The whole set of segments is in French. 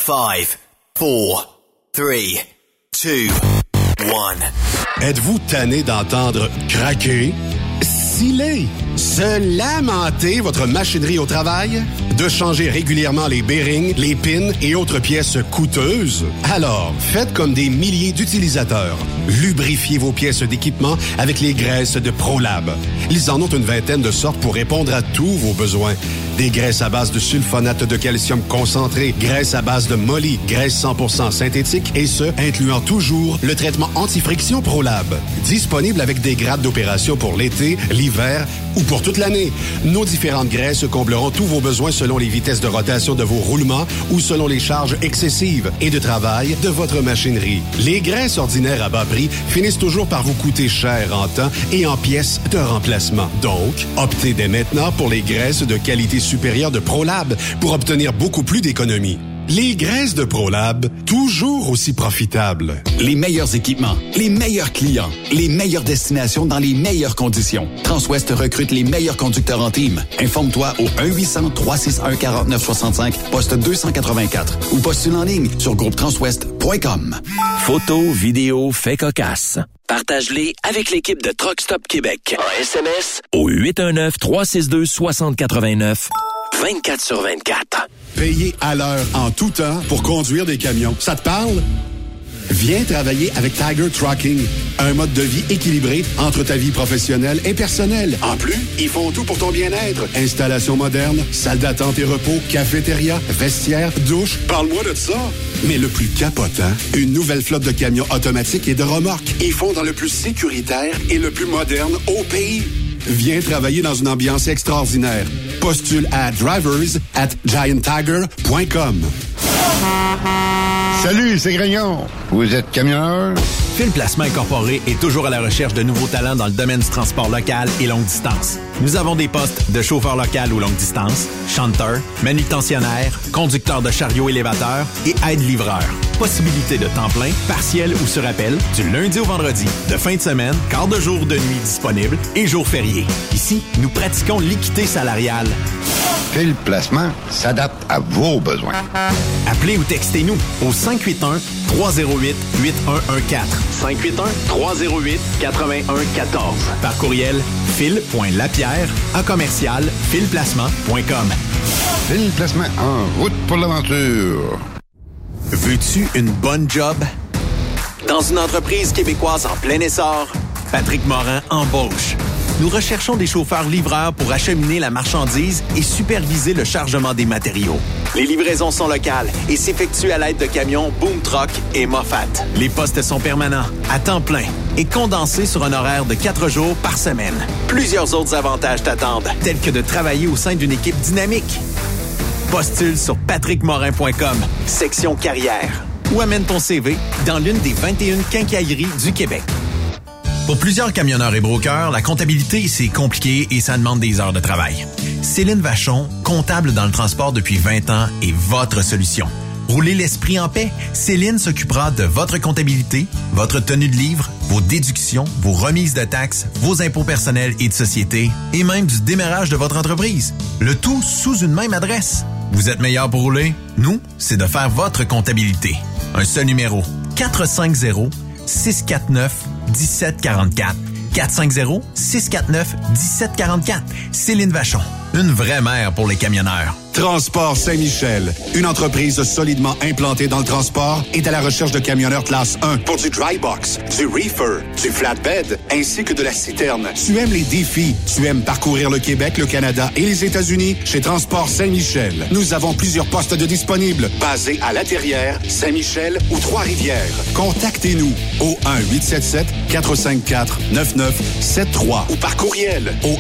5, 4, 3, 2, 1. Êtes-vous tanné d'entendre craquer, sciller, se lamenter votre machinerie au travail? De changer régulièrement les bearings, les pins et autres pièces coûteuses? Alors, faites comme des milliers d'utilisateurs. Lubrifiez vos pièces d'équipement avec les graisses de ProLab. Ils en ont une vingtaine de sortes pour répondre à tous vos besoins. Des graisses à base de sulfonate de calcium concentré, graisses à base de moly, graisse 100% synthétique et ce, incluant toujours le traitement anti-friction ProLab. Disponible avec des grades d'opération pour l'été, l'hiver ou pour toute l'année. Nos différentes graisses combleront tous vos besoins selon les vitesses de rotation de vos roulements ou selon les charges excessives et de travail de votre machinerie. Les graisses ordinaires à bas prix finissent toujours par vous coûter cher en temps et en pièces de remplacement. Donc, optez dès maintenant pour les graisses de qualité supérieure de ProLab pour obtenir beaucoup plus d'économies. Les graisses de ProLab, toujours aussi profitables. Les meilleurs équipements, les meilleurs clients, les meilleures destinations dans les meilleures conditions. Transwest recrute les meilleurs conducteurs en team. Informe-toi au 1-800-361-4965, poste 284 ou postule en ligne sur groupetranswest.com. Photos, vidéos, faits cocasses. Partage-les avec l'équipe de Truck Stop Québec. En SMS au 819-362-6089. 24/24. Payer à l'heure en tout temps pour conduire des camions. Ça te parle? Viens travailler avec Tiger Trucking. Un mode de vie équilibré entre ta vie professionnelle et personnelle. En plus, ils font tout pour ton bien-être. Installation moderne, salle d'attente et repos, cafétéria, vestiaire, douche. Parle-moi de ça. Mais le plus capotant, une nouvelle flotte de camions automatiques et de remorques. Ils font dans le plus sécuritaire et le plus moderne au pays. Viens travailler dans une ambiance extraordinaire. Postule à drivers@gianttiger.com. Salut, c'est Grignon. Vous êtes camionneur? Fil Placement Incorporé est toujours à la recherche de nouveaux talents dans le domaine du transport local et longue distance. Nous avons des postes de chauffeur local ou longue distance, chanteur, manutentionnaire, conducteur de chariot élévateur et aide-livreur. Possibilité de temps plein, partiel ou sur appel, du lundi au vendredi, de fin de semaine, quart de jour de nuit disponible et jours fériés. Ici, nous pratiquons l'équité salariale. Fil Placement s'adapte à vos besoins. Appelez ou textez-nous au 581-308-8114. 581-308-8114. Par courriel, fil.lapierre@filplacement.com. Fil Placement en route pour l'aventure. Veux-tu une bonne job? Dans une entreprise québécoise en plein essor, Patrick Morin embauche. Nous recherchons des chauffeurs-livreurs pour acheminer la marchandise et superviser le chargement des matériaux. Les livraisons sont locales et s'effectuent à l'aide de camions Boom Truck et Moffat. Les postes sont permanents, à temps plein et condensés sur un horaire de 4 jours par semaine. Plusieurs autres avantages t'attendent, tels que de travailler au sein d'une équipe dynamique. Postule sur patrickmorin.com, section carrière, ou amène ton CV dans l'une des 21 quincailleries du Québec. Pour plusieurs camionneurs et brokers, la comptabilité, c'est compliqué et ça demande des heures de travail. Céline Vachon, comptable dans le transport depuis 20 ans, est votre solution. Roulez l'esprit en paix. Céline s'occupera de votre comptabilité, votre tenue de livre, vos déductions, vos remises de taxes, vos impôts personnels et de société, et même du démarrage de votre entreprise. Le tout sous une même adresse. Vous êtes meilleur pour rouler? Nous, c'est de faire votre comptabilité. Un seul numéro. 450-649-1744. 450-649-1744. Céline Vachon. Une vraie mère pour les camionneurs. Transport Saint-Michel, une entreprise solidement implantée dans le transport, est à la recherche de camionneurs classe 1 pour du dry box, du reefer, du flatbed, ainsi que de la citerne. Tu aimes les défis, tu aimes parcourir le Québec, le Canada et les États-Unis? Chez Transport Saint-Michel, nous avons plusieurs postes de disponibles, basés à La Terrière, Saint-Michel ou Trois-Rivières. Contactez-nous au 1-877-454-9973 ou par courriel au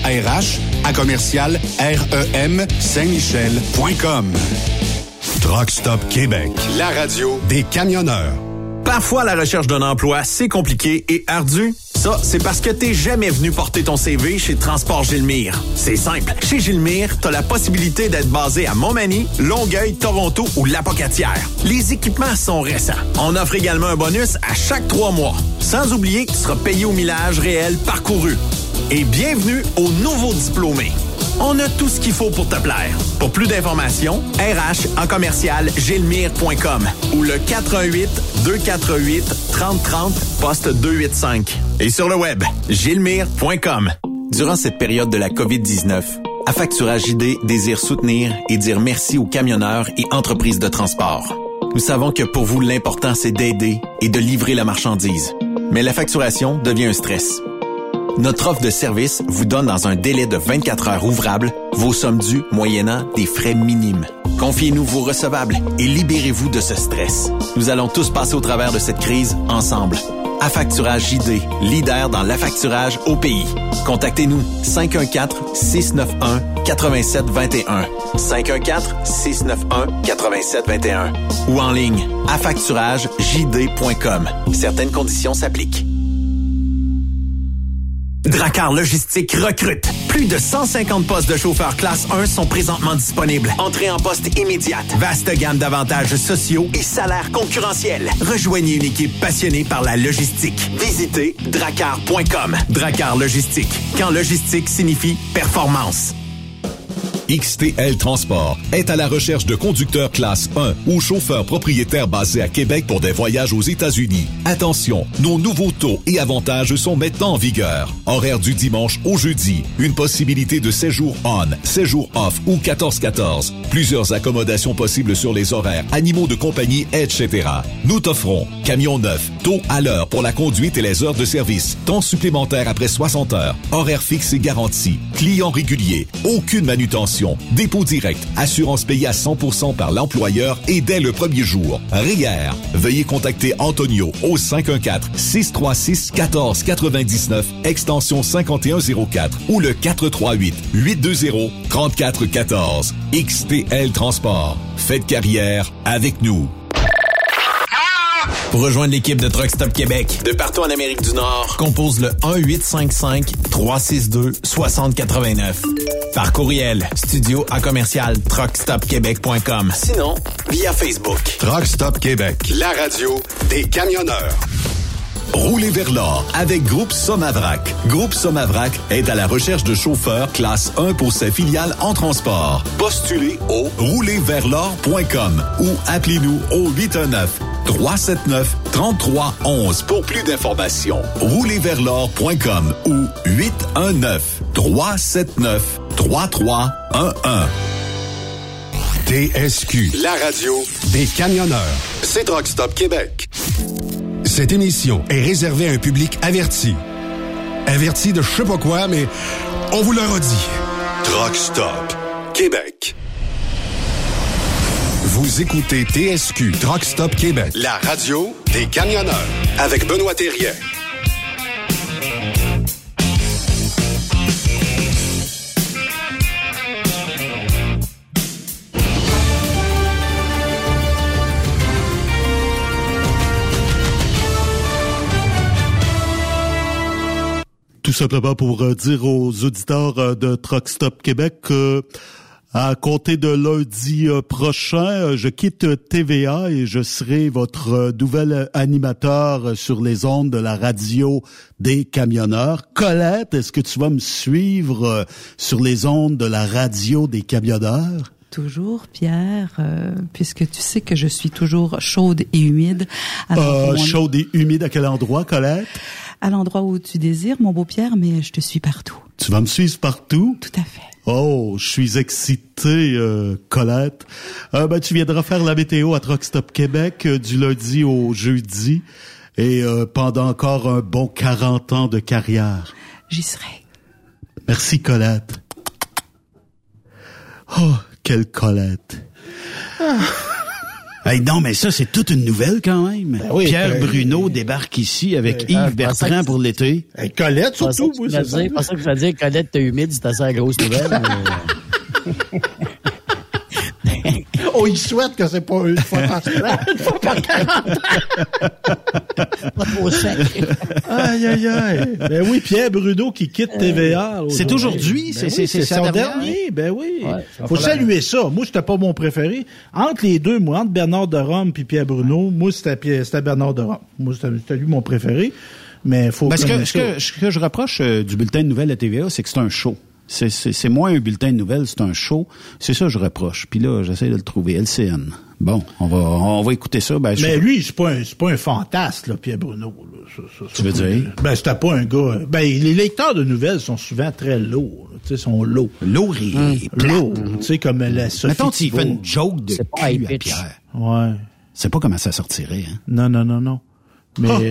RH@REM-Saint-Michel.com. Truck Stop Québec, la radio des camionneurs. Parfois, la recherche d'un emploi, c'est compliqué et ardu. Ça, c'est parce que t'es jamais venu porter ton CV chez Transport Gilmire. C'est simple. Chez Gilmire, t'as la possibilité d'être basé à Montmagny, Longueuil, Toronto ou Lapocatière. Les équipements sont récents. On offre également un bonus à chaque 3 mois. Sans oublier que tu seras payé au millage réel parcouru. Et bienvenue aux nouveaux diplômés. On a tout ce qu'il faut pour te plaire. Pour plus d'informations, RH@gilmire.com ou le 418-248-3030, poste 285. Et sur le web, gilmire.com. Durant cette période de la COVID-19, Affacturage JD désire soutenir et dire merci aux camionneurs et entreprises de transport. Nous savons que pour vous, l'important, c'est d'aider et de livrer la marchandise. Mais la facturation devient un stress. Notre offre de service vous donne dans un délai de 24 heures ouvrables vos sommes dues moyennant des frais minimes. Confiez-nous vos recevables et libérez-vous de ce stress. Nous allons tous passer au travers de cette crise ensemble. Affacturage JD, leader dans l'affacturage au pays. Contactez-nous 514-691-8721. 514-691-8721. Ou en ligne, affacturagejd.com. Certaines conditions s'appliquent. Dracar Logistique recrute. Plus de 150 postes de chauffeurs classe 1 sont présentement disponibles. Entrée en poste immédiate. Vaste gamme d'avantages sociaux et salaires concurrentiels. Rejoignez une équipe passionnée par la logistique. Visitez dracar.com. Dracar Logistique. Quand logistique signifie performance. XTL Transport est à la recherche de conducteurs classe 1 ou chauffeurs propriétaires basés à Québec pour des voyages aux États-Unis. Attention, nos nouveaux taux et avantages sont maintenant en vigueur. Horaire du dimanche au jeudi, une possibilité de séjour on, séjour off ou 14-14. Plusieurs accommodations possibles sur les horaires, animaux de compagnie, etc. Nous t'offrons camion neuf, taux à l'heure pour la conduite et les heures de service, temps supplémentaire après 60 heures, horaire fixe et garanti, client régulier, aucune manutention, dépôt direct, assurance payée à 100% par l'employeur et dès le premier jour. REER. Veuillez contacter Antonio au 514-636-1499, extension 5104 ou le 438-820-3414. XTL Transport. Faites carrière avec nous. Pour rejoindre l'équipe de Truck Stop Québec, de partout en Amérique du Nord, compose le 1-855-362-6089. Par courriel, studio@truckstopquebec.com. Sinon, via Facebook. Truck Stop Québec, la radio des camionneurs. Roulez vers l'or avec Groupe Somavrac. Groupe Somavrac est à la recherche de chauffeurs classe 1 pour ses filiales en transport. Postulez au roulerversl'or.com ou appelez-nous au 819-379-3311 pour plus d'informations. Roulerversl'or.com ou 819-379-3311. TSQ, la radio des camionneurs. C'est Truck Stop Québec. Cette émission est réservée à un public averti. Averti de je sais pas quoi, mais on vous le redit. Truck Stop Québec. Vous écoutez TSQ Truck Stop Québec, la radio des camionneurs avec Benoît Thérien. Tout simplement pour dire aux auditeurs de Truck Stop Québec que à compter de lundi prochain, je quitte TVA et je serai votre nouvel animateur sur les ondes de la radio des camionneurs. Colette, est-ce que tu vas me suivre sur les ondes de la radio des camionneurs? Toujours, Pierre, puisque tu sais que je suis toujours chaude et humide. Chaude et humide à quel endroit, Colette? À l'endroit où tu désires, mon beau Pierre, mais je te suis partout. Tu vas me suivre partout? Tout à fait. Oh, je suis excité, Colette. Tu viendras faire la météo à Truck Stop Québec du lundi au jeudi et pendant encore un bon 40 ans de carrière. J'y serai. Merci, Colette. Oh, quelle Colette. Hey, non, mais ça, c'est toute une nouvelle quand même. Ben oui, Pierre Bruno débarque ici avec Yves Bertrand pour l'été. Hey, Colette, surtout. Je pensais que je vais dire Colette, t'es humide, c'est assez la grosse nouvelle. Oh, il souhaite que c'est pas une fois par semaine. Une fois par 40 ans. Pas trop sec. Aïe, aïe, aïe. Ben oui, Pierre Bruno qui quitte TVA. C'est aujourd'hui, c'est son dernier. Ben oui. Ouais, faut saluer ça. Moi, c'était pas mon préféré. Entre les deux, moi, entre Bernard de Rome puis Pierre Bruno, moi, c'était Bernard de Rome. Moi, c'était lui mon préféré. Mais faut ce que je reproche du bulletin de nouvelles de TVA, c'est que c'est un show. C'est moins un bulletin de nouvelles, c'est un show. C'est ça que je reproche. Puis là, j'essaie de le trouver. LCN. Bon, on va écouter ça. Ben, mais lui, c'est pas un fantasme, là, Pierre Bruno. Là. Tu veux dire? Ben, c'était pas un gars... Ben, les lecteurs de nouvelles sont souvent très lourds. Tu sais, sont lourds. Lourds et plats. Lourds. Tu sais, comme la Sophie Mettons s'il Thibault. fait une joke de cul à Pierre. Ouais. C'est pas comment ça sortirait, hein? Non. Mais,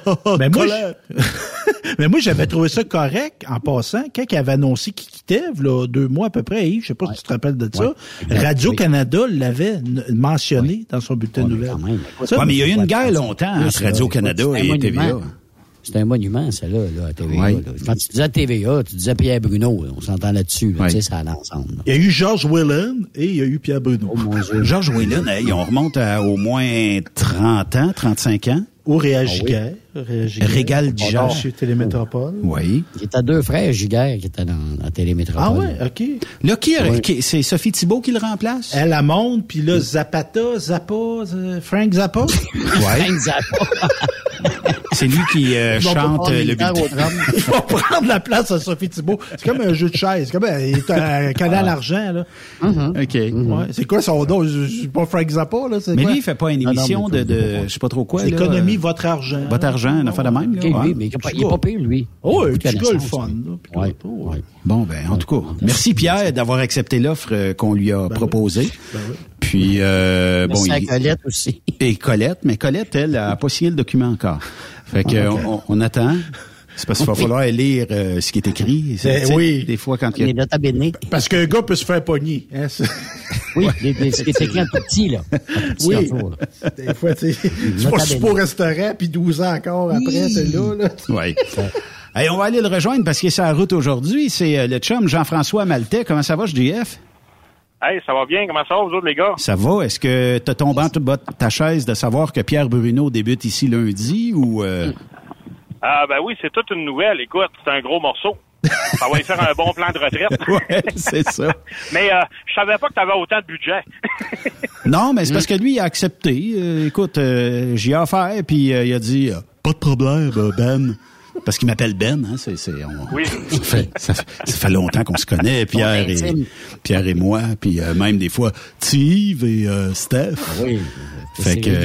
mais moi, j'avais trouvé ça correct, en passant, quand il avait annoncé qu'il quittait, là, 2 mois à peu près, Yves, je sais pas si tu te rappelles de ça, Radio-Canada l'avait mentionné dans son bulletin de nouvelles. Mais il y a eu une guerre longtemps entre Radio-Canada et TVA. C'est un monument, ça, là, à TVA. Là. Quand tu disais TVA, tu disais Pierre Bruno, on s'entend là-dessus, tu sais, ça allait ensemble. Il y a eu George Whelan et il y a eu Pierre Bruno. Oh, mon Dieu. George Whelan, on remonte à au moins 30 ans, 35 ans. Ou Réal Giguère. Régal Giguère. Chez Télémétropole. Oui. Il y a 2 frères Giguère qui étaient dans Télémétropole. Ah ouais, OK. Là, c'est Sophie Thibault qui le remplace? Elle monte, puis là, Frank Zappa. Frank Zappa. C'est lui qui chante le bulletin. Il va prendre la place à Sophie Thibault. C'est comme un jeu de chaise. C'est comme un canal argent, là. OK. Ouais. C'est quoi son nom? C'est pas Frank Zappa, là? Mais lui, il fait pas une émission de je sais pas trop quoi. Économie, votre argent. Votre argent, une affaire de même. Okay, oui, mais il est pas pire, lui. Oh, un petit gars le fun. Ouais. Bon, ben, en tout cas, merci Pierre d'avoir accepté l'offre qu'on lui a proposée. Ben oui. Puis, merci à Colette aussi. Et Colette, mais Colette, elle, a pas signé le document encore. Fait que, on attend. C'est parce qu'il va falloir lire ce qui est écrit. Oui. Des fois, quand il y a... Les notes à bénir. Parce qu'un gars peut se faire pogner. Hein, oui, ce qui est écrit en tout petit, là. Oui. Des fois, tu sais, tu vas super au restaurant, puis 12 ans encore après, t'es là. Oui. Hey, on va aller le rejoindre parce qu'il est sur la route aujourd'hui. C'est le chum Jean-François Maltais. Comment ça va, JF? Hey, ça va bien. Comment ça va, vous autres, les gars? Ça va. Est-ce que t'as tombé en tout bas de ta chaise de savoir que Pierre Bruno débute ici lundi ou... Ah, ben oui, c'est toute une nouvelle. Écoute, c'est un gros morceau. Ça va y faire un bon plan de retraite. Ouais, c'est ça. Mais je savais pas que t'avais autant de budget. Non, mais c'est parce que lui, il a accepté. Écoute, j'y ai offert, puis il a dit pas de problème, Ben. Parce qu'il m'appelle Ben, hein, oui. Ça fait longtemps qu'on se connaît, Pierre et moi, puis même des fois Steve et Steph. Oui. Fait que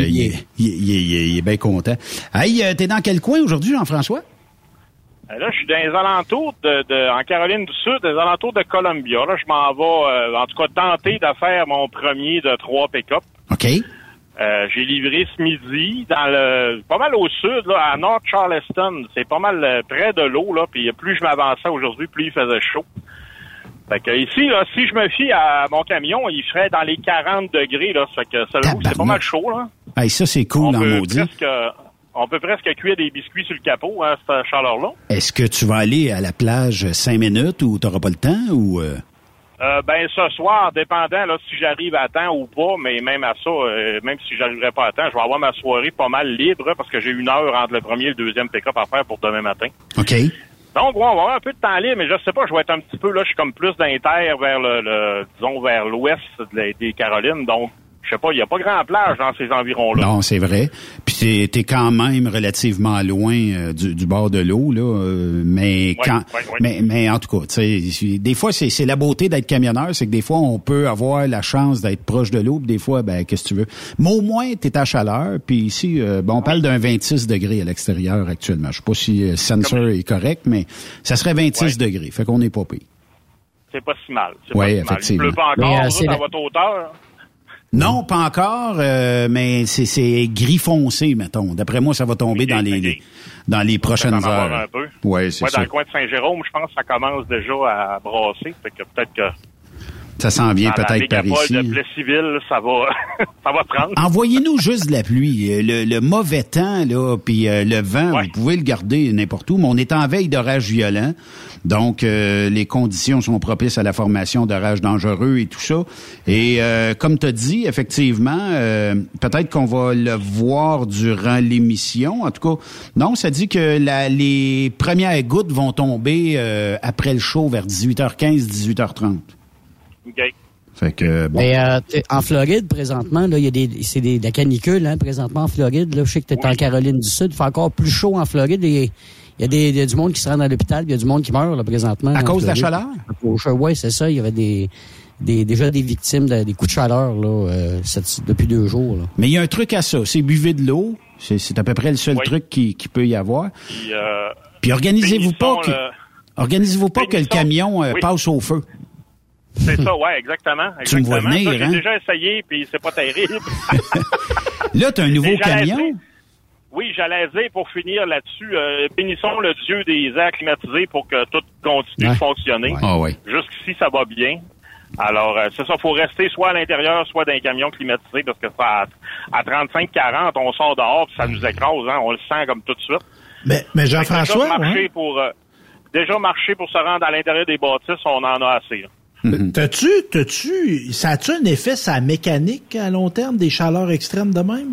il est bien content. Hey, t'es dans quel coin aujourd'hui, Jean-François? Là, je suis dans les alentours en Caroline du Sud, des alentours de Columbia. Là, je m'en vais, en tout cas, tenter de faire mon premier de 3 pick-up. OK. J'ai livré ce midi pas mal au sud, là, à North Charleston. C'est pas mal près de l'eau, là. Puis plus je m'avançais aujourd'hui, plus il faisait chaud. Fait que ici, là, si je me fie à mon camion, il ferait dans les 40 degrés, là. Fait que c'est pas mal chaud, là. Hey, ça, c'est cool en maudit. On peut presque cuire des biscuits sur le capot, à cette chaleur-là. Est-ce que tu vas aller à la plage 5 minutes ou t'auras pas le temps ou... Ben, ce soir, dépendant, là, si j'arrive à temps ou pas, mais même à ça, même si j'arriverai pas à temps, je vais avoir ma soirée pas mal libre, parce que j'ai 1 heure entre le premier et le deuxième pick-up à faire pour demain matin. OK. Donc, on va avoir un peu de temps libre, mais je sais pas, je vais être un petit peu, là, je suis comme plus dans les terres vers disons, vers l'ouest des Carolines, donc, je sais pas, il n'y a pas grand plage dans ces environs-là. Non, c'est vrai. Puis t'es quand même relativement loin du bord de l'eau, là. Mais mais en tout cas, tu sais, des fois c'est la beauté d'être camionneur, c'est que des fois on peut avoir la chance d'être proche de l'eau, puis des fois, ben qu'est-ce que tu veux. Mais au moins t'es à chaleur. Puis ici, on parle d'un 26 degrés à l'extérieur actuellement. Je sais pas si le sensor est correct, mais ça serait 26 degrés. Fait qu'on n'est pas pire. C'est pas si mal. Oui, effectivement. Il pleut pas encore, à votre hauteur. Non, pas encore, mais c'est gris foncé, mettons. D'après moi, ça va tomber dans les prochaines heures. Un peu. Ouais, c'est ça. Dans le coin de Saint-Jérôme, je pense que ça commence déjà à brasser. Fait que peut-être que ça s'en vient peut-être par ici. De Plessisville, ça va prendre. Envoyez-nous juste de la pluie. Le mauvais temps, là, puis le vent, vous pouvez le garder n'importe où, mais on est en veille d'orage violent. Donc, les conditions sont propices à la formation d'orages dangereux et tout ça. Et comme tu as dit, effectivement, peut-être qu'on va le voir durant l'émission. En tout cas, non, ça dit que les premières gouttes vont tomber après le show vers 18h15, 18h30. OK. Fait que, bon. Mais en Floride, présentement, là, il y a de la canicule, hein, présentement en Floride. Là, je sais que tu es en Caroline du Sud. Il fait encore plus chaud en Floride et Il y a du monde qui se rend à l'hôpital, il y a du monde qui meurt là, présentement. À cause de la chaleur? Oui, c'est ça. Il y avait déjà des victimes des coups de chaleur là, depuis 2 jours. Là. Mais il y a un truc à ça, c'est buvez de l'eau. C'est à peu près le seul truc qui peut y avoir. Puis organisez-vous pas que le camion passe au feu. C'est ça, ouais, exactement. Tu me vois venir, J'ai déjà essayé, puis c'est pas terrible. Là, t'as un nouveau camion? Oui, j'allais dire, pour finir là-dessus, bénissons le Dieu des airs climatisés pour que tout continue de fonctionner. Jusqu'ici, ça va bien. Alors, c'est ça, faut rester soit à l'intérieur, soit dans un camion climatisé, parce que ça, à 35-40, on sort dehors, puis ça nous écrase, hein, on le sent comme tout de suite. Mais Jean-François, déjà marcher pour se rendre à l'intérieur des bâtisses, on en a assez. Ça a-tu un effet sur la mécanique à long terme, des chaleurs extrêmes de même?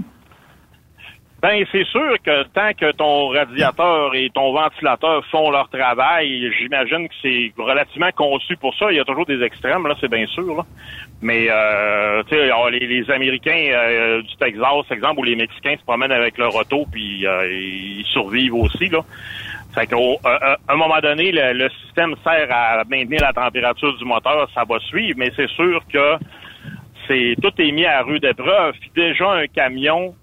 Ben, c'est sûr que tant que ton radiateur et ton ventilateur font leur travail, j'imagine que c'est relativement conçu pour ça. Il y a toujours des extrêmes, là, c'est bien sûr, là. Mais, tu sais, les Américains du Texas, exemple, ou les Mexicains se promènent avec leur auto, puis ils survivent aussi, là. Fait qu'à un moment donné, le système sert à maintenir la température du moteur, ça va suivre, mais c'est sûr que tout est mis à rude épreuve. Puis déjà, un camion,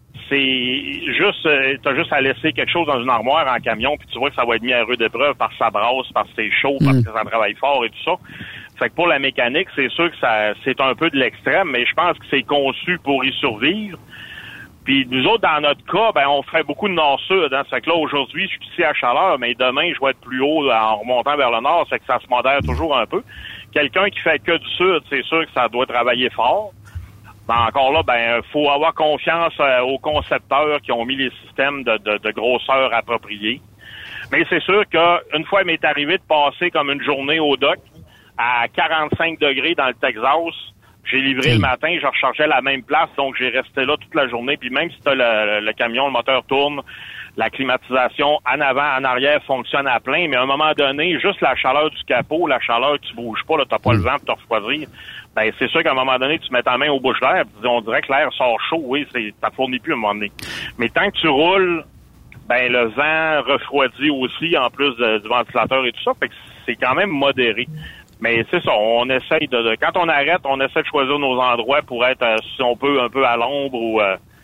c'est juste, t'as juste à laisser quelque chose dans une armoire en camion, puis tu vois que ça va être mis à rude épreuve parce que ça brasse, parce que c'est chaud, parce que ça travaille fort et tout ça. Fait que pour la mécanique, c'est sûr que c'est un peu de l'extrême, mais je pense que c'est conçu pour y survivre. Puis nous autres, dans notre cas, ben on fait beaucoup de nord-sud. Hein. Fait que là, aujourd'hui, je suis ici à chaleur, mais demain, je vais être plus haut en remontant vers le nord. Fait que ça se modère toujours un peu. Quelqu'un qui fait que du sud, c'est sûr que ça doit travailler fort. Ben, encore là, ben faut avoir confiance aux concepteurs qui ont mis les systèmes de grosseur appropriés. Mais c'est sûr qu'une fois, il m'est arrivé de passer comme une journée au dock à 45 degrés dans le Texas. J'ai livré le matin, je rechargeais la même place, donc j'ai resté là toute la journée. Puis même si t'as le camion, le moteur tourne, la climatisation en avant, en arrière fonctionne à plein, mais à un moment donné, juste la chaleur du capot, la chaleur, tu bouges pas, là, t'as pas le vent pour te refroidir. Ben c'est sûr qu'à un moment donné, tu mets ta main aux bouches d'air, on dirait que l'air sort chaud, oui, ça fournit plus à un moment donné. Mais tant que tu roules, ben le vent refroidit aussi, en plus du ventilateur et tout ça, fait que c'est quand même modéré. Mais c'est ça, on essaye quand on arrête, on essaie de choisir nos endroits pour être, si on peut, un peu à l'ombre ou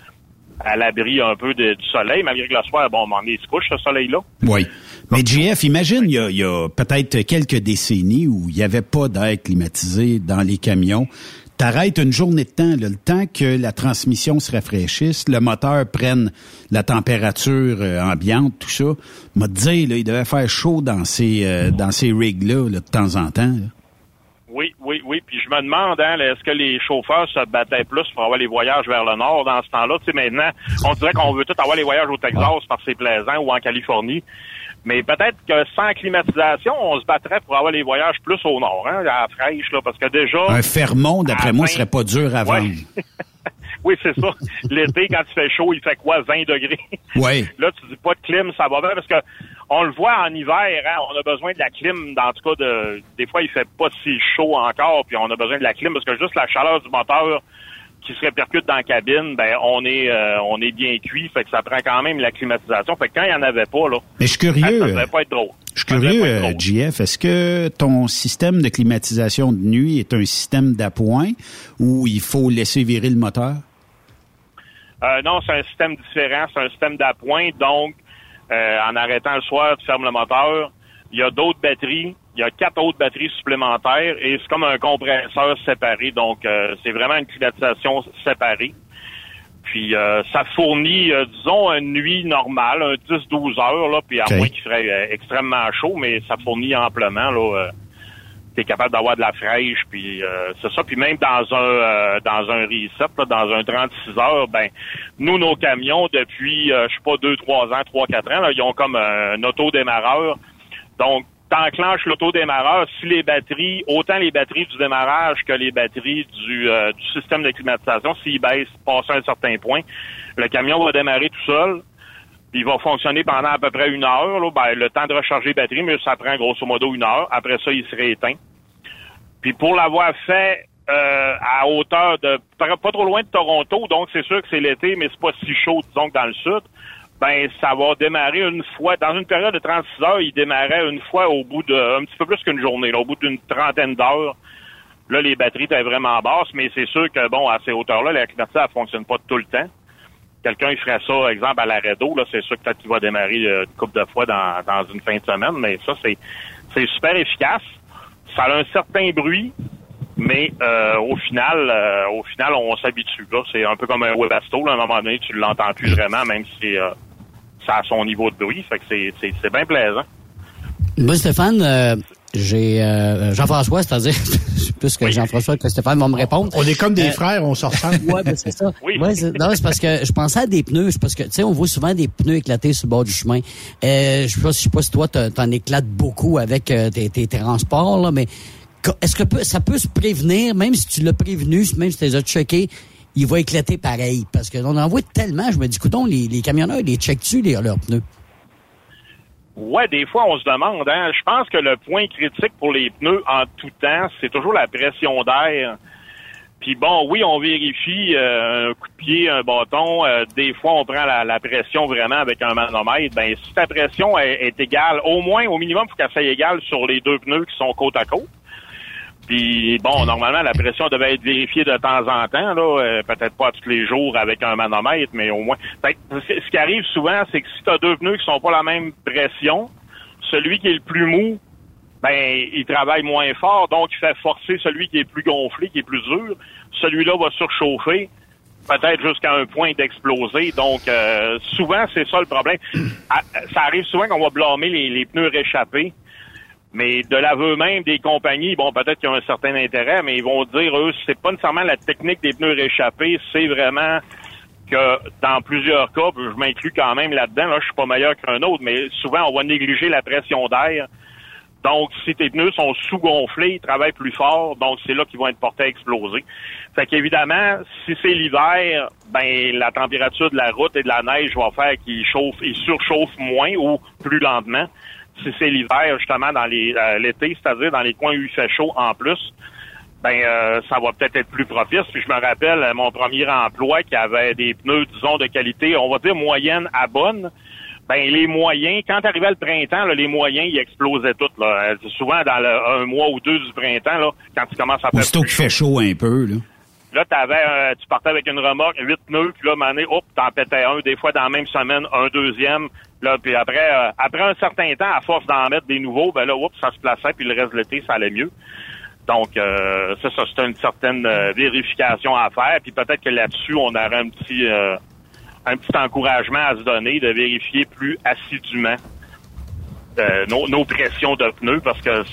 à l'abri un peu du soleil. Malgré que le soir, bon, on il se couche, ce soleil-là. Oui. Mais JF, imagine, il y a peut-être quelques décennies où il n'y avait pas d'air climatisé dans les camions. T'arrêtes une journée de temps, là, le temps que la transmission se rafraîchisse, le moteur prenne la température ambiante, tout ça. M'a dit, là, il devait faire chaud dans ces rigs-là, là, de temps en temps. Là. Oui. Puis je me demande, hein, est-ce que les chauffeurs se battaient plus pour avoir les voyages vers le nord dans ce temps-là? Tu sais, maintenant, on dirait qu'on veut tout avoir les voyages au Texas parce que c'est plaisant ou en Californie. Mais peut-être que sans climatisation, on se battrait pour avoir les voyages plus au nord, hein, à la fraîche, là, parce que déjà... Un Fermont, d'après moi, serait pas dur à vendre. Oui, c'est ça. L'été, quand il fait chaud, il fait quoi, 20 degrés? Oui. Là, tu dis pas de clim, ça va bien, parce que on le voit en hiver, hein, on a besoin de la clim, en tout cas, des fois, il fait pas si chaud encore, puis on a besoin de la clim, parce que juste la chaleur du moteur qui se répercute dans la cabine, ben on est bien cuit, fait que ça prend quand même la climatisation. Fait que quand il n'y en avait pas, là, mais je suis curieux, ça devrait pas être drôle. Je suis curieux, JF, est-ce que ton système de climatisation de nuit est un système d'appoint ou il faut laisser virer le moteur? Non, c'est un système différent, c'est un système d'appoint, donc en arrêtant le soir, tu fermes le moteur. Il y a d'autres batteries. Il y a 4 autres batteries supplémentaires et c'est comme un compresseur séparé. Donc, c'est vraiment une climatisation séparée. Puis, ça fournit, disons, une nuit normale, un 10-12 heures, là, puis à moins qu'il ferait extrêmement chaud, mais ça fournit amplement, là. T'es capable d'avoir de la fraîche, puis c'est ça. Puis même dans un reset, là, dans un 36 heures, ben nous, nos camions, depuis, je sais pas, 2-3 ans, 3-4 ans, là, ils ont comme un autodémarreur. Donc, t'enclenches l'autodémarreur si les batteries, autant les batteries du démarrage que les batteries du système de climatisation, s'ils baissent, passent à un certain point, le camion va démarrer tout seul. Il va fonctionner pendant à peu près 1 heure. Là, ben, le temps de recharger les batteries, mais ça prend grosso modo 1 heure. Après ça, il serait éteint. Puis pour l'avoir fait à hauteur de pas trop loin de Toronto, donc c'est sûr que c'est l'été, mais c'est pas si chaud, disons, que dans le sud, ben ça va démarrer une fois. Dans une période de 36 heures, il démarrait une fois au bout de un petit peu plus qu'une journée, là, au bout d'une trentaine d'heures. Là, les batteries étaient vraiment basses, mais c'est sûr que, bon, à ces hauteurs-là, la climatisation, elle fonctionne pas tout le temps. Quelqu'un, il ferait ça, exemple, à l'arrêt d'eau, là, c'est sûr que peut-être qu'il va démarrer une couple de fois dans une fin de semaine, mais ça, c'est super efficace. Ça a un certain bruit, mais au final, on s'habitue. Là, c'est un peu comme un Webasto. Là, à un moment donné, tu l'entends plus vraiment, même si ça a son niveau de bruit. Fait que c'est bien plaisant. Moi, Stéphane, j'ai Jean-François, c'est-à-dire plus que Jean-François que Stéphane va me répondre. On est comme des frères, on se ressemble. Ouais, ben c'est ça. Oui. Ouais, c'est parce que je pensais à des pneus, parce que tu sais, on voit souvent des pneus éclatés sur le bord du chemin. Je sais pas si toi t'en éclates beaucoup avec tes transports là, mais est-ce que ça peut se prévenir, même si tu l'as prévenu, même si tu les as checkés, il va éclater pareil, parce que on en voit tellement. Je me dis, coudonc, les camionneurs, les checkent-tu leurs pneus? Ouais, des fois, on se demande, hein. Je pense que le point critique pour les pneus en tout temps, c'est toujours la pression d'air. Puis bon, oui, on vérifie un coup de pied, un bâton. Des fois, on prend la pression vraiment avec un manomètre. Ben, si ta pression est égale, au minimum, il faut qu'elle soit égale sur les deux pneus qui sont côte à côte. Puis bon, normalement, la pression devait être vérifiée de temps en temps, là, peut-être pas tous les jours avec un manomètre, mais au moins. Fait que, ce qui arrive souvent, c'est que si tu as deux pneus qui sont pas la même pression, celui qui est le plus mou, ben, il travaille moins fort, donc il fait forcer celui qui est plus gonflé, qui est plus dur. Celui-là va surchauffer, peut-être jusqu'à un point d'exploser. Donc, souvent, c'est ça le problème. Ça arrive souvent qu'on va blâmer les pneus réchappés. Mais de l'aveu même des compagnies, bon, peut-être qu'ils ont un certain intérêt, mais ils vont dire, eux, c'est pas nécessairement la technique des pneus réchappés, c'est vraiment que dans plusieurs cas, je m'inclus quand même là-dedans, là, je suis pas meilleur qu'un autre, mais souvent, on va négliger la pression d'air. Donc, si tes pneus sont sous-gonflés, ils travaillent plus fort, donc c'est là qu'ils vont être portés à exploser. Fait qu'évidemment, si c'est l'hiver, ben, la température de la route et de la neige va faire qu'ils surchauffent moins ou plus lentement. Si c'est l'hiver, justement, dans l'été, c'est-à-dire dans les coins où il fait chaud en plus, ben ça va peut-être être plus propice. Puis je me rappelle mon premier emploi qui avait des pneus, disons, de qualité, on va dire moyenne à bonne. Ben les moyens, quand arrivait le printemps, là, les moyens, ils explosaient tous. Là. Souvent dans un mois ou deux du printemps, là, quand tu commences à faire aussitôt qu'il fait chaud un peu, là. Là, tu partais avec une remorque, 8 pneus, puis là, t'en pétais un, des fois dans la même semaine, un deuxième. Là, puis après un certain temps, à force d'en mettre des nouveaux, ben là, ça se plaçait, puis le reste de l'été, ça allait mieux. Donc, c'est une certaine vérification à faire, puis peut-être que là-dessus, on aurait un petit encouragement à se donner de vérifier plus assidûment nos pressions de pneus, parce que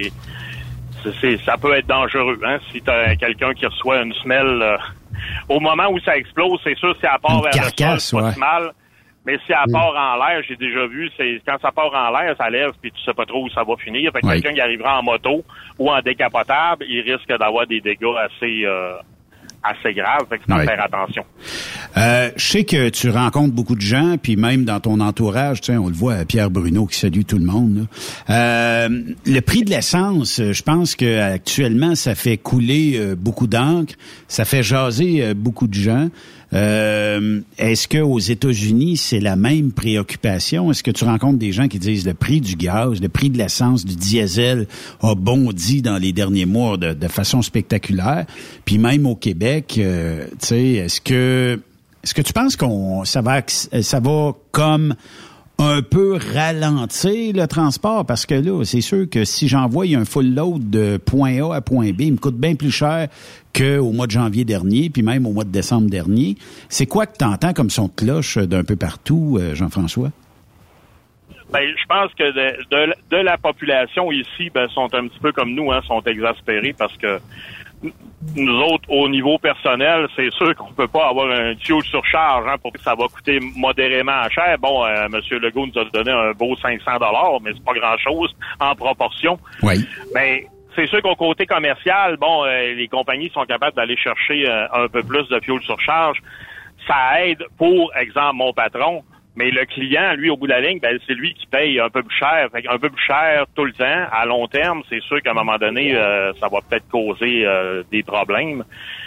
ça peut être dangereux, hein, si t'as quelqu'un qui reçoit une semelle au moment où ça explose, c'est sûr, si elle part vers le sol, c'est pas si mal. Mais si elle part en l'air, j'ai déjà vu, c'est quand ça part en l'air, ça lève, puis tu sais pas trop où ça va finir. Fait que quelqu'un qui arrivera en moto ou en décapotable, il risque d'avoir des dégâts assez grave, fait que faut faire attention. Je sais que tu rencontres beaucoup de gens, puis même dans ton entourage, tu sais, on le voit, Pierre Bruno qui salue tout le monde. Le prix de l'essence, je pense que actuellement, ça fait couler beaucoup d'encre, ça fait jaser beaucoup de gens. Est-ce que aux États-Unis, c'est la même préoccupation? Est-ce que tu rencontres des gens qui disent le prix du gaz, le prix de l'essence, du diesel a bondi dans les derniers mois de façon spectaculaire? Puis même au Québec, tu sais, est-ce que tu penses ça va comme un peu ralentir le transport? Parce que là, c'est sûr que si j'envoie un full load de point A à point B, il me coûte bien plus cher qu'au mois de janvier dernier, puis même au mois de décembre dernier. C'est quoi que tu entends comme son de cloche d'un peu partout, Jean-François? Ben, je pense que de la population ici, ben, sont un petit peu comme nous, hein, sont exaspérés parce que nous autres, au niveau personnel, c'est sûr qu'on peut pas avoir un fuel surcharge, hein, pour que ça va coûter modérément cher. Bon, M. Legault nous a donné un beau 500 $, mais c'est pas grand-chose en proportion. Oui. Ben, c'est sûr qu'au côté commercial, bon, les compagnies sont capables d'aller chercher un peu plus de fuel surcharge. Ça aide pour, exemple, mon patron. Mais le client, lui, au bout de la ligne, ben, c'est lui qui paye un peu plus cher. Fait un peu plus cher tout le temps. À long terme, c'est sûr qu'à un moment donné, ça va peut-être causer des problèmes.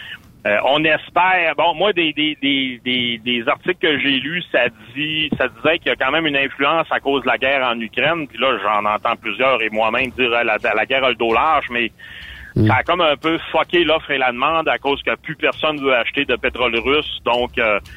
On espère, bon, moi, des articles que j'ai lus, ça disait qu'il y a quand même une influence à cause de la guerre en Ukraine. Puis là, j'en entends plusieurs et moi-même dire la guerre a le dos large, mais ça a comme un peu fucké l'offre et la demande à cause que plus personne veut acheter de pétrole russe. Donc,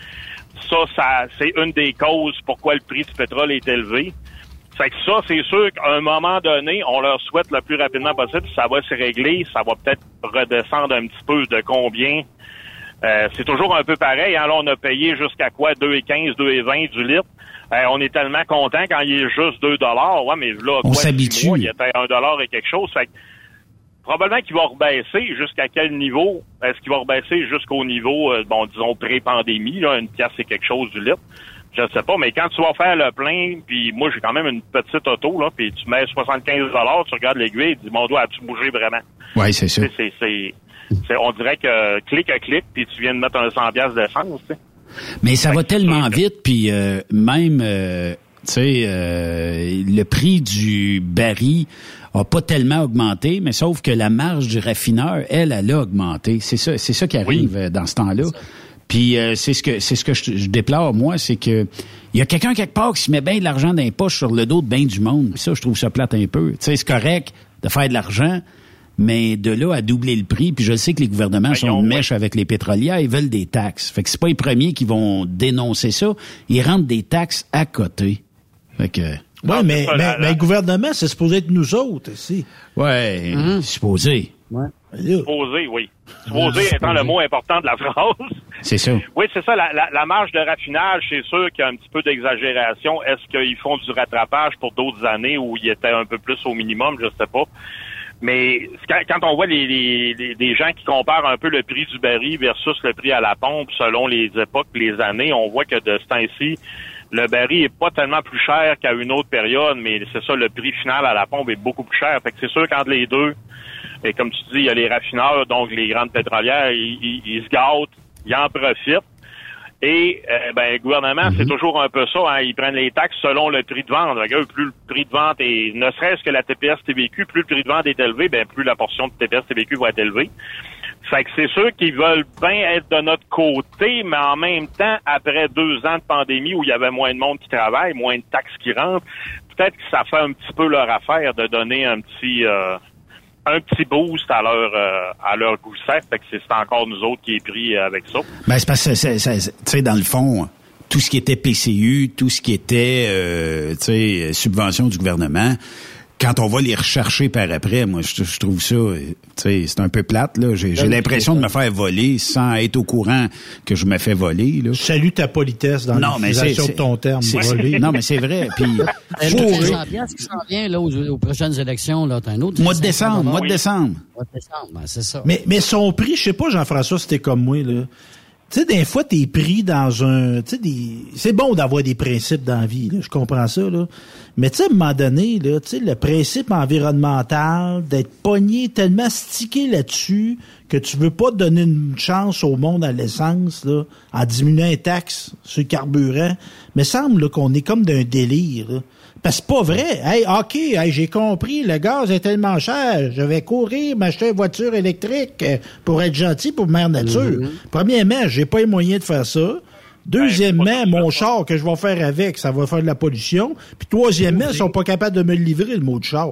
ça, c'est une des causes pourquoi le prix du pétrole est élevé. Fait que ça, c'est sûr qu'à un moment donné, on leur souhaite le plus rapidement possible, ça va se régler, ça va peut-être redescendre un petit peu de combien. C'est toujours un peu pareil. Hein? Là, on a payé jusqu'à quoi? 2,15, 2,20 du litre. On est tellement content quand il est juste 2 $. Ouais, mais là, on s'habitue. Il était à 1 $ et quelque chose. Fait que, probablement qu'il va rebaisser jusqu'à quel niveau? Est-ce qu'il va rebaisser jusqu'au niveau, disons, pré-pandémie, là, une pièce et quelque chose du litre? Je ne sais pas, mais quand tu vas faire le plein, puis moi, j'ai quand même une petite auto, là, puis tu mets 75 $, tu regardes l'aiguille, tu dis, mon doigt, as-tu bougé vraiment? Oui, c'est ça. On dirait que clic à clic, puis tu viens de mettre un 100$ d'essence, tu sais. Mais ça va tellement vite, puis même, tu sais, le prix du baril a pas tellement augmenté, mais sauf que la marge du raffineur, elle a augmenté. C'est ça qui arrive dans ce temps-là. Puis c'est ce que je déplore, moi, c'est que il y a quelqu'un quelque part qui se met bien de l'argent dans les poches sur le dos de bien du monde. Puis ça, je trouve ça plate un peu. Tu sais, c'est correct de faire de l'argent, mais de là à doubler le prix, puis je sais que les gouvernements sont de mèche avec les pétrolières, ils veulent des taxes. Fait que c'est pas les premiers qui vont dénoncer ça. Ils rentrent des taxes à côté. Fait que... Ouais, mais le gouvernement, c'est supposé être nous autres, ici. Ouais, supposé. Ouais. Supposé, oui. Supposé étant le mot important de la phrase. C'est ça. Oui, c'est ça. La marge de raffinage, c'est sûr qu'il y a un petit peu d'exagération. Est-ce qu'ils font du rattrapage pour d'autres années où ils étaient un peu plus au minimum? Je sais pas. Mais quand on voit des gens qui comparent un peu le prix du baril versus le prix à la pompe selon les époques, les années, on voit que de ce temps-ci, le baril est pas tellement plus cher qu'à une autre période, mais c'est ça, le prix final à la pompe est beaucoup plus cher. Fait que c'est sûr qu'entre les deux, et comme tu dis, il y a les raffineurs, donc les grandes pétrolières, ils se gâtent, ils en profitent. Et le gouvernement, c'est toujours un peu ça, hein, ils prennent les taxes selon le prix de vente. Plus le prix de vente est, ne serait-ce que la TPS-TVQ, plus le prix de vente est élevé, plus la portion de TPS-TVQ va être élevée. Fait que c'est sûr qu'ils veulent bien être de notre côté, mais en même temps, après 2 ans de pandémie où il y avait moins de monde qui travaille, moins de taxes qui rentrent, peut-être que ça fait un petit peu leur affaire de donner un petit boost à leur gousset. Fait que c'est encore nous autres qui est pris avec ça. Ben, c'est parce que, tu sais, dans le fond, tout ce qui était PCU, tout ce qui était, subvention du gouvernement, quand on va les rechercher par après, moi, je trouve ça, tu sais, c'est un peu plate, là. J'ai l'impression de me faire voler sans être au courant que je me fais voler, là. Salue ta politesse dans l'utilisation de ton terme, voler. Non, mais c'est vrai. Puis, qui s'en vient, là, aux prochaines élections, là, t'as un autre. Mois de décembre, c'est ça. Mais son prix, je sais pas, Jean-François, c'était comme moi, là. Tu sais, des fois, t'es pris dans un... c'est bon d'avoir des principes dans la vie, là, je comprends ça, là. Mais tu sais, à un moment donné, là, tu sais, le principe environnemental, d'être pogné tellement stické là-dessus que tu veux pas donner une chance au monde à l'essence, là, en diminuant les taxes sur le carburant, mais semble là, qu'on est comme d'un délire, là. Parce que c'est pas vrai. Hey, OK, j'ai compris, le gaz est tellement cher, je vais courir m'acheter une voiture électrique pour être gentil pour Mère Nature. Premièrement, j'ai pas les moyens de faire ça. Deuxièmement, mon char que je vais faire avec, ça va faire de la pollution. Puis troisièmement, ils sont pas capables de me le livrer, le mot de char.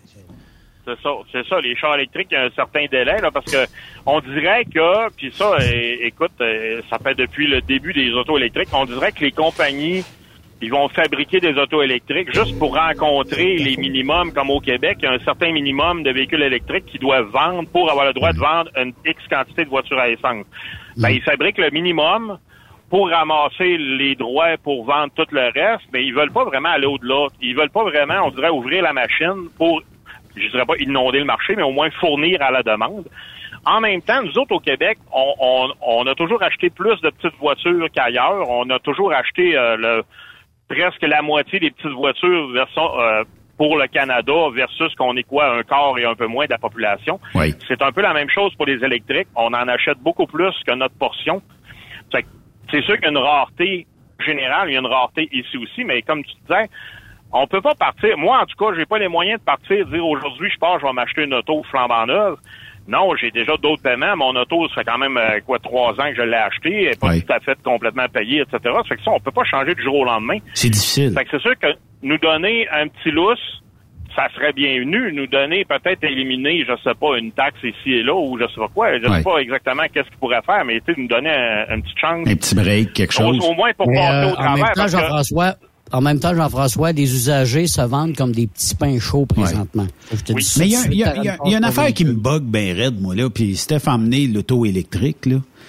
C'est ça, les chars électriques, il y a un certain délai, là, parce que on dirait que, puis ça, écoute, ça fait depuis le début des autos électriques, on dirait que les compagnies, ils vont fabriquer des autos électriques juste pour rencontrer les minimums, comme au Québec, il y a un certain minimum de véhicules électriques qu'ils doivent vendre pour avoir le droit de vendre une X quantité de voitures à essence. Ils fabriquent le minimum pour ramasser les droits pour vendre tout le reste, mais ils veulent pas vraiment aller au-delà. Ils veulent pas vraiment, on dirait, ouvrir la machine pour, je dirais pas inonder le marché, mais au moins fournir à la demande. En même temps, nous autres, au Québec, on a toujours acheté plus de petites voitures qu'ailleurs. On a toujours acheté presque la moitié des petites voitures pour le Canada versus qu'on est un quart et un peu moins de la population. Oui. C'est un peu la même chose pour les électriques. On en achète beaucoup plus que notre portion. C'est sûr qu'il y a une rareté générale, il y a une rareté ici aussi, mais comme tu disais, on peut pas partir. Moi, en tout cas, j'ai pas les moyens de partir et dire aujourd'hui, je vais m'acheter une auto flambant neuve. Non, j'ai déjà d'autres paiements. Mon auto, ça fait quand même 3 ans que je l'ai acheté. Elle n'est pas tout à fait complètement payée, etc. Ça fait que ça, on peut pas changer du jour au lendemain. C'est difficile. Fait que c'est sûr que nous donner un petit lousse, ça serait bienvenu. Nous donner, peut-être éliminer, je sais pas, une taxe ici et là, ou je sais pas quoi. Je sais pas exactement qu'est-ce qu'il pourrait faire, mais nous donner un petit chance. Un petit break, quelque chose. Au moins pour passer au travers. En même temps, Jean-François, les usagers se vendent comme des petits pains chauds présentement. Ouais. Mais il y a une affaire qui me bug bien raide, moi, là, puis Steph a amené l'auto électrique,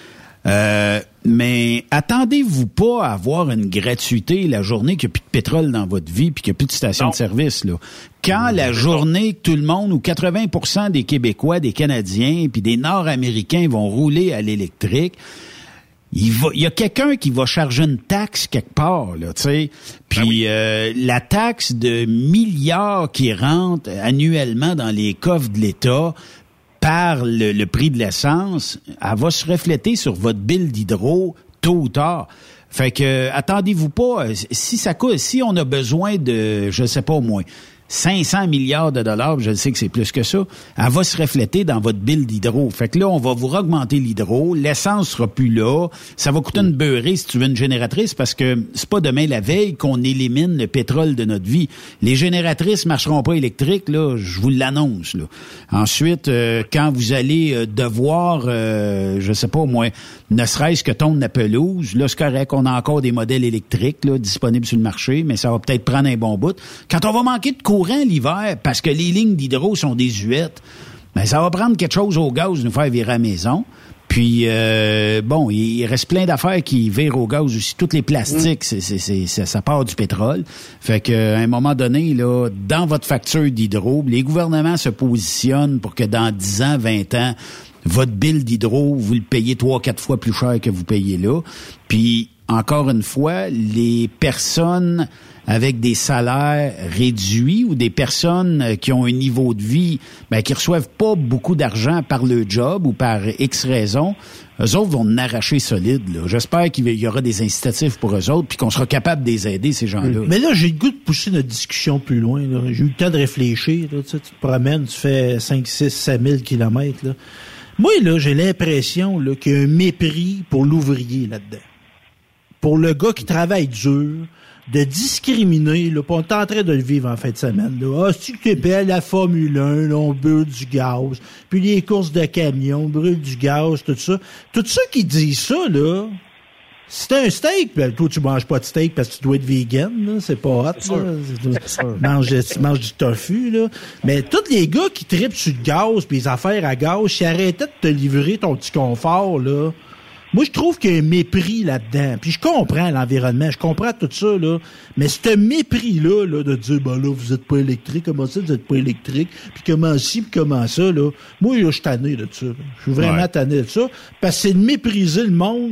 là. Mais attendez-vous pas à avoir une gratuité la journée qu'il n'y a plus de pétrole dans votre vie puis qu'il n'y a plus de station de service, là. Quand la journée que tout le monde, ou 80% des Québécois, des Canadiens puis des Nord-Américains vont rouler à l'électrique, il y a quelqu'un qui va charger une taxe quelque part, là, tu sais. Puis la taxe de milliards qui rentre annuellement dans les coffres de l'État par le prix de l'essence, elle va se refléter sur votre bill d'hydro tôt ou tard. Fait que attendez-vous pas, si on a besoin de, je sais pas, au moins 500 milliards de dollars, je sais que c'est plus que ça, elle va se refléter dans votre bill d'hydro. Fait que là, on va vous augmenter l'hydro, l'essence sera plus là, ça va coûter une beurrée si tu veux une génératrice, parce que c'est pas demain la veille qu'on élimine le pétrole de notre vie. Les génératrices marcheront pas électriques, là, je vous l'annonce, là. Ensuite, quand vous allez devoir, je sais pas au moins, ne serait-ce que tondre la pelouse, là, c'est correct, on a encore des modèles électriques, là, disponibles sur le marché, mais ça va peut-être prendre un bon bout. Quand on va manquer de courant l'hiver, parce que les lignes d'hydro sont désuètes, ben, ça va prendre quelque chose au gaz, nous faire virer à la maison. Puis, bon, il reste plein d'affaires qui virent au gaz aussi. Tous les plastiques, ça part du pétrole. Fait qu'à un moment donné, là, dans votre facture d'hydro, les gouvernements se positionnent pour que dans 10 ans, 20 ans, votre bill d'hydro, vous le payez 3-4 fois plus cher que vous payez là. Puis, encore une fois, les personnes avec des salaires réduits ou des personnes qui ont un niveau de vie, ben, qui reçoivent pas beaucoup d'argent par le job ou par X raison, eux autres vont en arracher solide, là. J'espère qu'il y aura des incitatifs pour eux autres puis qu'on sera capable de les aider, ces gens-là. Mais là, j'ai le goût de pousser notre discussion plus loin, là. J'ai eu le temps de réfléchir, là. Tu te promènes, tu fais 5, 6, 7 000 kilomètres, là. Moi, là, j'ai l'impression, là, qu'il y a un mépris pour l'ouvrier là-dedans. Pour le gars qui travaille dur, de discriminer, là, on est en train de le vivre en fin de semaine, là. Ah, si tu payes la Formule 1, là, on brûle du gaz, puis les courses de camions, on brûle du gaz, tout ça. Tout ceux qui disent ça, là, c'est un steak, ben, toi, tu manges pas de steak parce que tu dois être vegan, là, c'est pas hot, là. Tu manges du tofu, là. Mais tous les gars qui trippent sur le gaz pis les affaires à gaz, s'ils arrêtaient de te livrer ton petit confort, là, moi, je trouve qu'il y a un mépris là-dedans. Puis je comprends l'environnement, je comprends tout ça, là. Mais ce mépris-là, là, de dire, ben là, vous êtes pas électrique, comment ça, vous êtes pas électrique, puis comment ci, puis comment ça, là. Moi, là, je suis tanné de ça, là. Je suis vraiment tanné de ça. Parce que c'est de mépriser le monde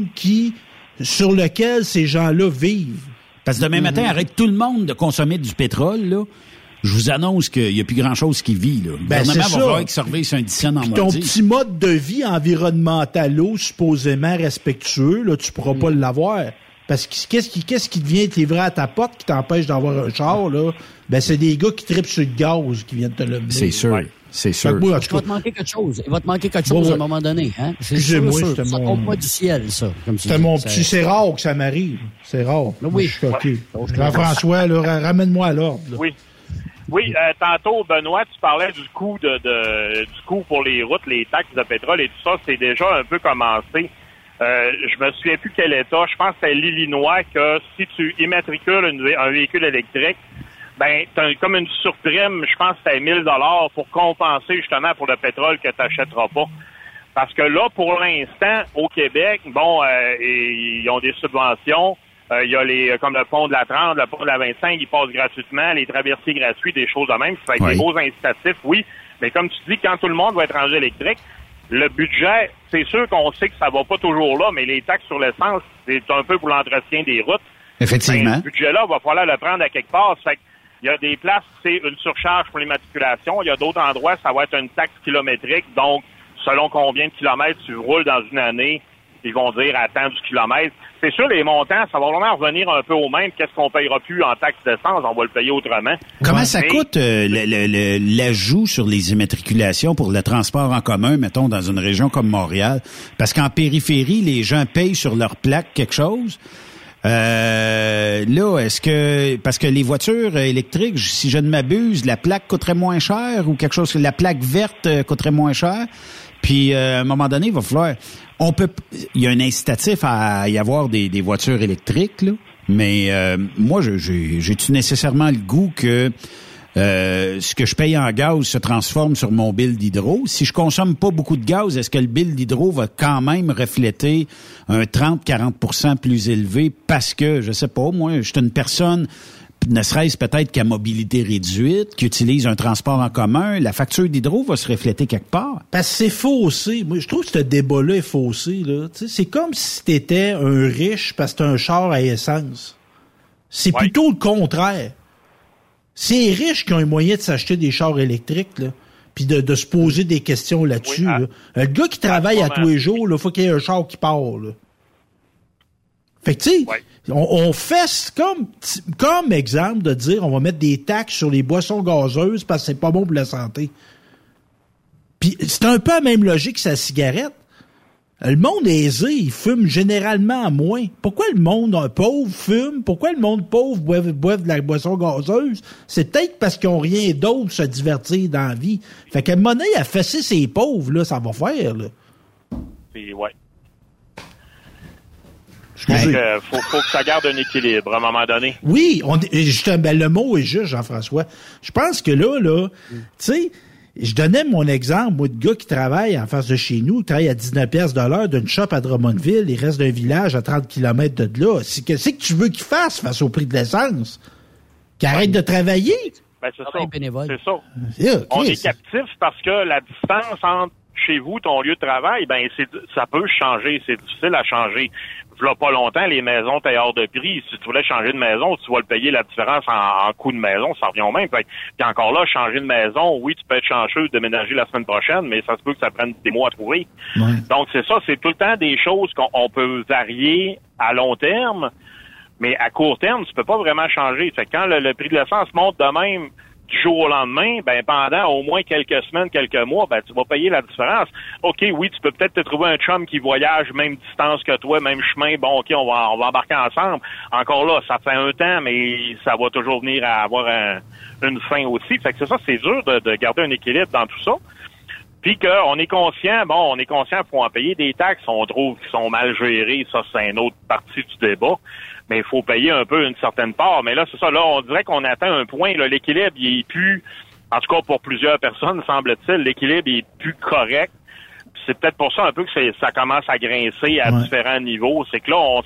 sur lequel ces gens-là vivent. Parce que demain matin, arrête tout le monde de consommer du pétrole, là. Je vous annonce qu'il n'y a plus grand-chose qui vit, là. Le gouvernement va falloir qu'il surveille un dixième en moitié. Ton petit mode de vie environnemental, supposément respectueux, là, tu pourras pas l'avoir. Parce que qu'est-ce qui vient te livrer à ta porte qui t'empêche d'avoir un char, là? Ben, c'est des gars qui trippent sur le gaz qui viennent te le mener. C'est sûr. Ouais. C'est sûr. Il va te manquer quelque chose. Il va te manquer quelque chose à un moment donné, hein? Excusez-moi, ça tombe pas du ciel, ça. C'était mon petit, c'est rare que ça m'arrive. C'est rare. Oui. Je suis choqué. Jean-François, là, ramène-moi à l'ordre, là. Oui, tantôt, Benoît, tu parlais du coût du coût pour les routes, les taxes de pétrole et tout ça, c'est déjà un peu commencé. Je me souviens plus quel État, je pense que c'est l'Illinois, que si tu immatricules un véhicule électrique, ben, t'as comme une surprime, je pense que c'est 1 000 $ pour compenser justement pour le pétrole que t'achèteras pas. Parce que là, pour l'instant, au Québec, bon, ils ont des subventions. Il y a comme le pont de la 30, le pont de la 25, ils passent gratuitement, les traversées gratuites, des choses de même. Ça fait des beaux incitatifs, oui. Mais comme tu dis, quand tout le monde va être rendu électrique, le budget, c'est sûr qu'on sait que ça va pas toujours là, mais les taxes sur l'essence, c'est un peu pour l'entretien des routes. Effectivement. Ben, ce budget-là, il va falloir le prendre à quelque part. Ça fait il y a des places, c'est une surcharge pour l'immatriculation. Il y a d'autres endroits, ça va être une taxe kilométrique. Donc, selon combien de kilomètres tu roules dans une année, ils vont dire à tant du kilomètre. C'est sûr, les montants, ça va vraiment revenir un peu au même. Qu'est-ce qu'on payera plus en taxe d'essence? On va le payer autrement. Comment ça coûte l'ajout sur les immatriculations pour le transport en commun, mettons, dans une région comme Montréal? Parce qu'en périphérie, les gens payent sur leur plaque quelque chose. Là, est-ce que, parce que les voitures électriques, si je ne m'abuse, la plaque coûterait moins cher ou quelque chose, la plaque verte coûterait moins cher? Puis, à un moment donné, il va falloir... il y a un incitatif à y avoir des voitures électriques, là, mais moi, j'ai-tu nécessairement le goût que ce que je paye en gaz se transforme sur mon bill d'hydro? Si je consomme pas beaucoup de gaz, est-ce que le bill d'hydro va quand même refléter un 30-40% plus élevé parce que, je sais pas, moi, je suis une personne... ne serait-ce peut-être qu'à mobilité réduite, qui utilise un transport en commun, la facture d'hydro va se refléter quelque part. Parce que c'est faussé. Moi, je trouve que ce débat-là est faussé, là. Tu sais, c'est comme si t'étais un riche parce que t'as un char à essence. C'est plutôt le contraire. C'est les riches qui ont les moyens de s'acheter des chars électriques, là, puis de se poser des questions là-dessus. Là. Le gars qui travaille à tous les jours, il faut qu'il y ait un char qui part, là. Fait que, tu sais, on fait comme exemple de dire on va mettre des taxes sur les boissons gazeuses parce que c'est pas bon pour la santé. Puis c'est un peu la même logique que sa cigarette. Le monde aisé, il fume généralement moins. Pourquoi le monde pauvre fume? Pourquoi le monde pauvre boive de la boisson gazeuse? C'est peut-être parce qu'ils n'ont rien d'autre pour se divertir dans la vie. Fait qu'à un moment donné, à fesser ces pauvres, là, ça va faire, là. Puis, faut que ça garde un équilibre à un moment donné. Oui, le mot est juste, Jean-François. Je pense que là, tu sais, je donnais mon exemple, moi, de gars qui travaille en face de chez nous, qui travaille à 19 piastres de l'heure d'une shop à Drummondville, il reste d'un village à 30 km de là. C'est que tu veux qu'il fasse face au prix de l'essence? Qu'il arrête de travailler? Ben, c'est ça. On est captif parce que la distance entre chez vous, ton lieu de travail, ben ça peut changer, c'est difficile à changer. V'là pas longtemps, les maisons étaient hors de prix. Si tu voulais changer de maison, tu vas le payer la différence en coût de maison, ça revient au même. Puis encore là, changer de maison, oui, tu peux être chanceux de déménager la semaine prochaine, mais ça se peut que ça prenne des mois à trouver. Ouais. Donc c'est ça, c'est tout le temps des choses qu'on peut varier à long terme, mais à court terme, tu peux pas vraiment changer. Fait que quand le prix de l'essence monte de même du jour au lendemain, ben pendant au moins quelques semaines, quelques mois, ben tu vas payer la différence. OK, oui, tu peux peut-être te trouver un chum qui voyage même distance que toi, même chemin, bon, OK, on va embarquer ensemble. Encore là, ça fait un temps, mais ça va toujours venir à avoir une fin aussi. Fait que c'est ça, c'est dur de garder un équilibre dans tout ça. Puis qu'on est conscient, faut en payer des taxes, on trouve qu'ils sont mal gérés, ça c'est une autre partie du débat. Mais il faut payer un peu une certaine part. Mais là, c'est ça, là, on dirait qu'on atteint un point, là, l'équilibre, il est plus, en tout cas pour plusieurs personnes, semble-t-il, l'équilibre est plus correct. Puis c'est peut-être pour ça un peu que ça commence à grincer à différents niveaux. C'est que là, on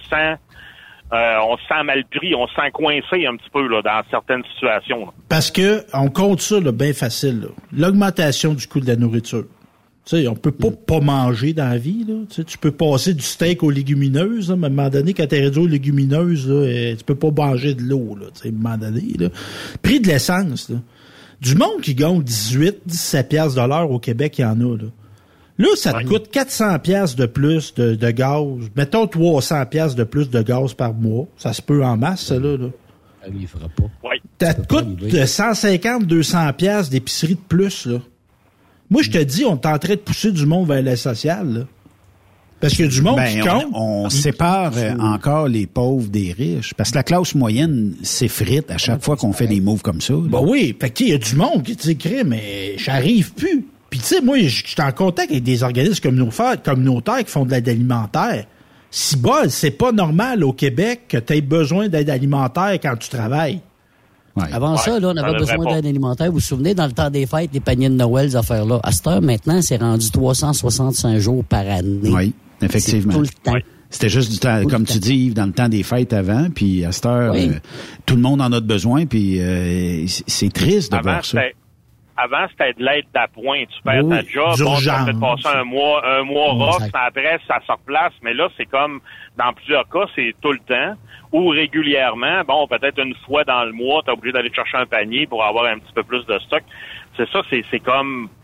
se sent mal pris, on se sent coincé un petit peu, là, dans certaines situations, là. Parce que, on compte ça, là, bien facile, là. L'augmentation du coût de la nourriture. Tu sais, on peut pas manger dans la vie, là. Tu sais, tu peux passer du steak aux légumineuses, là, mais à un moment donné, quand t'es réduit aux légumineuses, là, tu peux pas manger de l'eau, là, tu sais, à un moment donné, là. Prix de l'essence, là. Du monde qui gagne 17 piastres de l'heure au Québec, il y en a, là. Là, ça te coûte 400 piastres de plus de gaz. Mettons 300 piastres de plus de gaz par mois. Ça se peut en masse, ça, là. Ah oui, il fera pas. Oui. Ça te coûte 150-200 piastres d'épicerie de plus, là. Moi, je te dis, on est en train de pousser du monde vers la sociale, là. Parce qu'il y a du monde qui compte. On sépare encore les pauvres des riches. Parce que la classe moyenne s'effrite à chaque fois qu'on fait des moves comme ça. Ben oui, fait qu'il y a du monde qui dit, mais j'arrive plus. Puis tu sais, moi, je suis en contact avec des organismes communautaires qui font de l'aide alimentaire. Si bol, c'est pas normal au Québec que tu aies besoin d'aide alimentaire quand tu travailles. Ouais. Avant ça, là, on avait besoin d'aide alimentaire. Vous vous souvenez, dans le temps des fêtes, les paniers de Noël, ces affaires-là. À cette heure, maintenant, c'est rendu 365 jours par année. Oui, effectivement. C'est tout le temps. Oui. C'était juste du temps, comme tu dis, Yves, dans le temps des fêtes avant, puis à cette heure, tout le monde en a besoin, puis c'est triste de voir ça. Avant, c'était de l'aide d'appoint. Tu perds ta job, ça fait passer un mois rough, après, ça se replace. Mais là, c'est comme, dans plusieurs cas, c'est tout le temps. Ou régulièrement, bon, peut-être une fois dans le mois, t'es obligé d'aller chercher un panier pour avoir un petit peu plus de stock. C'est ça, c'est comme,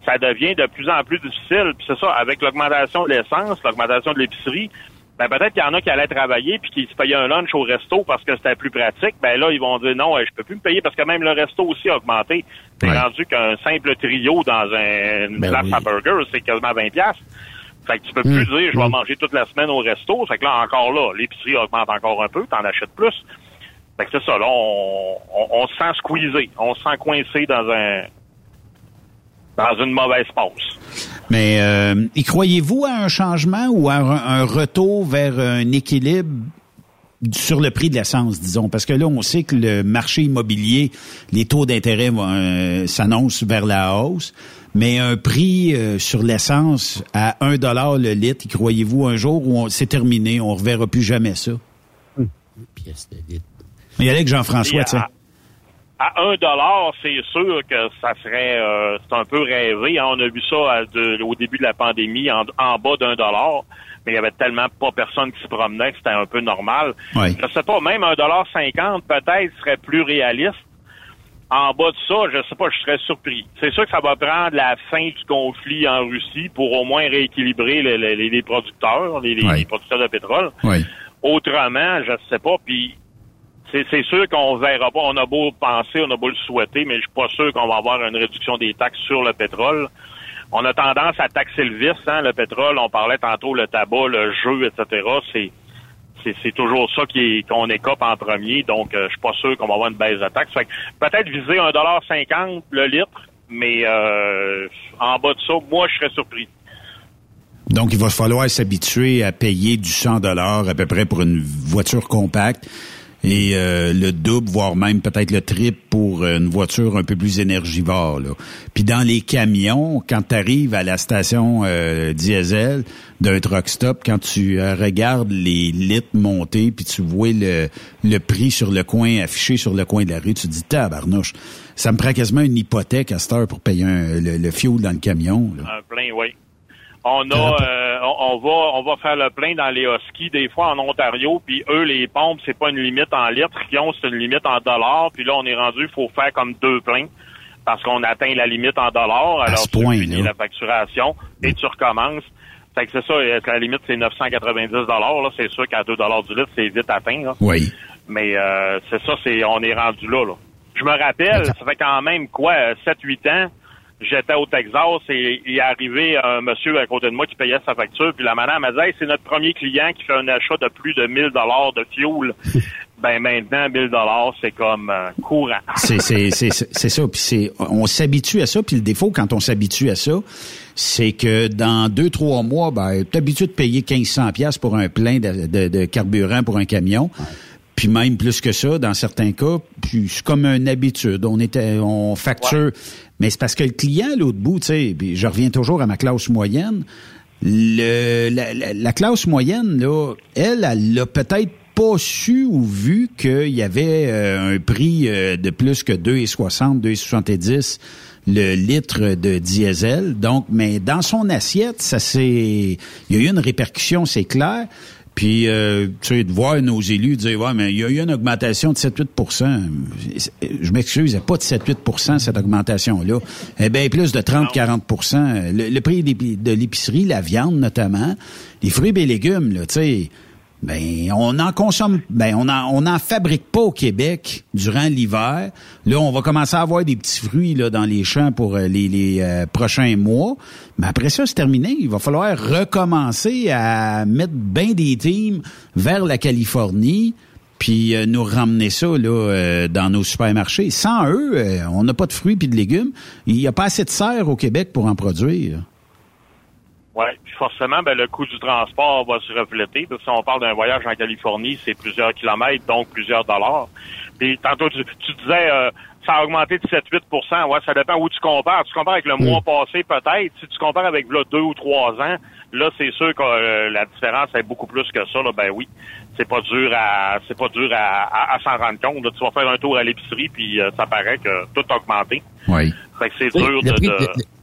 ça devient de plus en plus difficile. Puis c'est ça, avec l'augmentation de l'essence, l'augmentation de l'épicerie, ben peut-être qu'il y en a qui allaient travailler puis qui se payaient un lunch au resto parce que c'était plus pratique. Ben là, ils vont dire non, je peux plus me payer parce que même le resto aussi a augmenté. C'est rendu qu'un simple trio dans une place à burger, c'est quasiment 20$. Fait que tu peux plus dire je vais manger toute la semaine au resto. Fait que là, encore là, l'épicerie augmente encore un peu, t'en achètes plus. Fait que c'est ça, là, on se sent squeezé, on se sent coincé dans une mauvaise passe. Mais y croyez-vous à un changement ou à un retour vers un équilibre sur le prix de l'essence, disons? Parce que là, on sait que le marché immobilier, les taux d'intérêt s'annoncent vers la hausse, mais un prix sur l'essence à 1$ le litre, y croyez-vous un jour où c'est terminé, on ne reverra plus jamais ça? Pièce de litre. Il y a avec Jean-François, tu sais. À 1$, c'est sûr que ça serait c'est un peu rêvé. Hein. On a vu ça au début de la pandémie, en bas d'1$, mais il y avait tellement pas personne qui se promenait que c'était un peu normal. Oui. Je sais pas, même 1,50$ peut-être serait plus réaliste. En bas de ça, je sais pas, je serais surpris. C'est sûr que ça va prendre la fin du conflit en Russie pour au moins rééquilibrer les producteurs, les producteurs de pétrole. Oui. Autrement, je sais pas, puis c'est sûr qu'on verra pas. On a beau penser, on a beau le souhaiter, mais je suis pas sûr qu'on va avoir une réduction des taxes sur le pétrole. On a tendance à taxer le vice, hein, le pétrole. On parlait tantôt le tabac, le jeu, etc. C'est toujours ça qu'on écope en premier. Donc, je suis pas sûr qu'on va avoir une baisse de taxes. Fait que peut-être viser 1,50$ le litre, mais en bas de ça, moi, je serais surpris. Donc, il va falloir s'habituer à payer du 100$ à peu près pour une voiture compacte. Et le double, voire même peut-être le triple pour une voiture un peu plus énergivore, là. Puis dans les camions, quand tu arrives à la station diesel d'un truck stop, quand tu regardes les litres monter, puis tu vois le prix sur le coin, affiché sur le coin de la rue, tu te dis, tabarnouche, ça me prend quasiment une hypothèque à cette heure pour payer le fuel dans le camion, là. Un plein, oui. On va faire le plein dans les Huskies des fois en Ontario, puis eux les pompes c'est pas une limite en litres, c'est une limite en dollars, puis là on est rendu, il faut faire comme 2 pleins parce qu'on atteint la limite en dollars. Alors tu finis la facturation et tu recommences. Fait que c'est ça, la limite c'est 990$, là, c'est sûr qu'à 2$ du litre c'est vite atteint, là. Oui. Mais c'est ça, on est rendu là. Je me rappelle, ça fait quand même 7-8 ans. J'étais au Texas et il est arrivé un monsieur à côté de moi qui payait sa facture, puis la madame m'a dit hey, c'est notre premier client qui fait un achat de plus de 1,000$ de fuel. Ben maintenant 1,000$, c'est comme courant. C'est ça, puis on s'habitue à ça, puis le défaut quand on s'habitue à ça, c'est que dans 2-3 mois, ben t'es habitué de payer 1500$ pour un plein de carburant pour un camion. Puis même plus que ça, dans certains cas, puis c'est comme une habitude. On facture, mais c'est parce que le client, à l'autre bout, tu sais, puis je reviens toujours à ma classe moyenne. La classe moyenne, là, elle l'a peut-être pas su ou vu qu'il y avait un prix de plus que 2,60, 2,70 le litre de diesel. Donc, mais dans son assiette, il y a eu une répercussion, c'est clair. Puis, tu sais, de voir nos élus dire, ouais, mais il y a eu une augmentation de 7-8%. Je m'excuse, il n'y a pas de 7-8% cette augmentation-là. Eh bien, plus de 30-40%. Le prix de l'épicerie, la viande notamment, les fruits et légumes, là, tu sais, ben, on en consomme, on en fabrique pas au Québec durant l'hiver. Là, on va commencer à avoir des petits fruits, là, dans les champs pour les prochains mois. Mais après ça, c'est terminé. Il va falloir recommencer à mettre bien des teams vers la Californie puis nous ramener ça, là, dans nos supermarchés. Sans eux, on n'a pas de fruits puis de légumes. Il n'y a pas assez de serre au Québec pour en produire. Oui, puis forcément, le coût du transport va se refléter. Parce que si on parle d'un voyage en Californie, c'est plusieurs kilomètres, donc plusieurs dollars. Puis tantôt, tu disais, ça a augmenté de 7-8%. Ouais, ça dépend où tu compares. Tu compares avec le mois passé, peut-être. Si tu compares avec, 2 ou 3 ans, là, c'est sûr que la différence est beaucoup plus que ça. Là, ben oui, c'est pas dur à s'en rendre compte. Là, tu vas faire un tour à l'épicerie, puis ça paraît que tout a augmenté. Oui. Fait que c'est dur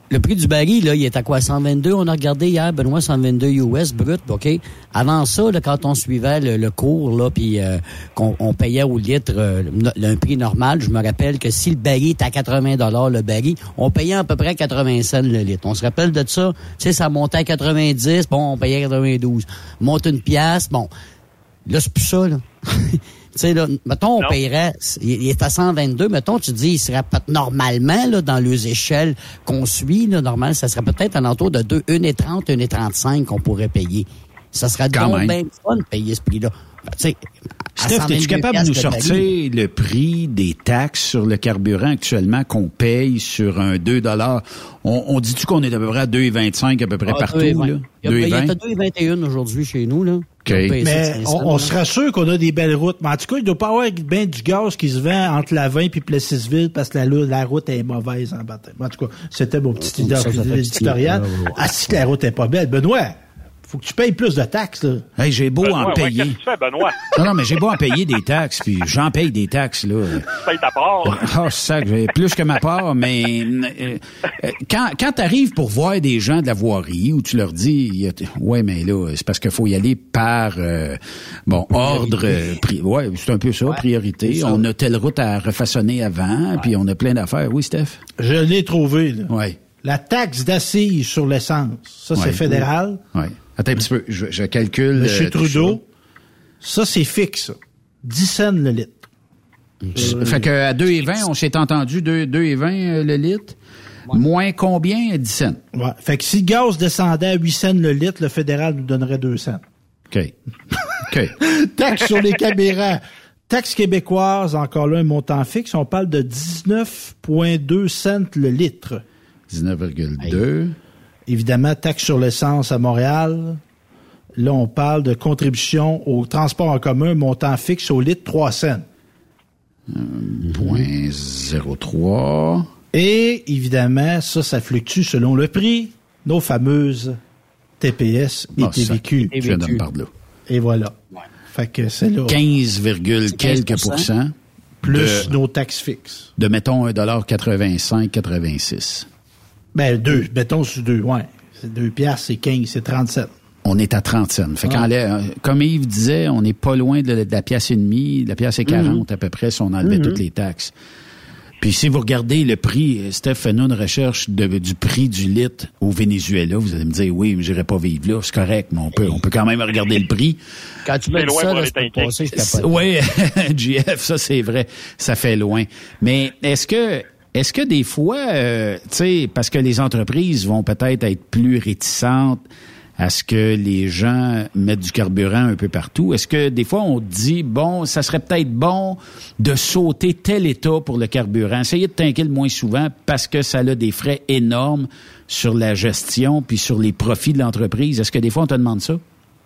Le prix du baril, là, il est à quoi? 122? On a regardé hier, Benoît, 122 US brut, OK? Avant ça, là, quand on suivait le cours, là, puis qu'on payait au litre un prix normal, je me rappelle que si le baril est à 80 $ le baril, on payait à peu près 80 cents le litre. On se rappelle de ça? Tu sais, ça montait à 90, bon, on payait 92. Monte une pièce, bon. Là, c'est plus ça, là. Tu sais, là, mettons, on paierait, il est à 122, mettons, tu dis, il serait normalement, là, dans les échelles qu'on suit, là, normal, ça serait peut-être à l'entour de 1,30, 1,35 qu'on pourrait payer. Ça serait donc bien fun de payer ce prix-là. Ben, tu sais, Steph, es-tu capable de nous sortir le prix des taxes sur le carburant actuellement qu'on paye sur un 2 $? On dit-tu qu'on est à peu près à 2,25 à peu près partout, 2,20? Là? Il est à 2,21 aujourd'hui chez nous, là. Okay. Mais on se rassure qu'on a des belles routes. Mais en tout cas, il ne doit pas y avoir bien du gaz qui se vend entre la 20 et Plessisville parce que la route est mauvaise en bataille. En tout cas, c'était mon petit éditorial. Ah, si la route est pas belle. Benoît, faut que tu payes plus de taxes, là. Hey, j'ai beau en payer. Qu'est-ce que tu fais, Benoît? Non, mais j'ai beau en payer des taxes, puis j'en paye des taxes, là. Tu payes ta part. Ah, c'est ça, j'ai plus que ma part, mais quand t'arrives pour voir des gens de la voirie, où tu leur dis, ouais, mais là, c'est parce qu'il faut y aller par, ordre, ouais, c'est un peu ça, priorité. Ça. On a telle route à refaçonner avant, puis on a plein d'affaires. Oui, Steph? Je l'ai trouvé, là. Ouais. La taxe d'assises sur l'essence, ça, c'est fédéral. Ouais. Attends un petit peu, je calcule. Monsieur Trudeau, ça, c'est fixe. 10 cents le litre. Fait qu'à 2,20, on s'est entendu 2,20 le litre. Ouais. Moins combien? 10 cents. Ouais. Fait que si le gaz descendait à 8 cents le litre, le fédéral nous donnerait 2 cents. OK. Taxe sur les carburants. Taxe québécoise, encore là, un montant fixe. On parle de 19,2 cents le litre. 19,2. Évidemment, taxe sur l'essence à Montréal. Là, on parle de contribution au transport en commun, montant fixe au litre, 3 cents. 0,03. Et, évidemment, ça fluctue selon le prix. Nos fameuses TPS et TVQ. Je viens de me parler là. Et voilà. Ouais. Fait que c'est là. 15, quelques %. Plus nos taxes fixes. De, mettons, 1,85 86. Ben, 2. Mettons sur 2, ouais. C'est 2 piastres, c'est 15, c'est 37. On est à 30 cents. Fait comme Yves disait, on n'est pas loin de la pièce et demie, de la pièce et 40 à peu près si on enlevait toutes les taxes. Puis si vous regardez le prix, Steph fait une recherche du prix du litre au Venezuela, vous allez me dire, oui, mais j'irai pas vivre là, c'est correct, mais on peut quand même regarder le prix. Quand tu mets ça, là, oui, GF, ça c'est vrai, ça fait loin. Mais est-ce que des fois, tu sais, parce que les entreprises vont peut-être être plus réticentes à ce que les gens mettent du carburant un peu partout, est-ce que des fois on dit, bon, ça serait peut-être bon de sauter tel état pour le carburant, essayer de tanker le moins souvent parce que ça a des frais énormes sur la gestion puis sur les profits de l'entreprise. Est-ce que des fois on te demande ça?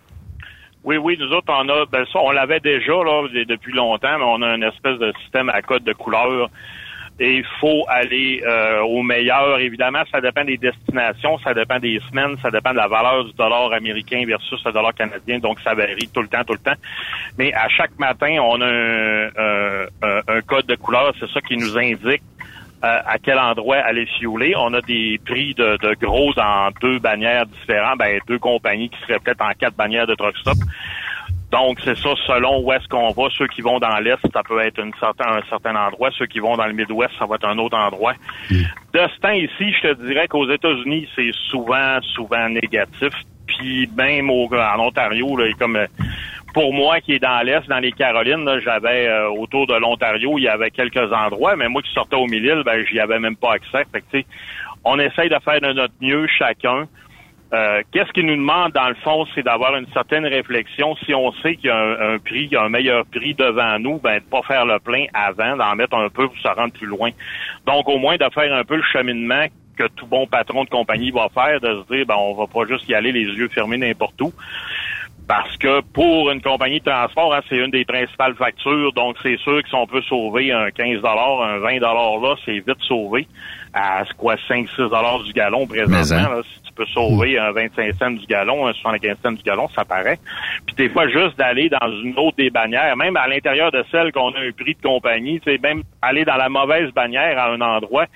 Oui, nous autres, on l'avait déjà là depuis longtemps, mais on a une espèce de système à code de couleur. Et il faut aller au meilleur. Évidemment, ça dépend des destinations, ça dépend des semaines, ça dépend de la valeur du dollar américain versus le dollar canadien. Donc, ça varie tout le temps. Mais à chaque matin, on a un code de couleur. C'est ça qui nous indique à quel endroit aller fueler. On a des prix de gros en 2 bannières différentes. 2 compagnies qui seraient peut-être en 4 bannières de truck stop. Donc, c'est ça, selon où est-ce qu'on va. Ceux qui vont dans l'Est, ça peut être un certain endroit. Ceux qui vont dans le Midwest, ça va être un autre endroit. De ce temps ici, je te dirais qu'aux États-Unis, c'est souvent négatif. Puis même en Ontario, là, comme pour moi qui est dans l'Est, dans les Carolines, là, j'avais autour de l'Ontario, il y avait quelques endroits, mais moi qui sortais au Mille-Îles, j'y avais même pas accès. Fait que, tu sais, on essaye de faire de notre mieux chacun. Qu'est-ce qu'il nous demande, dans le fond, c'est d'avoir une certaine réflexion. Si on sait qu'il y a il y a un meilleur prix devant nous, de pas faire le plein avant, d'en mettre un peu pour se rendre plus loin. Donc, au moins, de faire un peu le cheminement que tout bon patron de compagnie va faire, de se dire, on va pas juste y aller les yeux fermés n'importe où. Parce que pour une compagnie de transport, c'est une des principales factures. Donc, c'est sûr que si on peut sauver un 15 $, un 20 $ là, c'est vite sauvé. À 5-6 $ du gallon présentement. Là, si tu peux sauver un 25 cents du gallon, un 75 cents du gallon, ça paraît. Puis des fois, juste d'aller dans une autre des bannières, même à l'intérieur de celle qu'on a un prix de compagnie, même aller dans la mauvaise bannière à un endroit,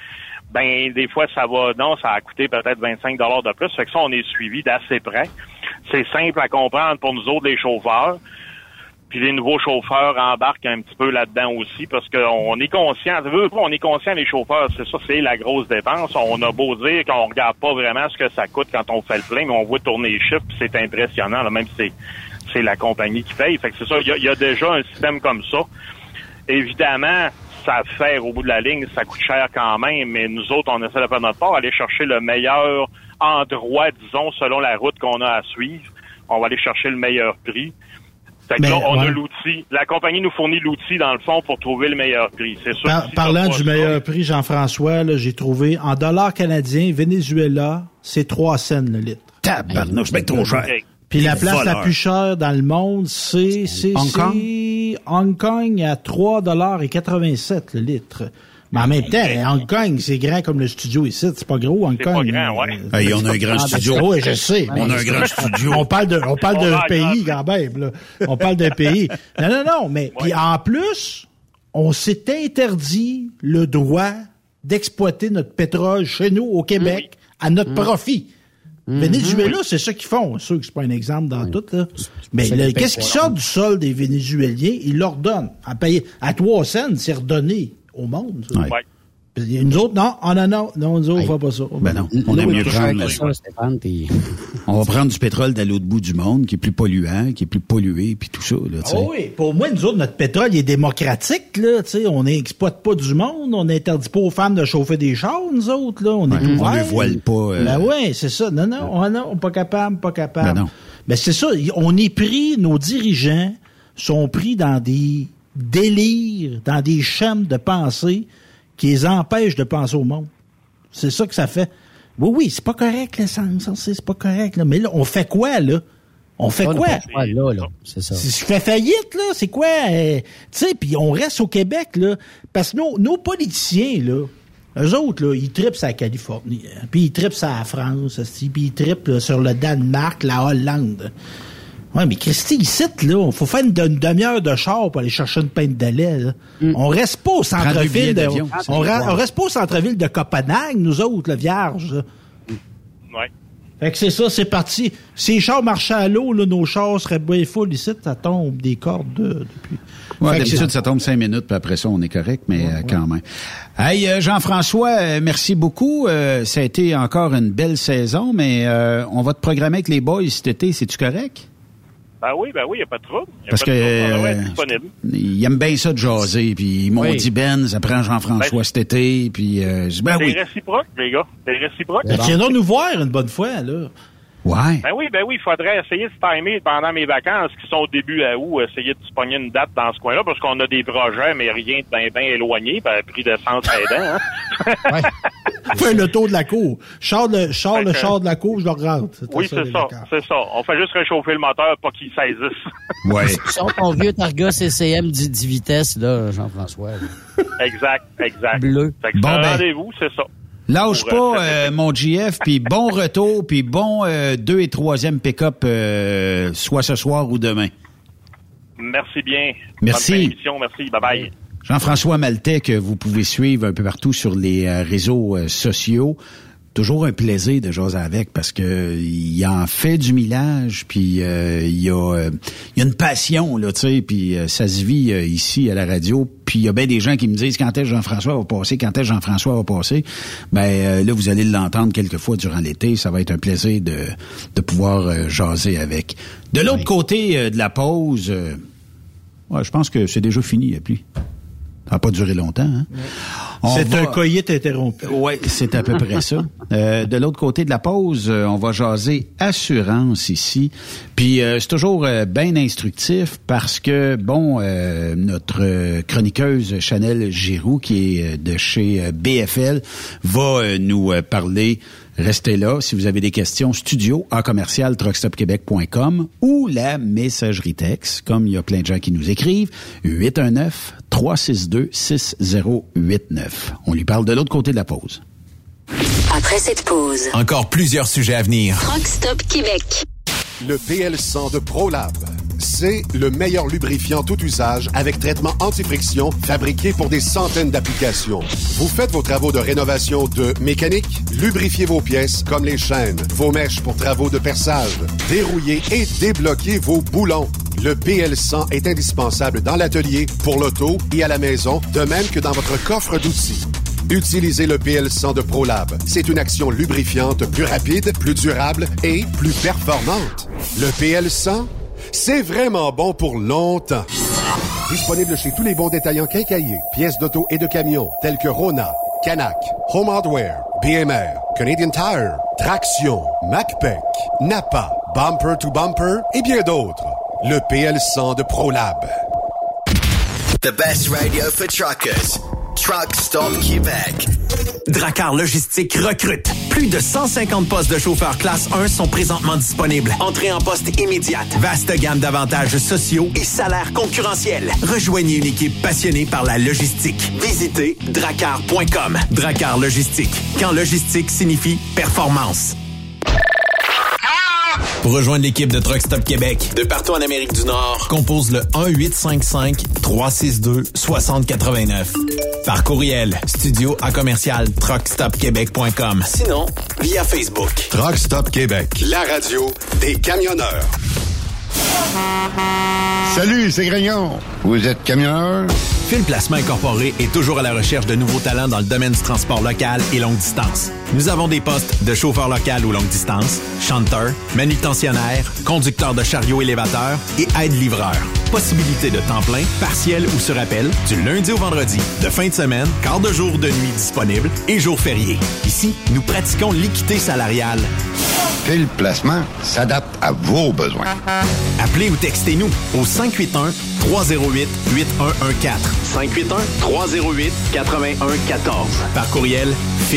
ben des fois ça a coûté peut-être 25 $ de plus. Fait que ça, on est suivi d'assez près. C'est simple à comprendre pour nous autres, les chauffeurs. Puis les nouveaux chauffeurs embarquent un petit peu là-dedans aussi parce qu'on est conscient, les chauffeurs, c'est ça, c'est la grosse dépense. On a beau dire qu'on regarde pas vraiment ce que ça coûte quand on fait le plein, mais on voit tourner les chiffres, puis c'est impressionnant, là, même si c'est la compagnie qui paye. Fait que c'est ça, il y a déjà un système comme ça. Évidemment, ça fait au bout de la ligne, ça coûte cher quand même, mais nous autres, on essaie de faire notre part, aller chercher le meilleur endroit, disons, selon la route qu'on a à suivre. On va aller chercher le meilleur prix. Fait que là, on a l'outil. La compagnie nous fournit l'outil, dans le fond, pour trouver le meilleur prix. C'est sûr. Parlant du meilleur prix, Jean-François, là, j'ai trouvé, en dollars canadiens, Venezuela, c'est 3 cents le litre. Tabarnouche, c'est trop cher. Puis la place la plus chère dans le monde, c'est Hong Kong? Hong Kong à 3,87 $ le litre. Mais en même temps, Hong Kong, c'est grand comme le studio ici. C'est pas gros, Hong Kong. C'est pas grand, ouais. Hey, on a un grand studio. Oui, je sais. On a un grand studio. On parle d'un pays, quand même, là. On parle d'un pays. Non, mais, puis en plus, on s'est interdit le droit d'exploiter notre pétrole chez nous, au Québec, à notre profit. Venezuela, c'est ça qu'ils font. C'est sûr que c'est pas un exemple dans tout, là. Mais qu'est-ce qui sort du sol des Vénézuéliens? Ils leur donnent. À payer, à 3 cents, c'est redonné au monde. Ça. Ouais. Nous autres, non, nous autres, on fait pas ça. Ben non, on aime mieux prendre. On va prendre du pétrole de l'autre bout du monde, qui est plus polluant, qui est plus pollué, puis tout ça. Là, oui, pour moi, nous autres, notre pétrole, il est démocratique, là, tu sais, on n'exploite pas du monde, on n'interdit pas aux femmes de chauffer des chars, nous autres, là, on est ouverts. On ne voile pas. Ben oui, c'est ça. Non, pas capable. Ben non. Ben c'est ça, on est pris, nos dirigeants sont pris dans des délires, dans des schèmes de pensée qui les empêchent de penser au monde. C'est ça que ça fait. Oui, c'est pas correct, l'essence, c'est pas correct, là. Mais là, on fait quoi, là? On fait quoi? Là, c'est ça. Si je fais faillite, là, c'est quoi? Tu sais, puis on reste au Québec, là, parce que nos politiciens, là, eux autres, là, ils trippent sur la Californie, hein, puis ils trippent sur la France, puis ils trippent là, sur le Danemark, la Hollande. Ouais, mais Christy, ici, là, faut faire une demi-heure de char pour aller chercher une pinte de lait, là. On reste pas au centre-ville on reste pas au centre-ville de Copenhague, nous autres, le vierge, là. Ouais. Fait que c'est ça, c'est parti. Si les chars marchaient à l'eau, là, nos chars seraient bien full ici, ça tombe des cordes depuis. Ouais, d'habitude, ça tombe 5 minutes, puis après ça, on est correct, mais quand même. Hey, Jean-François, merci beaucoup. Ça a été encore une belle saison, mais on va te programmer avec les boys cet été, c'est-tu correct? Ben oui, il n'y a pas de trouble. Parce que il aime bien ça de jaser, puis ils m'ont dit, ça prend Jean-François cet été, puis c'est réciproque, les gars. C'est réciproque. Viendra nous voir une bonne fois, là. Ouais. Ben oui, il faudrait essayer de se timer pendant mes vacances, qui sont au début août, essayer de se pogner une date dans ce coin-là, parce qu'on a des projets, mais rien de bien éloigné, ben, prix d'essence aidant, hein. Fais le tour de la cour. Char le char de la cour, je le rentre. Oui, c'est ça. On fait juste réchauffer le moteur, pas qu'il saisisse. Ouais. Sur ton vieux Targa CCM 10 vitesses, là, Jean-François. Exact. Bleu. Fait que rendez-vous, c'est ça. Lâche pas, mon GF, puis bon retour, puis bon 2 et 3e pick-up, soit ce soir ou demain. Merci bien. Merci. Bonne émission, merci. Bye-bye. Jean-François Maltais, que vous pouvez suivre un peu partout sur les réseaux sociaux. Toujours un plaisir de jaser avec parce que il en fait du millage, puis il y a une passion là, tu sais, puis ça se vit ici à la radio. Puis il y a bien des gens qui me disent quand est-ce Jean-François va passer. Ben là vous allez l'entendre quelques fois durant l'été. Ça va être un plaisir de pouvoir jaser avec. De l'autre côté de la pause, je pense que c'est déjà fini la pluie. Ça n'a pas duré longtemps, hein? C'est un coït interrompu. Oui, c'est à peu près ça. De l'autre côté de la pause, on va jaser assurance ici. Puis c'est toujours bien instructif parce que, notre chroniqueuse Chanel Giroux, qui est de chez BFL, va nous parler. Restez là. Si vous avez des questions, studio@truckstopquebec.com ou la messagerie texte, comme il y a plein de gens qui nous écrivent, 819-362-6089. On lui parle de l'autre côté de la pause. Après cette pause, encore plusieurs sujets à venir. Truck Stop Québec. Le PL100 de ProLab. c'est le meilleur lubrifiant tout usage avec traitement anti-friction fabriqué pour des centaines d'applications. Vous faites vos travaux de rénovation de mécanique, lubrifiez vos pièces comme les chaînes, vos mèches pour travaux de perçage, dérouillez et débloquez vos boulons. Le PL100 est indispensable dans l'atelier, pour l'auto et à la maison, de même que dans votre coffre d'outils. Utilisez le PL100 de ProLab. C'est une action lubrifiante plus rapide, plus durable et plus performante. Le PL100, c'est vraiment bon pour longtemps. Disponible chez tous les bons détaillants quincailliers, pièces d'auto et de camions, tels que Rona, Canac, Home Hardware, BMR, Canadian Tire, Traction, MacPac, Napa, Bumper to Bumper et bien d'autres. Le PL100 de ProLab. The best radio for truckers. Truck Stop Québec. Dracar Logistique recrute. Plus de 150 postes de chauffeurs classe 1 sont présentement disponibles. Entrée en poste immédiate. Vaste gamme d'avantages sociaux et salaires concurrentiels. Rejoignez une équipe passionnée par la logistique. Visitez dracar.com. Dracar Logistique. Quand logistique signifie performance. Pour rejoindre l'équipe de Truck Stop Québec, de partout en Amérique du Nord, compose le 1-855-362-6089. Par courriel, studio@truckstopquebec.com. Sinon, via Facebook. Truck Stop Québec, la radio des camionneurs. Salut, c'est Grignon. Vous êtes camionneur? Fil Placement Incorporé est toujours à la recherche de nouveaux talents dans le domaine du transport local et longue distance. Nous avons des postes de chauffeur local ou longue distance, chanteur, manutentionnaire, conducteur de chariot élévateur et aide-livreur. Possibilité de temps plein, partiel ou sur appel, du lundi au vendredi, de fin de semaine, quart de jour de nuit disponible et jours fériés. Ici, nous pratiquons l'équité salariale. Fil Placement s'adapte à vos besoins. Appelez ou textez-nous au 581-308-8114. 581-308-8114. Par courriel,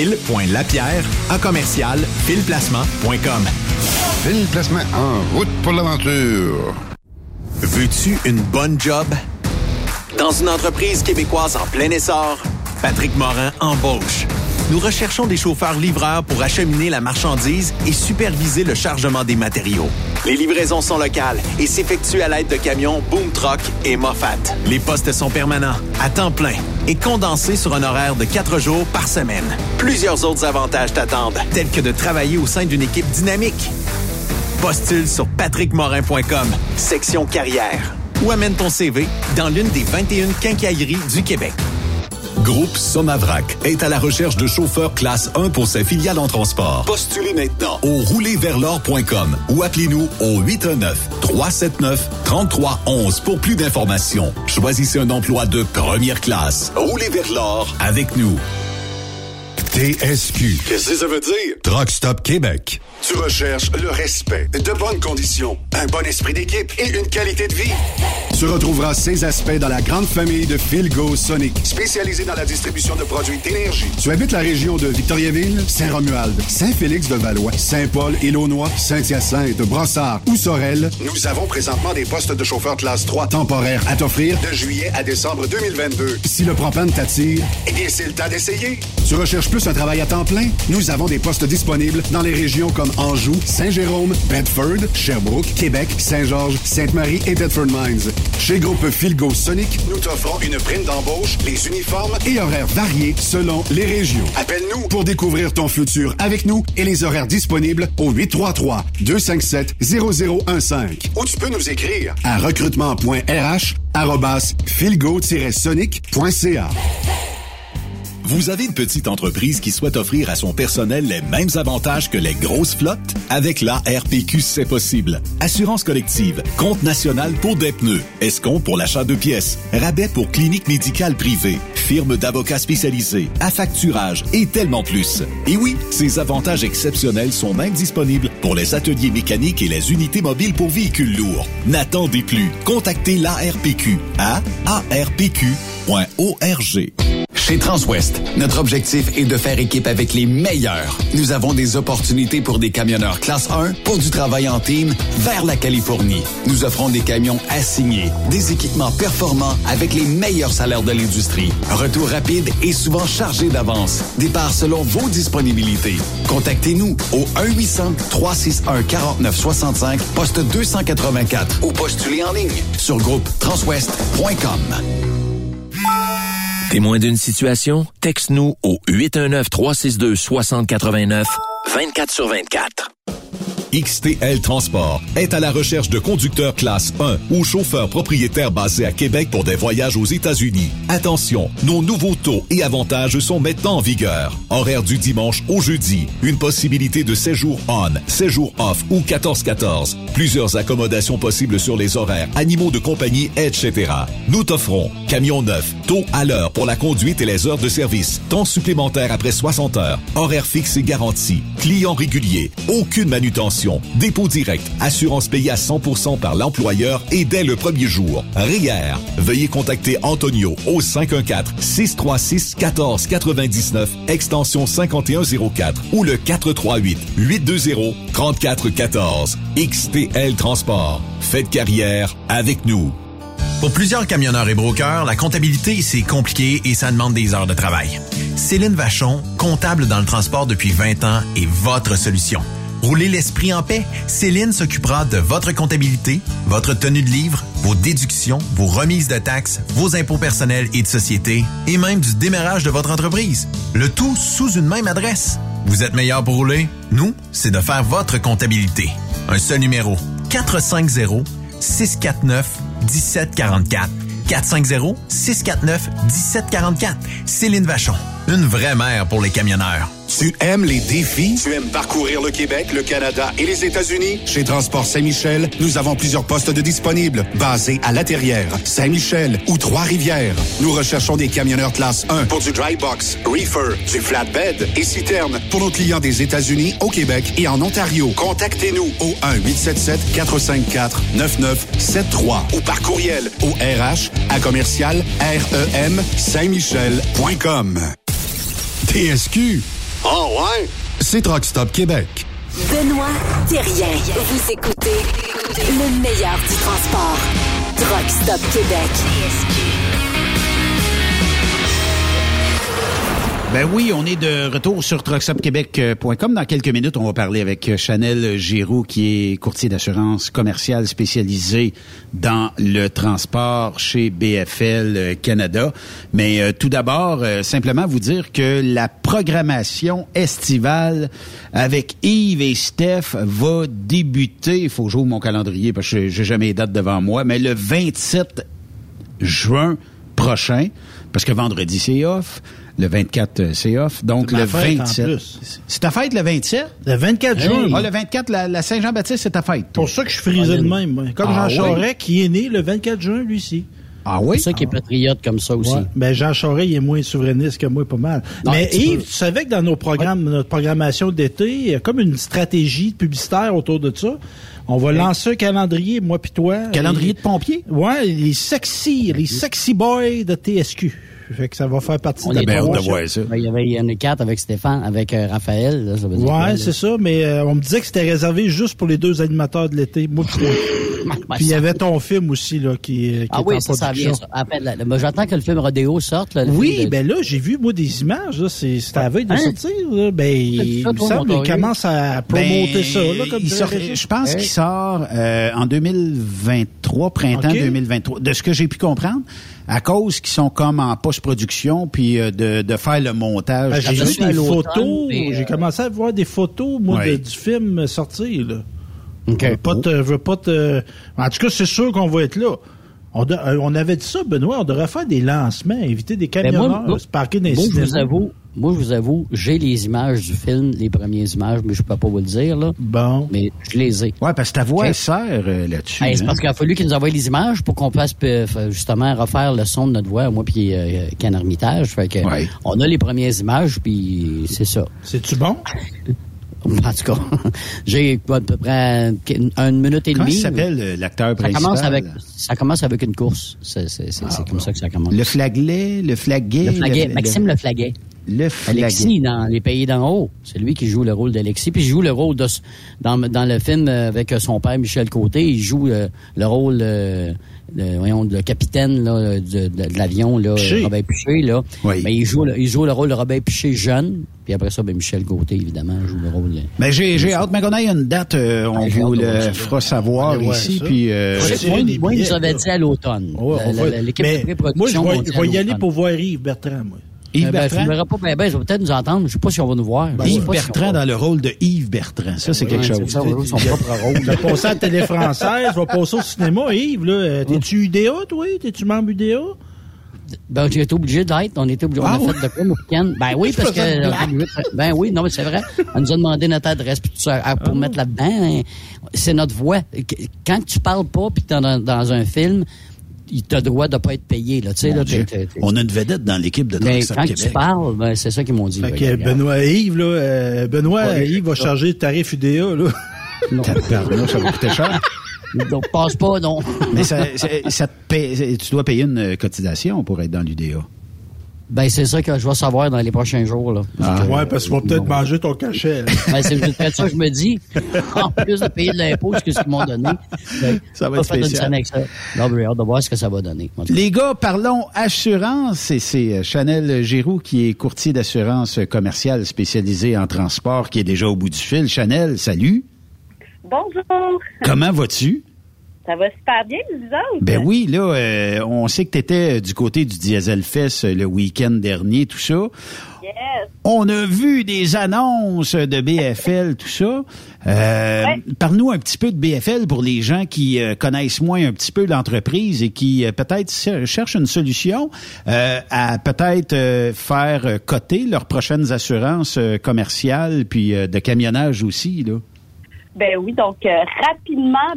fil.lapierre@filplacement.com. Fil Placement en route pour l'aventure. Veux-tu une bonne job? Dans une entreprise québécoise en plein essor, Patrick Morin embauche. Nous recherchons des chauffeurs-livreurs pour acheminer la marchandise et superviser le chargement des matériaux. Les livraisons sont locales et s'effectuent à l'aide de camions Boom Truck et Moffat. Les postes sont permanents, à temps plein et condensés sur un horaire de 4 jours par semaine. Plusieurs autres avantages t'attendent, tels que de travailler au sein d'une équipe dynamique. Postule sur patrickmorin.com, section carrière, ou amène ton CV dans l'une des 21 quincailleries du Québec. Groupe Somavrac est à la recherche de chauffeurs classe 1 pour ses filiales en transport. Postulez maintenant au roulerversl'or.com ou appelez-nous au 819-379-3311 pour plus d'informations. Choisissez un emploi de première classe. Roulez vers l'or avec nous. TSQ. Qu'est-ce que ça veut dire? Truck Stop Québec. Tu recherches le respect, de bonnes conditions, un bon esprit d'équipe et une qualité de vie. Tu retrouveras ces aspects dans la grande famille de Philgo Sonic, spécialisée dans la distribution de produits d'énergie. Tu habites la région de Victoriaville, Saint-Romuald, Saint-Félix-de-Valois, Saint-Paul, Île-aux-Noix, Saint-Hyacinthe, Brossard ou Sorel. Nous avons présentement des postes de chauffeur classe 3 temporaires à t'offrir de juillet à décembre 2022. Si le propane t'attire, eh bien c'est le temps d'essayer. Tu recherches plus un travail à temps plein? Nous avons des postes disponibles dans les régions comme Anjou, Saint-Jérôme, Bedford, Sherbrooke, Québec, Saint-Georges, Sainte-Marie et Bedford Mines. Chez Groupe Philgo Sonic, nous t'offrons une prime d'embauche, les uniformes et horaires variés selon les régions. Appelle-nous pour découvrir ton futur avec nous et les horaires disponibles au 833-257-0015. Ou tu peux nous écrire à recrutement.rh@philgo-sonic.ca. Vous avez une petite entreprise qui souhaite offrir à son personnel les mêmes avantages que les grosses flottes? Avec la RPQ, c'est possible. Assurance collective, compte national pour des pneus, escompte pour l'achat de pièces, rabais pour clinique médicale privée, firme d'avocats spécialisés, affacturage et tellement plus. Et oui, ces avantages exceptionnels sont même disponibles pour les ateliers mécaniques et les unités mobiles pour véhicules lourds. N'attendez plus. Contactez l'ARPQ à arpq.org. Chez Transwest, notre objectif est de faire équipe avec les meilleurs. Nous avons des opportunités pour des camionneurs classe 1 pour du travail en team vers la Californie. Nous offrons des camions assignés, des équipements performants avec les meilleurs salaires de l'industrie. Retour rapide et souvent chargé d'avance. Départ selon vos disponibilités. Contactez-nous au 1-800-361-4965, poste 284 ou postulez en ligne sur groupetranswest.com. Témoin d'une situation? Texte-nous au 819-362-6089, 24/24. XTL Transport est à la recherche de conducteurs classe 1 ou chauffeurs propriétaires basés à Québec pour des voyages aux États-Unis. Attention, nos nouveaux taux et avantages sont maintenant en vigueur. Horaire du dimanche au jeudi. Une possibilité de séjour on, séjour off ou 14-14. Plusieurs accommodations possibles sur les horaires, animaux de compagnie, etc. Nous t'offrons camion neuf, taux à l'heure pour la conduite et les heures de service, temps supplémentaire après 60 heures, horaire fixe et garanti, client régulier, aucune manutention, dépôt direct, assurance payée à 100% par l'employeur et dès le premier jour. REER. Veuillez contacter Antonio au 514-636-1499, extension 5104 ou le 438-820-3414. XTL Transport. Faites carrière avec nous. Pour plusieurs camionneurs et brokers, la comptabilité, c'est compliqué et ça demande des heures de travail. Céline Vachon, comptable dans le transport depuis 20 ans, est votre solution. Roulez l'esprit en paix. Céline s'occupera de votre comptabilité, votre tenue de livre, vos déductions, vos remises de taxes, vos impôts personnels et de société, et même du démarrage de votre entreprise. Le tout sous une même adresse. Vous êtes meilleur pour rouler? Nous, c'est de faire votre comptabilité. Un seul numéro. 450-649-1744. 450-649-1744. Céline Vachon. Une vraie mère pour les camionneurs. Tu aimes les défis? Tu aimes parcourir le Québec, le Canada et les États-Unis? Chez Transport Saint-Michel, nous avons plusieurs postes de disponibles, basés à La Terrière, Saint-Michel ou Trois-Rivières. Nous recherchons des camionneurs classe 1 pour du dry box, reefer, du flatbed et citerne pour nos clients des États-Unis, au Québec et en Ontario. Contactez-nous au 1-877-454-9973 ou par courriel au RH@remsaint-michel.com. TSQ. Oh ouais? C'est Truck Stop Québec. Benoît Thérien. Vous écoutez le meilleur du transport. Truck Stop Québec. Ben oui, on est de retour sur truckstopquebec.com. Dans quelques minutes, on va parler avec Chanel Giroux, qui est courtier d'assurance commerciale spécialisé dans le transport chez BFL Canada. Mais tout d'abord, simplement vous dire que la programmation estivale avec Yves et Steph va débuter. Il faut jouer mon calendrier parce que j'ai jamais les dates devant moi, mais le 27 juin prochain, parce que vendredi c'est off. Le 24, c'est off. Donc, le 27. C'est ta fête, le 27? Le 24 juin. Ah, le 24, la Saint-Jean-Baptiste, c'est ta fête. Pour ça que je frisais de même. Moi. Comme Jean Charest, qui est né le 24 juin, lui-ci. Ah oui? C'est ça qui est patriote comme ça aussi. Ouais. Ben, Jean Charest, il est moins souverainiste que moi, pas mal. Non, mais Yves, tu savais que dans nos programmes, notre programmation d'été, il y a comme une stratégie publicitaire autour de ça. On va lancer un calendrier, moi pis toi. Calendrier de pompiers? Ouais, les sexy boys de TSQ. Fait que ça va faire partie de la promotion. Il y en a 4 avec Stéphane, avec Raphaël. Là, ça veut dire ouais, c'est ça, mais on me disait que c'était réservé juste pour les 2 animateurs de l'été. Moi, puis il y avait ton film aussi là qui est en production. Ça vient. J'attends que le film Rodéo sorte. Là, ben là, j'ai vu moi des images. Là, c'est à la veille de sortir. Là. Ben, il me semble qu'il commence à promoter ça. Là, comme je pense qu'il sort en 2023, printemps 2023. De ce que j'ai pu comprendre, à cause qu'ils sont comme en post-production, puis de faire le montage. J'ai vu des photos, j'ai commencé à voir des photos, moi, du film sorti, là. Okay. Je veux pas te... En tout cas, c'est sûr qu'on va être là. On avait dit ça, Benoît, on devrait faire des lancements, inviter des camionneurs, se parquer dans les cinémas. Moi, je vous avoue, j'ai les images du film, les premières images, mais je peux pas vous le dire, là. Bon. Mais je les ai. Ouais, parce que ta voix sert là-dessus. C'est parce qu'il a fallu qu'ils nous envoient les images pour qu'on puisse justement refaire le son de notre voix, moi puis Ken Armitage. Fait que on a les premières images, puis c'est ça. C'est-tu bon? En tout cas, j'ai à peu près 1 minute et demie. Comment il s'appelle l'acteur principal? Ça commence avec une course. C'est comme ça que ça commence. Le Flaglet. Maxime Le Flaguet. Alexis dans Les Pays d'en haut. C'est lui qui joue le rôle d'Alexis. Puis il joue le rôle dans le film avec son père Michel Côté. Il joue le rôle de capitaine là, de l'avion là, Robert Piché. Là. Oui. Mais il joue le rôle de Robert Piché jeune. Puis après ça, Michel Côté, évidemment, joue le rôle de... Mais j'ai hâte, mais qu'on ait une date, on vous le fera savoir ici. Puis, moi, il nous avait dit à l'automne. L'équipe de pré-production... Moi, je vais y aller pour voir Yves Bertrand, moi. Yves Bertrand? Je ne verrai pas, je vais peut-être nous entendre. Je ne sais pas si on va nous voir. Yves Bertrand dans le rôle de Yves Bertrand. Ça, c'est quelque chose. Ça, son propre rôle. Je vais passer à la télé française, je vais passer au cinéma. Yves, là, t'es-tu UDA, toi? T'es-tu membre UDA? Ben, j'ai été obligé d'être. On était obligé. On a fait de quoi, au week-end? Ben oui, parce que... Ben oui, non, mais c'est vrai. On nous a demandé notre adresse puis tout ça pour mettre là-dedans. C'est notre voix. Quand tu parles pas puis que t'es dans un film, il t'a droit de pas être payé, là, tu sais, là. On a une vedette dans l'équipe de Truck Stop Québec. Quand tu parles, ben, c'est ça qu'ils m'ont dit. Fait que Benoît et Yves, là, Yves va charger le tarif UDA, là. Non. Ça va coûter cher. Donc, passe pas, non. Mais ça te paye, tu dois payer une cotisation pour être dans l'UDA. Ben, c'est ça que je vais savoir dans les prochains jours, là. Ouais, parce que tu vas peut-être manger ton cachet, là. Ben, c'est peut-être ça que je me dis. En plus de payer de l'impôt, ce qu'ils m'ont donné. Ça va être spécial. Là, j'ai hâte de voir ce que ça va donner. Les gars, parlons assurance. Et c'est Chanel Giroux qui est courtier d'assurance commerciale spécialisé en transport qui est déjà au bout du fil. Chanel, salut. Bonjour. Comment vas-tu? Ça va super bien, vous autres? Ben oui, là, on sait que tu étais du côté du Diesel Fest le week-end dernier, tout ça. Yes. On a vu des annonces de BFL, tout ça. Parle-nous un petit peu de BFL pour les gens qui connaissent moins un petit peu l'entreprise et qui peut-être cherchent une solution à peut-être faire coter leurs prochaines assurances commerciales puis de camionnage aussi, là. Ben oui, donc rapidement,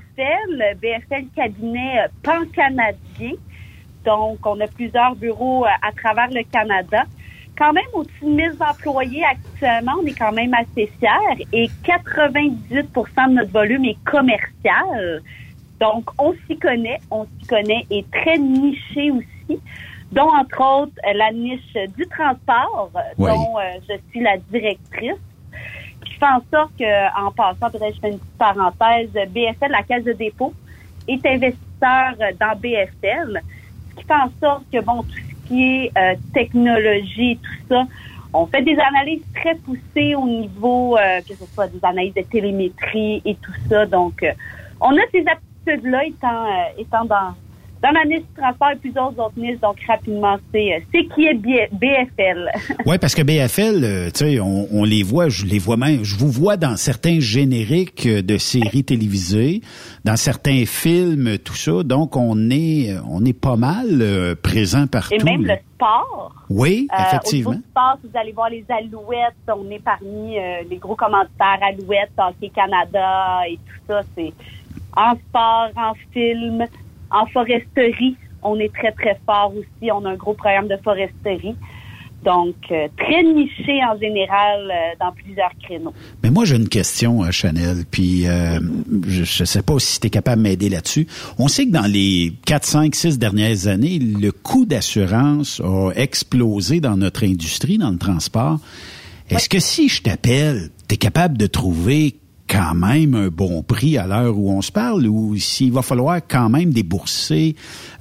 BFL cabinet pan-canadien. Donc, on a plusieurs bureaux à travers le Canada. Quand même, au-dessus de 1000 employés actuellement, on est quand même assez fiers. Et 98% de notre volume est commercial. Donc, on s'y connaît et très niché aussi. Dont, entre autres, la niche du transport, dont je suis la directrice. Qui fait en sorte que, en passant, peut-être je fais une petite parenthèse, BFL, la Caisse de dépôt, est investisseur dans BFL, ce qui fait en sorte que, bon, tout ce qui est technologie, tout ça, on fait des analyses très poussées au niveau, que ce soit des analyses de télémétrie et tout ça. Donc, on a ces aptitudes-là étant dans la niche du transport et plusieurs autres niches. Donc, rapidement, c'est qui est BFL. Oui, parce que BFL, tu sais, on les voit, je vous vois dans certains génériques de séries télévisées, dans certains films, tout ça. Donc, on est pas mal présent partout. Et même le sport. Oui, effectivement. Au niveau du sport, si vous allez voir les Alouettes, on est parmi les gros commanditaires Alouettes, Hockey Canada et tout ça. C'est en sport, en film. En foresterie, on est très, très fort aussi. On a un gros programme de foresterie. Donc, très niché en général dans plusieurs créneaux. Mais moi, j'ai une question, Chanel, puis je sais pas si tu es capable de m'aider là-dessus. On sait que dans les 4, 5, 6 dernières années, le coût d'assurance a explosé dans notre industrie, dans le transport. Est-ce que si je t'appelle, tu es capable de trouver quand même un bon prix à l'heure où on se parle, ou s'il va falloir quand même débourser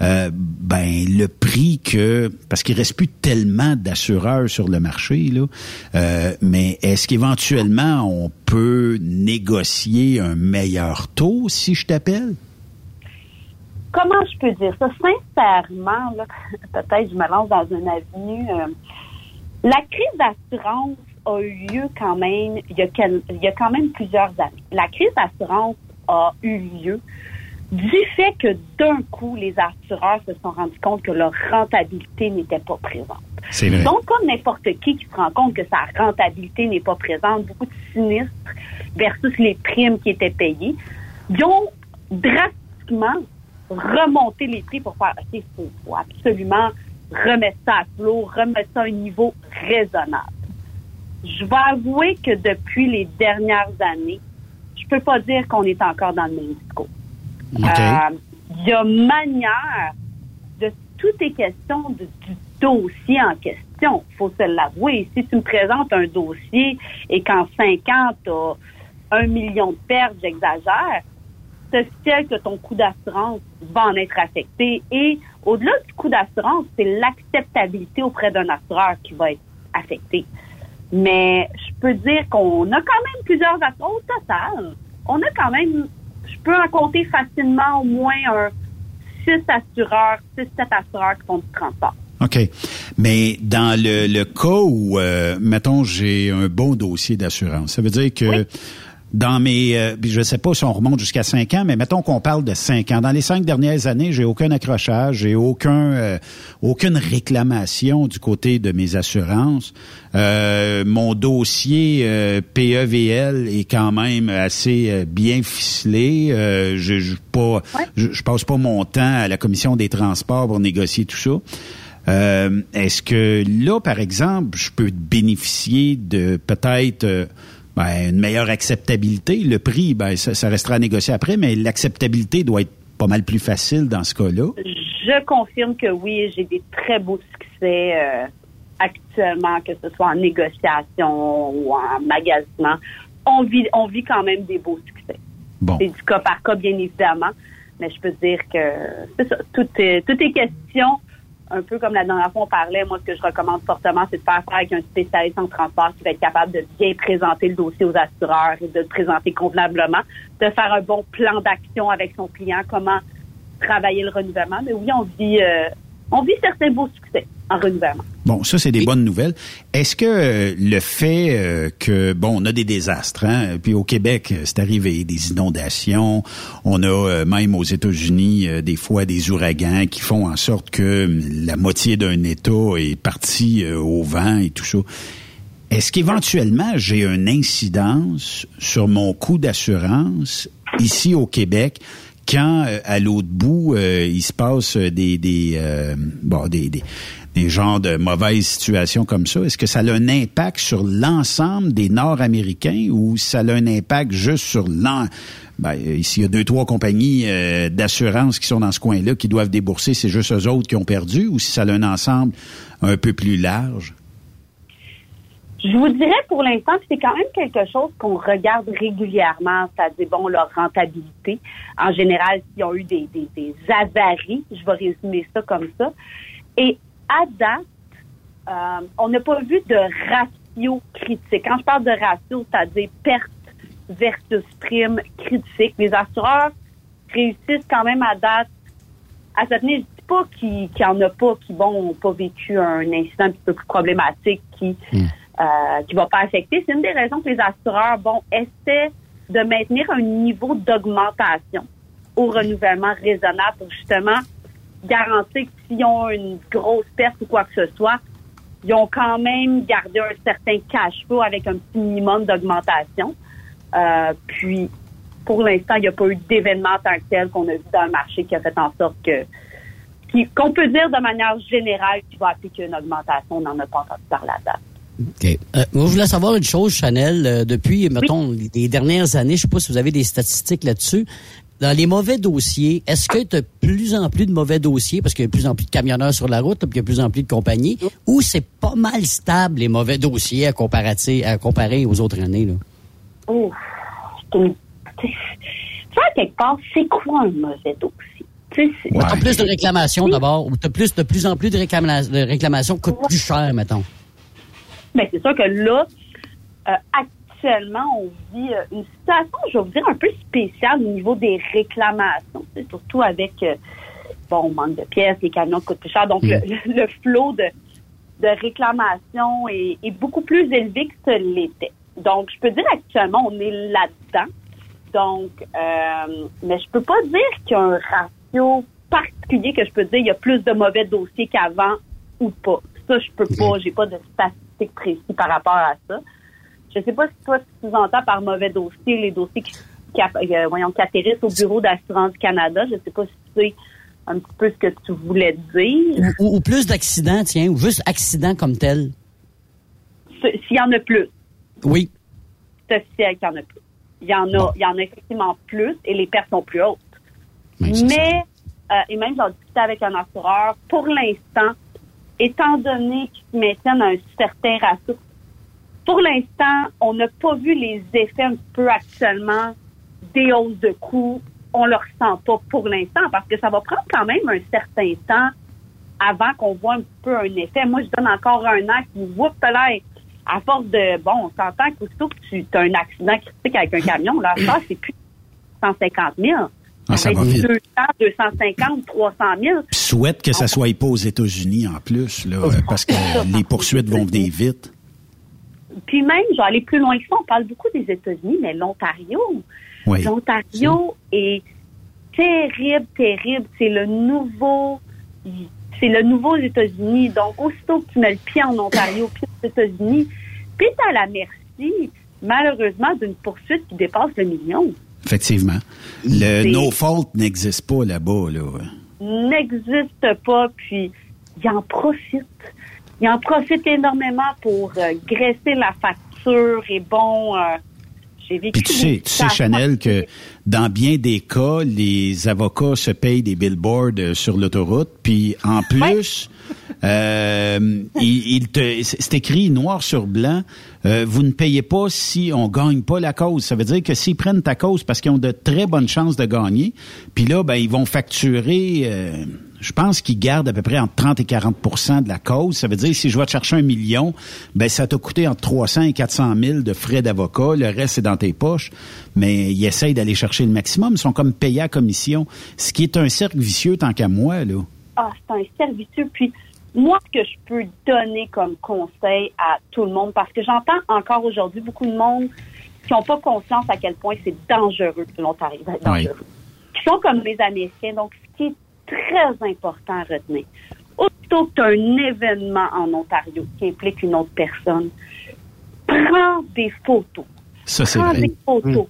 le prix parce qu'il reste plus tellement d'assureurs sur le marché là, mais est-ce qu'éventuellement on peut négocier un meilleur taux si je t'appelle? Comment je peux dire ça? Sincèrement, là, peut-être je me lance dans une avenue. La crise d'assurance a eu lieu quand même, il y a quand même plusieurs années. La crise d'assurance a eu lieu du fait que d'un coup, les assureurs se sont rendus compte que leur rentabilité n'était pas présente. C'est vrai. Donc, comme n'importe qui se rend compte que sa rentabilité n'est pas présente, beaucoup de sinistres versus les primes qui étaient payées, ils ont drastiquement remonté les prix pour faire, OK, il faut absolument remettre ça à flot, remettre ça à un niveau raisonnable. je vais avouer que depuis les dernières années, je peux pas dire qu'on est encore dans le même discours. Okay. Il y a manière de tout est question du dossier en question. Faut se l'avouer. Si tu me présentes un dossier et qu'en 5 ans, tu as 1 million de pertes, j'exagère, c'est officiel que ton coût d'assurance va en être affecté. Et au-delà du coût d'assurance, c'est l'acceptabilité auprès d'un assureur qui va être affecté. Mais je peux dire qu'on a quand même plusieurs assureurs au total. On a quand même, je peux en compter facilement au moins 6 assureurs, 6-7 assureurs qui font du transport. OK. Mais dans le cas où, mettons, j'ai un bon dossier d'assurance, ça veut dire que dans mes, je sais pas si on remonte jusqu'à 5 ans, mais mettons qu'on parle de 5 ans. Dans les 5 dernières années, j'ai aucun accrochage, j'ai aucune réclamation du côté de mes assurances. Mon dossier PEVL est quand même assez bien ficelé. Je passe pas mon temps à la commission des transports pour négocier tout ça. Est-ce que là, par exemple, je peux bénéficier de peut-être une meilleure acceptabilité? Le prix, ça restera à négocier après, mais l'acceptabilité doit être pas mal plus facile dans ce cas-là. Je confirme que oui, j'ai des très beaux succès actuellement, que ce soit en négociation ou en magasinement. On vit quand même des beaux succès. Bon. C'est du cas par cas, bien évidemment, mais je peux dire que c'est ça, tout est question. Un peu comme la dernière fois on parlait, moi, ce que je recommande fortement, c'est de faire affaire avec un spécialiste en transport qui va être capable de bien présenter le dossier aux assureurs et de le présenter convenablement, de faire un bon plan d'action avec son client, comment travailler le renouvellement. Mais oui, on vit certains beaux succès en renouvellement. Bon, ça, c'est des bonnes nouvelles. Est-ce que le fait que, on a des désastres, hein, puis au Québec, c'est arrivé, des inondations, on a même aux États-Unis, des fois, des ouragans qui font en sorte que la moitié d'un État est parti au vent et tout ça. Est-ce qu'éventuellement, j'ai une incidence sur mon coût d'assurance ici au Québec quand, à l'autre bout, il se passe des genres de mauvaises situations comme ça? Est-ce que ça a un impact sur l'ensemble des Nord-Américains ou ça a un impact juste sur ici, il y a 2-3 compagnies d'assurance qui sont dans ce coin-là qui doivent débourser, c'est juste eux autres qui ont perdu, ou si ça a un ensemble un peu plus large? Je vous dirais pour l'instant que c'est quand même quelque chose qu'on regarde régulièrement, c'est-à-dire, leur rentabilité. En général, s'ils ont eu des avaries, je vais résumer ça comme ça. Et à date, on n'a pas vu de ratio critique. Quand je parle de ratio, c'est-à-dire perte versus prime critique, les assureurs réussissent quand même à date à se tenir. Je dis pas qu'il y en a pas qui n'ont pas vécu un incident un petit peu plus problématique qui va pas affecter. C'est une des raisons que les assureurs, essaient de maintenir un niveau d'augmentation au renouvellement raisonnable pour justement garantir que s'ils ont une grosse perte ou quoi que ce soit, ils ont quand même gardé un certain cash flow avec un petit minimum d'augmentation. Puis, pour l'instant, il n'y a pas eu d'événement en tant que tel qu'on a vu dans le marché qui a fait en sorte qu'on peut dire de manière générale qu'il va appliquer une augmentation. On n'en a pas entendu parler à date. OK. Moi, je voulais savoir une chose, Chanel. Depuis, mettons, les dernières années, je sais pas si vous avez des statistiques là-dessus. Dans les mauvais dossiers, est-ce que tu as de plus en plus de mauvais dossiers parce qu'il y a de plus en plus de camionneurs sur la route, puis il y a de plus en plus de compagnies, ou c'est pas mal stable, les mauvais dossiers à comparer aux autres années, là? Oh, ça, quelque part, c'est quoi un mauvais dossier? T'as plus de réclamations d'abord, ou t'as de plus en plus de réclamations qui coûtent plus cher, mettons. Bien, c'est sûr que là, actuellement, on vit une situation, je vais vous dire, un peu spéciale au niveau des réclamations. C'est surtout avec, manque de pièces, les camions coûtent plus cher. Donc, le flot de réclamations est beaucoup plus élevé que ce l'était. Donc, je peux dire actuellement, on est là-dedans. Donc, mais je peux pas dire qu'il y a un ratio particulier que je peux dire il y a plus de mauvais dossiers qu'avant ou pas. Ça, je peux pas, j'ai pas de statistiques précises par rapport à ça. Je sais pas si toi, tu entends par mauvais dossiers les dossiers qui atterrissent au Bureau d'assurance du Canada. Je sais pas si tu sais un petit peu ce que tu voulais dire. Ou plus d'accidents, tiens, ou juste accidents comme tel. s'il y en a plus. Oui. C'est officiel qu'il y en a plus. Il y en a effectivement plus et les pertes sont plus hautes. Oui, mais, et même j'en discutais avec un assureur, pour l'instant, étant donné qu'ils maintiennent un certain ratio, pour l'instant, on n'a pas vu les effets un peu actuellement des hausses de coûts. On ne le ressent pas pour l'instant parce que ça va prendre quand même un certain temps avant qu'on voit un peu un effet. Moi, je donne encore un an qui vous peut-être à force de, on s'entend qu'aussitôt que tu as un accident critique avec un camion, là, ça, c'est plus 150 000. Ça va vite. 200, 250, 300 000. Puis souhaite que ça soit pas aux États-Unis en plus, là, parce que les poursuites vont venir vite. Puis même, je vais aller plus loin que ça, on parle beaucoup des États-Unis, mais l'Ontario. Oui. L'Ontario est terrible. C'est le nouveau aux États-Unis. Donc, aussitôt que tu mets le pied en Ontario, puis aux États-Unis, puis t'es à la merci, malheureusement, d'une poursuite qui dépasse le million. Effectivement. Le no fault n'existe pas là-bas, là. N'existe pas, puis ils en profitent. Ils en profitent énormément pour graisser la facture et j'ai vécu... Puis tu sais, Chanel, que dans bien des cas, les avocats se payent des billboards sur l'autoroute, puis en plus, c'est écrit noir sur blanc, vous ne payez pas si on gagne pas la cause. Ça veut dire que s'ils prennent ta cause parce qu'ils ont de très bonnes chances de gagner, puis là, ils vont facturer... je pense qu'ils gardent à peu près entre 30 et 40% de la cause. Ça veut dire, si je vais te chercher 1 million, ça t'a coûté entre 300 et 400 000 de frais d'avocat. Le reste, c'est dans tes poches. Mais ils essayent d'aller chercher le maximum. Ils sont comme payés à commission. Ce qui est un cercle vicieux, tant qu'à moi, là. Ah, c'est un cercle vicieux. Puis, moi, ce que je peux donner comme conseil à tout le monde, parce que j'entends encore aujourd'hui beaucoup de monde qui n'ont pas conscience à quel point c'est dangereux que l'Ontario va être dangereux. Qui sont comme les Américains. Donc, ce qui est très important à retenir. Aussitôt que tu as un événement en Ontario qui implique une autre personne, prends des photos. Ça, c'est prends vrai. des photos.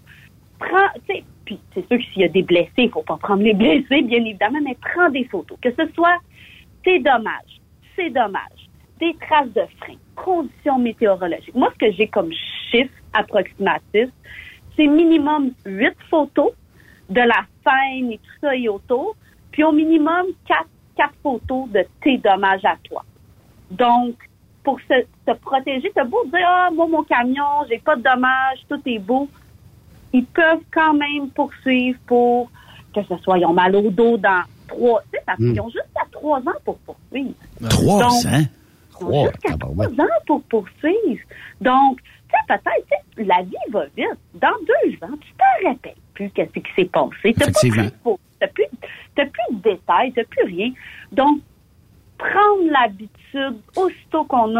Puis c'est sûr que s'il y a des blessés, il ne faut pas prendre les blessés, bien évidemment, mais prends des photos. Que ce soit tes dommages, ces dommages, des traces de frein, conditions météorologiques. Moi, ce que j'ai comme chiffre approximatif, c'est minimum 8 photos de la scène et tout ça et autour, puis au minimum 4 photos de tes dommages à toi. Donc, pour se protéger, t'as beau dire, moi, mon camion, j'ai pas de dommages, tout est beau. Ils peuvent quand même poursuivre pour que ce soit, ils ont mal au dos dans 3, ils ont jusqu'à 3 ans pour poursuivre. 3 ans? Ils ont jusqu'à 3 ans pour poursuivre. Donc, peut-être, la vie va vite. Dans 2 ans, tu t'en rappelles plus qu'est-ce qui s'est passé. T'as plus de détails, t'as plus rien. Donc, prendre l'habitude, aussitôt qu'on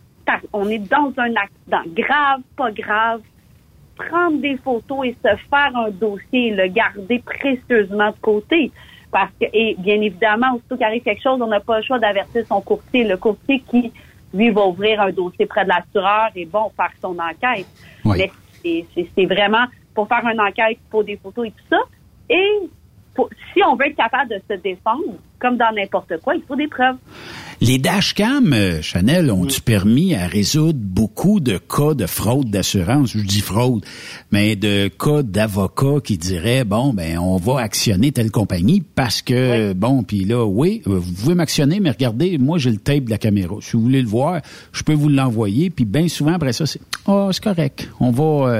est dans un accident grave, pas grave, prendre des photos et se faire un dossier et le garder précieusement de côté. Parce que, et bien évidemment, aussitôt qu'il arrive quelque chose, on n'a pas le choix d'avertir son courtier. Le courtier qui, lui, va ouvrir un dossier près de l'assureur et faire son enquête. Oui. Mais c'est vraiment, pour faire une enquête, il faut des photos et tout ça. Et si on veut être capable de se défendre, comme dans n'importe quoi, il faut des preuves. Les dashcams, Chanel, ont-tu permis à résoudre beaucoup de cas de fraude d'assurance? Je dis fraude, mais de cas d'avocats qui diraient, on va actionner telle compagnie parce que, puis là, vous pouvez m'actionner, mais regardez, moi, j'ai le tape de la caméra. Si vous voulez le voir, je peux vous l'envoyer, puis bien souvent, après ça, c'est correct. On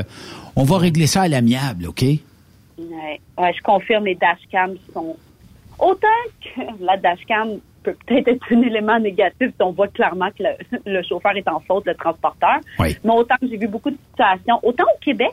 va régler ça à l'amiable, OK? Ouais, je confirme, les dashcams sont... Autant que la dashcam peut peut-être être un élément négatif si on voit clairement que le chauffeur est en faute, le transporteur. Oui. Mais autant que j'ai vu beaucoup de situations, autant au Québec,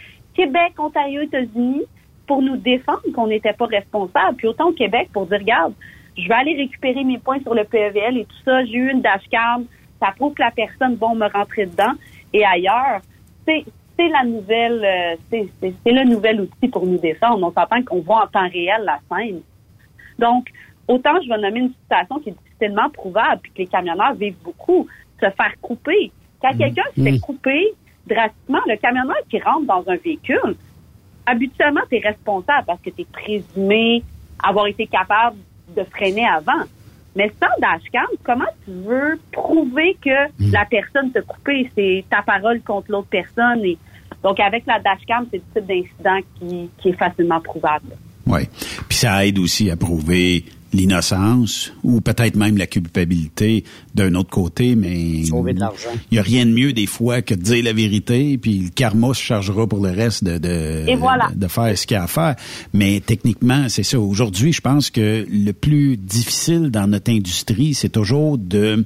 Ontario, États-Unis, pour nous défendre qu'on n'était pas responsable, puis autant au Québec pour dire, regarde, je vais aller récupérer mes points sur le PEVL et tout ça, j'ai eu une dashcam, ça prouve que la personne va me rentrer dedans, et ailleurs, c'est la nouvelle, c'est le nouvel outil pour nous défendre. On s'entend qu'on voit en temps réel la scène. Donc, autant je vais nommer une situation qui est difficilement prouvable, puis que les camionneurs vivent beaucoup, se faire couper. Quand quelqu'un se fait couper drastiquement, le camionneur qui rentre dans un véhicule, habituellement, tu es responsable parce que tu es présumé avoir été capable de freiner avant. Mais sans dashcam, comment tu veux prouver que la personne t'a coupé? C'est ta parole contre l'autre personne. Et donc, avec la dashcam, c'est le type d'incident qui est facilement prouvable. Oui. Puis ça aide aussi à prouver l'innocence ou peut-être même la culpabilité d'un autre côté, mais sauver de l'argent. Il n'y a rien de mieux des fois que de dire la vérité, puis le karma se chargera pour le reste de faire ce qu'il y a à faire. Mais techniquement, c'est ça. Aujourd'hui, je pense que le plus difficile dans notre industrie, c'est toujours de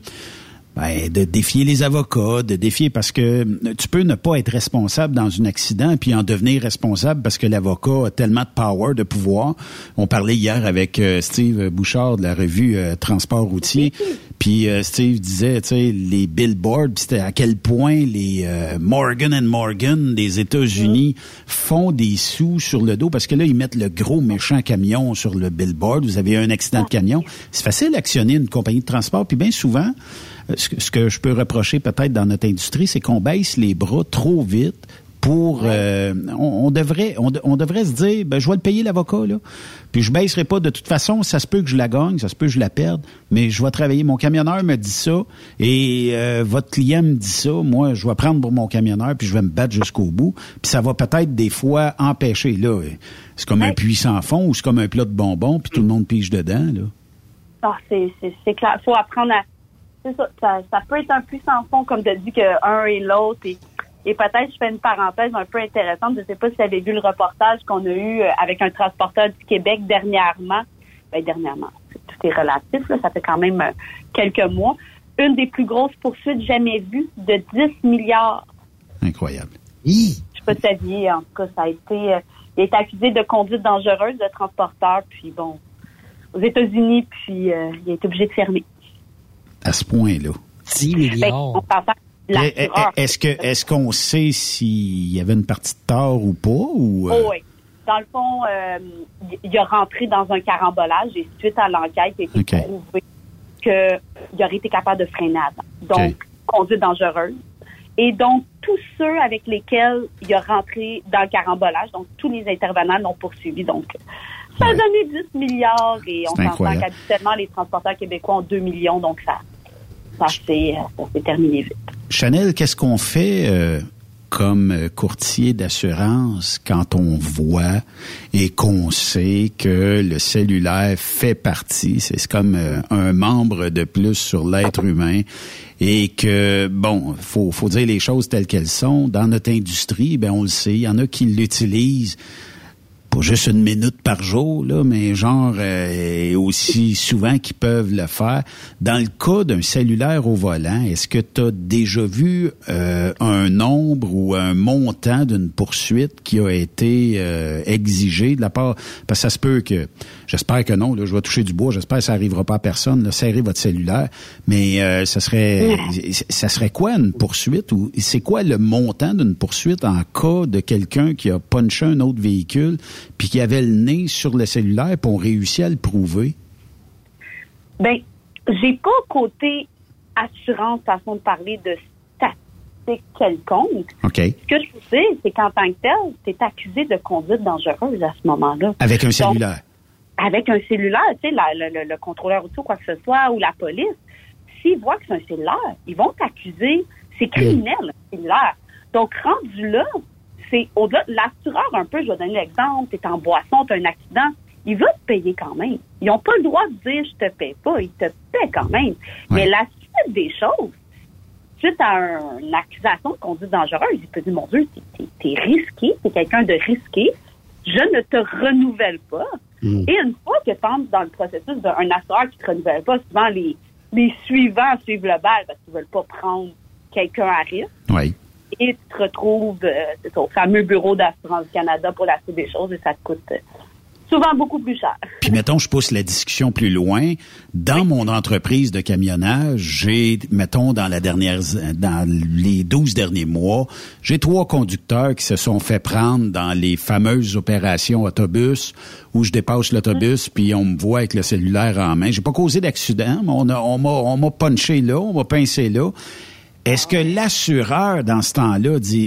défier les avocats, de défier parce que tu peux ne pas être responsable dans un accident puis en devenir responsable parce que l'avocat a tellement de power, de pouvoir. On parlait hier avec Steve Bouchard de la revue Transport routier, puis Steve disait, tu sais, les billboards, c'était à quel point les Morgan & Morgan des États-Unis font des sous sur le dos parce que là, ils mettent le gros méchant camion sur le billboard. Vous avez un accident de camion. C'est facile d'actionner une compagnie de transport, puis bien souvent, ce que je peux reprocher peut-être dans notre industrie, c'est qu'on baisse les bras trop vite pour... on devrait se dire, je vais le payer l'avocat, là. Puis je baisserai pas. De toute façon, ça se peut que je la gagne, ça se peut que je la perde, mais je vais travailler. Mon camionneur me dit ça et votre client me dit ça. Moi, je vais prendre pour mon camionneur puis je vais me battre jusqu'au bout. Puis ça va peut-être des fois empêcher. Là, c'est comme un puits sans fond ou c'est comme un plat de bonbons puis tout le monde pige dedans, là. Ah, c'est clair. Faut apprendre à... C'est ça peut être un puits sans fond, comme tu as dit, qu'un et l'autre. Et peut-être, je fais une parenthèse un peu intéressante. Je ne sais pas si vous avez vu le reportage qu'on a eu avec un transporteur du Québec dernièrement. Dernièrement, tout est relatif, là, ça fait quand même quelques mois. Une des plus grosses poursuites jamais vues, de 10 milliards. Incroyable. Je ne sais pas si vous saviez, en tout cas, ça a été... il a été accusé de conduite dangereuse, de transporteur, puis bon, aux États-Unis, puis il a été obligé de fermer. À ce point-là. 10 milliards. Est-ce qu'on sait s'il y avait une partie de tort ou pas? Ou, oui. Dans le fond, il a rentré dans un carambolage et suite à l'enquête, il a été prouvé qu'il aurait été capable de freiner avant. Donc, conduite dangereuse. Et donc, tous ceux avec lesquels il a rentré dans le carambolage, donc tous les intervenants l'ont poursuivi. Donc, ça a donné 10 milliards et on s'entend qu'habituellement, les transporteurs québécois ont 2 millions, donc ça s'est terminé vite. Chanel, qu'est-ce qu'on fait comme courtier d'assurance quand on voit et qu'on sait que le cellulaire fait partie, c'est comme un membre de plus sur l'être humain et que, bon, faut dire les choses telles qu'elles sont. Dans notre industrie, on le sait, il y en a qui l'utilisent pas juste une minute par jour, là, mais genre aussi souvent qu'ils peuvent le faire. Dans le cas d'un cellulaire au volant, est-ce que tu as déjà vu un nombre ou un montant d'une poursuite qui a été exigé de la part... Parce que ça se peut que... J'espère que non, là, je vais toucher du bois, j'espère que ça n'arrivera pas à personne, là, serrez votre cellulaire, mais ça serait quoi une poursuite? Ou c'est quoi le montant d'une poursuite en cas de quelqu'un qui a punché un autre véhicule puis qui avait le nez sur le cellulaire, puis on réussit à le prouver? J'ai pas côté assurance, façon de parler de statistique quelconque. OK. Ce que je vous dis, c'est qu'en tant que tel, t'es accusé de conduite dangereuse à ce moment-là. Avec un cellulaire? Avec un cellulaire, tu sais, le contrôleur auto, quoi que ce soit, ou la police, s'ils voient que c'est un cellulaire, ils vont t'accuser. C'est criminel, un cellulaire. Donc, rendu là, c'est au-delà, l'assureur un peu, je vais donner l'exemple, t'es en boisson, t'as un accident, il va te payer quand même. Ils n'ont pas le droit de dire je te paie pas, ils te paient quand même. Ouais. Mais la suite des choses, suite à une accusation de conduite dangereuse, il peut dire, mon Dieu, t'es risqué, t'es quelqu'un de risqué, je ne te renouvelle pas. Et une fois que tu entres dans le processus d'un assureur qui ne te renouvelle pas, souvent les suivants suivent le bal parce qu'ils ne veulent pas prendre quelqu'un à risque. Oui. Et tu te retrouves au fameux bureau d'assurance du Canada pour la suite des choses et ça te coûte souvent beaucoup plus cher. Puis mettons, je pousse la discussion plus loin. Dans mon entreprise de camionnage, j'ai, mettons, dans les 12 derniers mois, j'ai 3 conducteurs qui se sont fait prendre dans les fameuses opérations autobus où je dépasse l'autobus puis on me voit avec le cellulaire en main. J'ai pas causé d'accident, mais on m'a punché là, on m'a pincé là. Est-ce que l'assureur, dans ce temps-là, dit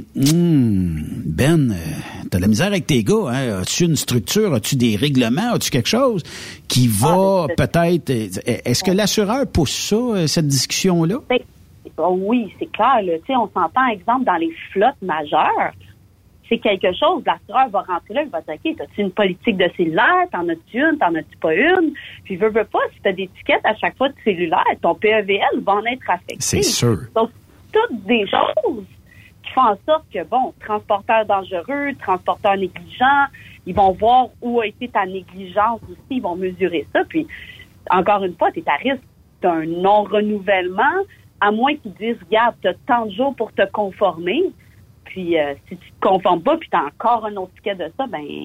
Ben, t'as de la misère avec tes gars, hein? As-tu une structure, as-tu des règlements, as-tu quelque chose qui va peut-être... Est-ce que l'assureur pousse ça, cette discussion-là? Oui, c'est clair. Là. On s'entend, exemple, dans les flottes majeures, c'est quelque chose, l'assureur va rentrer là, il va dire, OK, t'as-tu une politique de cellulaire? T'en as-tu une? T'en as-tu pas une? Puis, veux pas, si t'as des tickets à chaque fois de cellulaire, ton PEVL va en être affecté. C'est sûr. Donc, toutes des choses qui font en sorte que, transporteur dangereux, transporteur négligent, ils vont voir où a été ta négligence aussi, ils vont mesurer ça. Puis, encore une fois, tu es à risque d'un non-renouvellement, à moins qu'ils disent, regarde, tu as tant de jours pour te conformer. Puis, si tu te conformes pas, puis tu as encore un autre ticket de ça,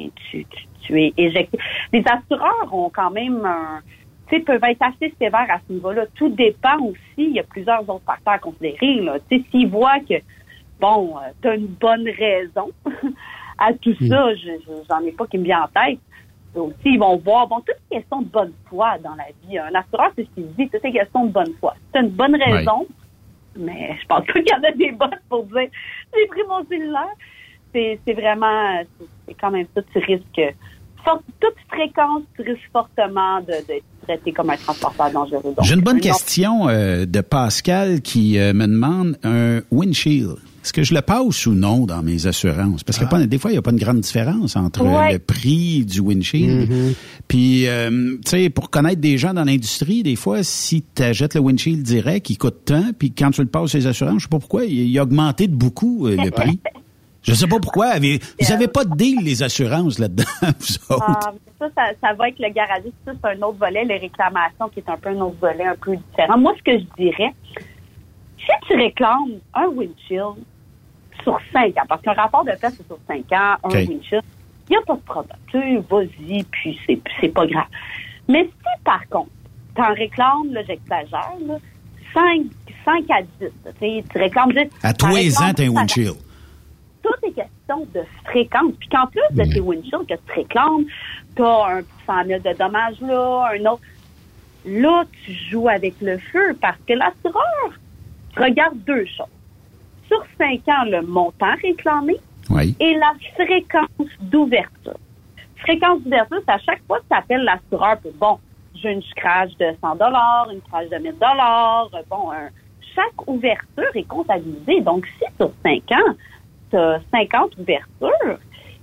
tu es éjecté. Les assureurs ont quand même peuvent être assez sévères à ce niveau-là. Tout dépend aussi, il y a plusieurs autres facteurs à considérer. Là. S'ils voient que, tu as une bonne raison à tout ça, j'en ai pas qui me vient en tête. Aussi, ils vont voir, toutes les questions de bonne foi dans la vie. Un assureur, c'est ce qu'il dit, toutes les questions de bonne foi. C'est une bonne raison, mais je pense pas qu'il y en a des bonnes pour dire, j'ai pris mon cellulaire. C'est vraiment, c'est quand même ça, tu risques, toute fréquence, tu risques fortement d'être traité comme un transporteur dangereux. Donc, j'ai une bonne question de Pascal qui me demande un windshield. Est-ce que je le passe ou non dans mes assurances? Parce que des fois, il n'y a pas une grande différence entre le prix du windshield. Puis, tu sais, pour connaître des gens dans l'industrie, des fois, si tu achètes le windshield direct, il coûte tant, puis quand tu le passes les assurances, je sais pas pourquoi, il a augmenté de beaucoup le prix. Je sais pas pourquoi. Vous avez pas de deal, les assurances, là-dedans, vous autres? Ça va avec le garagiste. Ça, c'est un autre volet, les réclamations, qui est un peu un autre volet, un peu différent. Moi, ce que je dirais, si tu réclames un windshield sur 5 ans, parce qu'un rapport de fait, c'est sur 5 ans, un windshield, il n'y a pas de problème. Tu sais, vas-y, puis c'est pas grave. Mais si, par contre, tu en réclames, là, j'exagère, là, 5 à 10, tu réclames juste... À tous les ans, tu as un windshield. Tout est question de fréquence. Puis qu'en plus de tes windshields que tu réclames, tu as un petit 100 000 de dommages là, un autre. Là, tu joues avec le feu parce que l'assureur regarde deux choses. Sur 5 ans, le montant réclamé et la fréquence d'ouverture. Fréquence d'ouverture, c'est à chaque fois que tu appelles l'assureur pour, j'ai une crash de 100 $, une crash de 1000 $. Chaque ouverture est comptabilisée. Donc, si sur 5 ans, 50 ouvertures.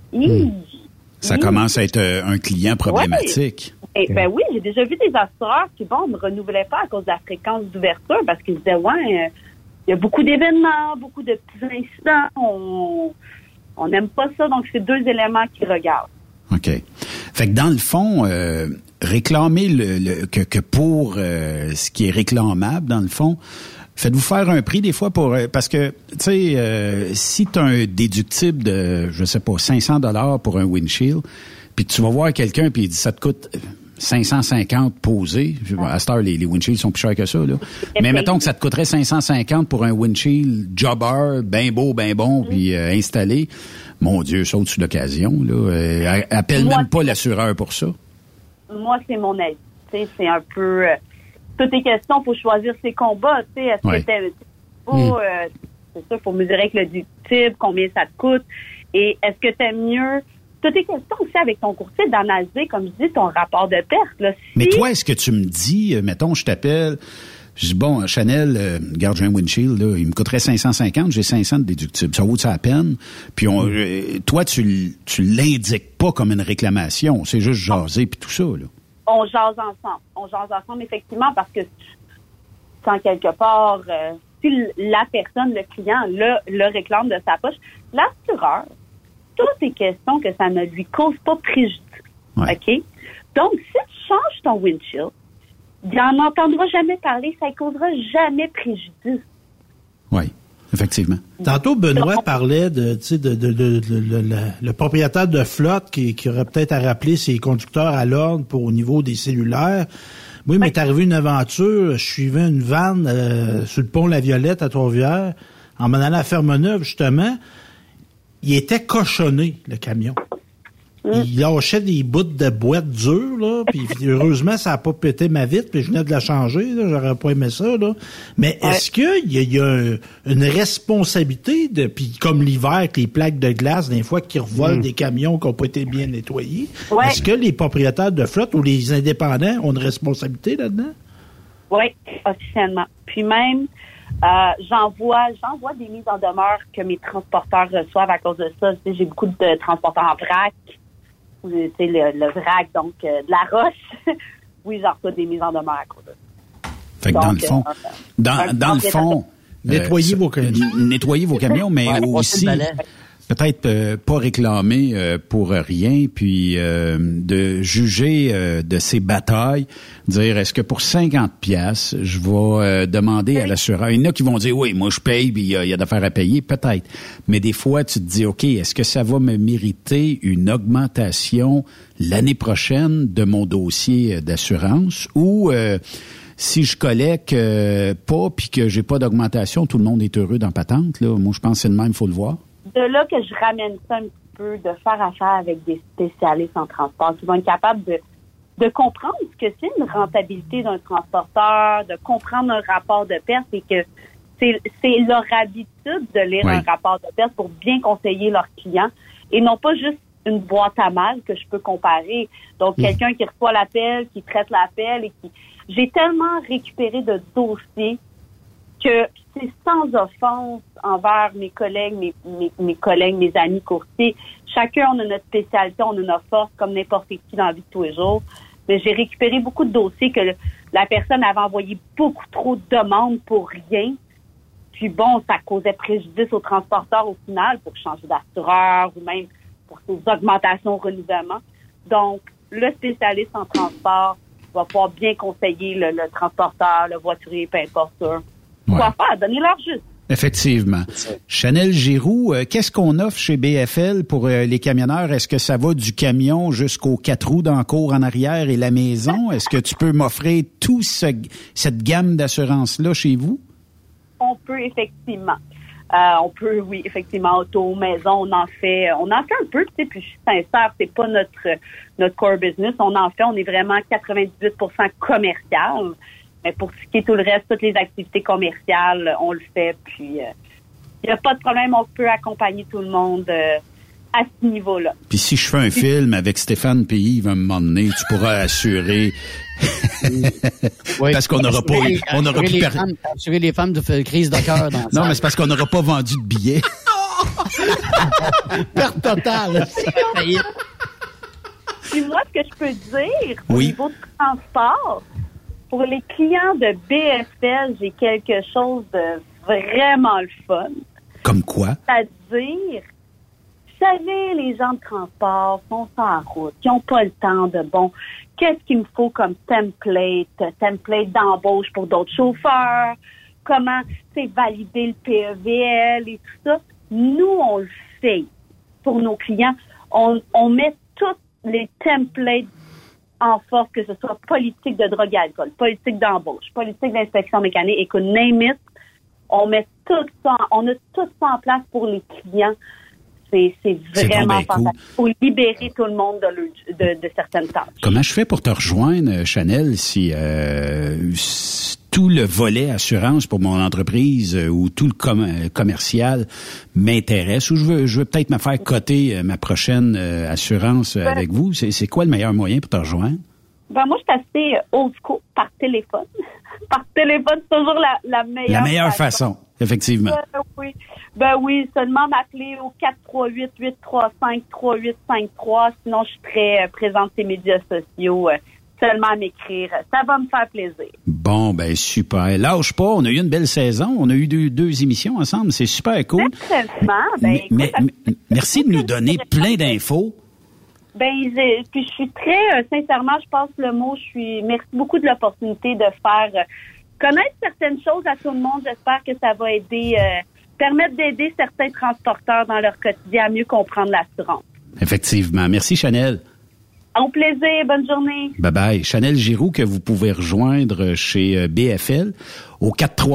Ça commence à être un client problématique. Oui, oui, j'ai déjà vu des assureurs qui, ne renouvelaient pas à cause de la fréquence d'ouverture parce qu'ils disaient, il y a beaucoup d'événements, beaucoup de petits incidents. On n'aime pas ça, donc c'est deux éléments qu'ils regardent. OK. Fait que dans le fond, réclamer que pour ce qui est réclamable, dans le fond, faites-vous faire un prix des fois parce que, tu sais, si tu as un déductible de, je sais pas, 500 $ pour un windshield, puis tu vas voir quelqu'un puis il dit ça te coûte 550 posé. À cette heure, les windshields sont plus chers que ça, là. Mais mettons que ça te coûterait 550 pour un windshield jobber, bien beau, bien bon, puis installé. Mon Dieu, saute sur l'occasion, là. Appelle même pas l'assureur pour ça. Moi, c'est mon avis. Tu sais, c'est un peu... toutes les questions, il faut choisir ses combats. Tu sais, est-ce que c'est ça, il faut mesurer avec le déductible, combien ça te coûte. Et est-ce que tu aimes mieux... Toutes les questions aussi avec ton courtier d'analyser, comme je dis, ton rapport de perte. Là. Mais toi, est-ce que tu me dis, mettons, je t'appelle, je dis, Chanel, regarde, j'ai un windshield, là, il me coûterait 550, j'ai 500 de déductible. Ça vaut ça la peine? Puis toi, tu l'indiques pas comme une réclamation, c'est juste jaser puis tout ça, là. On jase ensemble, effectivement, parce que sans quelque part, si la personne, le client, le réclame de sa poche, l'assureur, toutes les questions que ça ne lui cause pas préjudice. OK? Donc, si tu changes ton windshield, il n'en entendra jamais parler, ça ne causera jamais préjudice. Oui, effectivement. Tantôt, Benoît parlait de le propriétaire de flotte qui aurait peut-être à rappeler ses conducteurs à l'ordre au niveau des cellulaires. Moi, il m'est arrivé une aventure. Je suivais une vanne sur le pont La Violette à Trois-Rivières, en m'en allant à Fermeneuve, justement. Il était cochonné, le camion. Il lâchait des bouts de boîte dures, là, puis heureusement, ça a pas pété ma vitre, puis je venais de la changer, là, j'aurais pas aimé ça, là. Mais est-ce qu'il y a une responsabilité puis comme l'hiver, avec les plaques de glace, des fois, qui revolent des camions qui n'ont pas été bien nettoyés, est-ce que les propriétaires de flotte ou les indépendants ont une responsabilité là-dedans? Oui, officiellement. Puis même, j'envoie des mises en demeure que mes transporteurs reçoivent à cause de ça. Tu sais, j'ai beaucoup de transporteurs en vrac. Tu sais, le vrac, donc de la roche. Oui, j'en reçois des mises en demeure à cause de ça. Fait que donc, dans le fond, nettoyez vos camions, mais aussi peut-être pas réclamer pour rien, puis de juger de ces batailles, dire est-ce que pour 50 piastres, je vais demander à l'assureur. Il y en a qui vont dire oui, moi je paye, puis il y a d'affaires à payer, peut-être. Mais des fois, tu te dis OK, est-ce que ça va me mériter une augmentation l'année prochaine de mon dossier d'assurance ou si je collecte pas puis que j'ai pas d'augmentation, tout le monde est heureux dans patente là. Moi je pense que c'est le même, il faut le voir. De là que je ramène ça un petit peu, de faire affaire avec des spécialistes en transport qui vont être capables de comprendre ce que c'est une rentabilité d'un transporteur, de comprendre un rapport de perte et que c'est leur habitude de lire un rapport de perte pour bien conseiller leurs clients et non pas juste une boîte à mal que je peux comparer. Donc, quelqu'un qui reçoit l'appel, qui traite l'appel et qui... J'ai tellement récupéré de dossiers que c'est sans offense envers mes collègues, mes collègues, mes amis courtiers. Chacun, on a notre spécialité, on a notre force, comme n'importe qui dans la vie de tous les jours. Mais j'ai récupéré beaucoup de dossiers que la personne avait envoyé beaucoup trop de demandes pour rien. Puis bon, ça causait préjudice aux transporteurs au final pour changer d'assureur ou même pour ces augmentations au renouvellement. Donc, le spécialiste en transport va pouvoir bien conseiller le transporteur, le voiturier, peu importe ça. Quoi faire? Donnez-leur juste. Effectivement. Chanel Giroux, qu'est-ce qu'on offre chez BFL pour les camionneurs? Est-ce que ça va du camion jusqu'aux 4 roues dans le cours en arrière et la maison? Est-ce que tu peux m'offrir toute cette gamme d'assurance-là chez vous? On peut, effectivement. Oui, effectivement, auto, maison, on en fait un peu, tu sais, puis je suis sincère, c'est pas notre core business. On est vraiment 98% commercial. Mais pour ce qui est tout le reste, toutes les activités commerciales, on le fait. Puis, il n'y a pas de problème, on peut accompagner tout le monde à ce niveau-là. Puis si je fais un film avec Stéphane Pays, il va me m'emmener, tu pourras assurer. Parce qu'on n'aura pas... Assurer les femmes de crise de cœur. Non, mais c'est parce qu'on n'aura pas vendu de billets. Perte totale. Puis moi, ce que je peux dire, au niveau du transport, pour les clients de BFL, j'ai quelque chose de vraiment le fun. Comme quoi? C'est-à-dire, vous savez, les gens de transport sont en route, qui n'ont pas le temps de, qu'est-ce qu'il me faut comme template d'embauche pour d'autres chauffeurs, comment, valider le PEVL et tout ça. Nous, on le fait pour nos clients. On met tous les templates en force, que ce soit politique de drogue et alcool, politique d'embauche, politique d'inspection mécanique, écoute, name it, on met tout ça, on a tout ça en place pour les clients. C'est vraiment fantastique. Cool. Pour libérer tout le monde de certaines tâches. Comment je fais pour te rejoindre, Chanel, si tout le volet assurance pour mon entreprise ou tout le commercial m'intéresse, ou je veux peut-être me faire coter ma prochaine assurance avec vous? C'est quoi le meilleur moyen pour te rejoindre? Moi, je suis assez old school par téléphone. Par téléphone, c'est toujours la meilleure La meilleure façon, effectivement. Oui, seulement m'appeler au 438-835-3853. Sinon, je suis très présente sur les médias sociaux. Seulement à m'écrire. Ça va me faire plaisir. Bon, super. Lâche pas. On a eu une belle saison. On a eu deux émissions ensemble. C'est super cool. Merci de nous donner plein d'infos. Puis je suis très, sincèrement, je passe le mot, merci beaucoup de l'opportunité de faire connaître certaines choses à tout le monde. J'espère que ça va aider, permettre d'aider certains transporteurs dans leur quotidien à mieux comprendre l'assurance. Effectivement. Merci, Chanel. Au plaisir, bonne journée. Bye-bye. Chanel Giroux, que vous pouvez rejoindre chez BFL au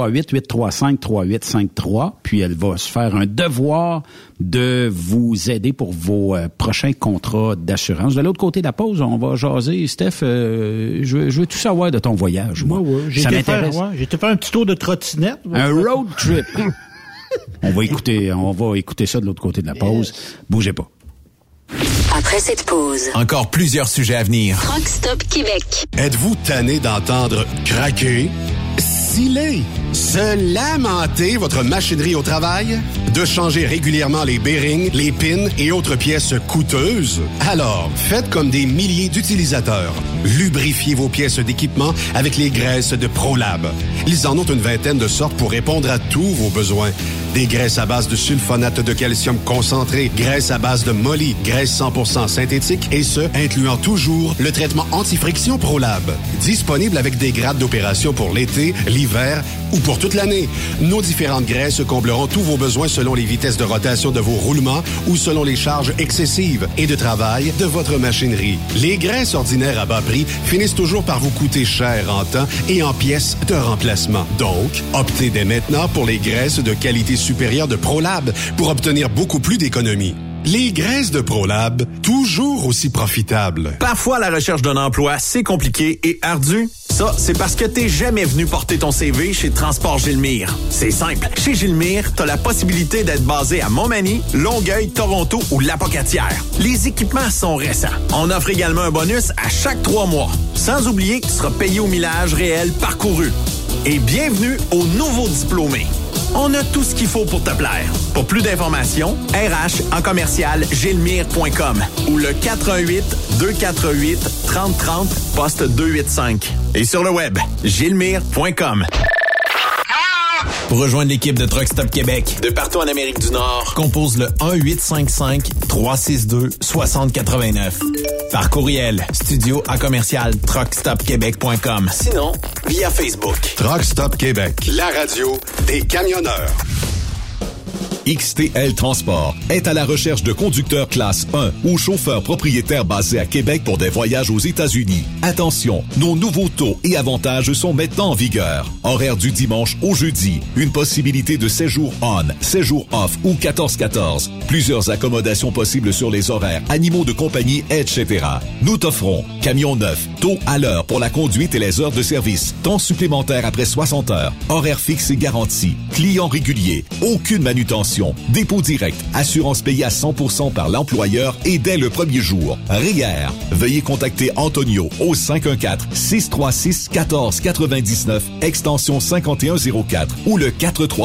438-835-3853. Puis elle va se faire un devoir de vous aider pour vos prochains contrats d'assurance. De l'autre côté de la pause, on va jaser. Steph, je veux tout savoir de ton voyage. Moi, ça m'intéresse. J'ai été faire un petit tour de trottinette. Un road trip. On va écouter ça de l'autre côté de la pause. Bougez pas. Après cette pause, encore plusieurs sujets à venir. Truck Stop Québec. Êtes-vous tanné d'entendre craquer, sciller, se lamenter votre machinerie au travail? De changer régulièrement les bearings, les pins et autres pièces coûteuses? Alors, faites comme des milliers d'utilisateurs. Lubrifiez vos pièces d'équipement avec les graisses de ProLab. Ils en ont une vingtaine de sortes pour répondre à tous vos besoins. Des graisses à base de sulfonate de calcium concentré, graisses à base de moly, graisse 100% synthétique et ce, incluant toujours le traitement anti-friction ProLab. Disponible avec des grades d'opération pour l'été, l'hiver ou pour toute l'année. Nos différentes graisses combleront tous vos besoins selon les vitesses de rotation de vos roulements ou selon les charges excessives et de travail de votre machinerie. Les graisses ordinaires à bas prix finissent toujours par vous coûter cher en temps et en pièces de remplacement. Donc, optez dès maintenant pour les graisses de qualité supérieure de ProLab pour obtenir beaucoup plus d'économies. Les graisses de ProLab, toujours aussi profitables. Parfois, la recherche d'un emploi, c'est compliqué et ardu. Ça, c'est parce que t'es jamais venu porter ton CV chez Transport Gilmire. C'est simple. Chez Gilmire, t'as la possibilité d'être basé à Montmagny, Longueuil, Toronto ou Lapocatière. Les équipements sont récents. On offre également un bonus à chaque 3 mois. Sans oublier que tu seras payé au millage réel parcouru. Et bienvenue aux nouveaux diplômés. On a tout ce qu'il faut pour te plaire. Pour plus d'informations, RH en commercial gilmire.com ou le 418-248-3030 poste 285. Et sur le web, gilmire.com. Pour rejoindre l'équipe de Truck Stop Québec, de partout en Amérique du Nord, compose le 1-855-362-6089. Par courriel, studio@truckstopquebec.com. Sinon, via Facebook. Truck Stop Québec, la radio des camionneurs. XTL Transport est à la recherche de conducteurs classe 1 ou chauffeurs propriétaires basés à Québec pour des voyages aux États-Unis. Attention, nos nouveaux taux et avantages sont maintenant en vigueur. Horaire du dimanche au jeudi. Une possibilité de séjour on, séjour off ou 14-14. Plusieurs accommodations possibles sur les horaires, animaux de compagnie, etc. Nous t'offrons camion neuf, taux à l'heure pour la conduite et les heures de service, temps supplémentaire après 60 heures, horaire fixe et garanti, client régulier, aucune manutention, dépôt direct, assurance payée à 100% par l'employeur et dès le premier jour. REER. Veuillez contacter Antonio au 514-636-1499, extension 5104 ou le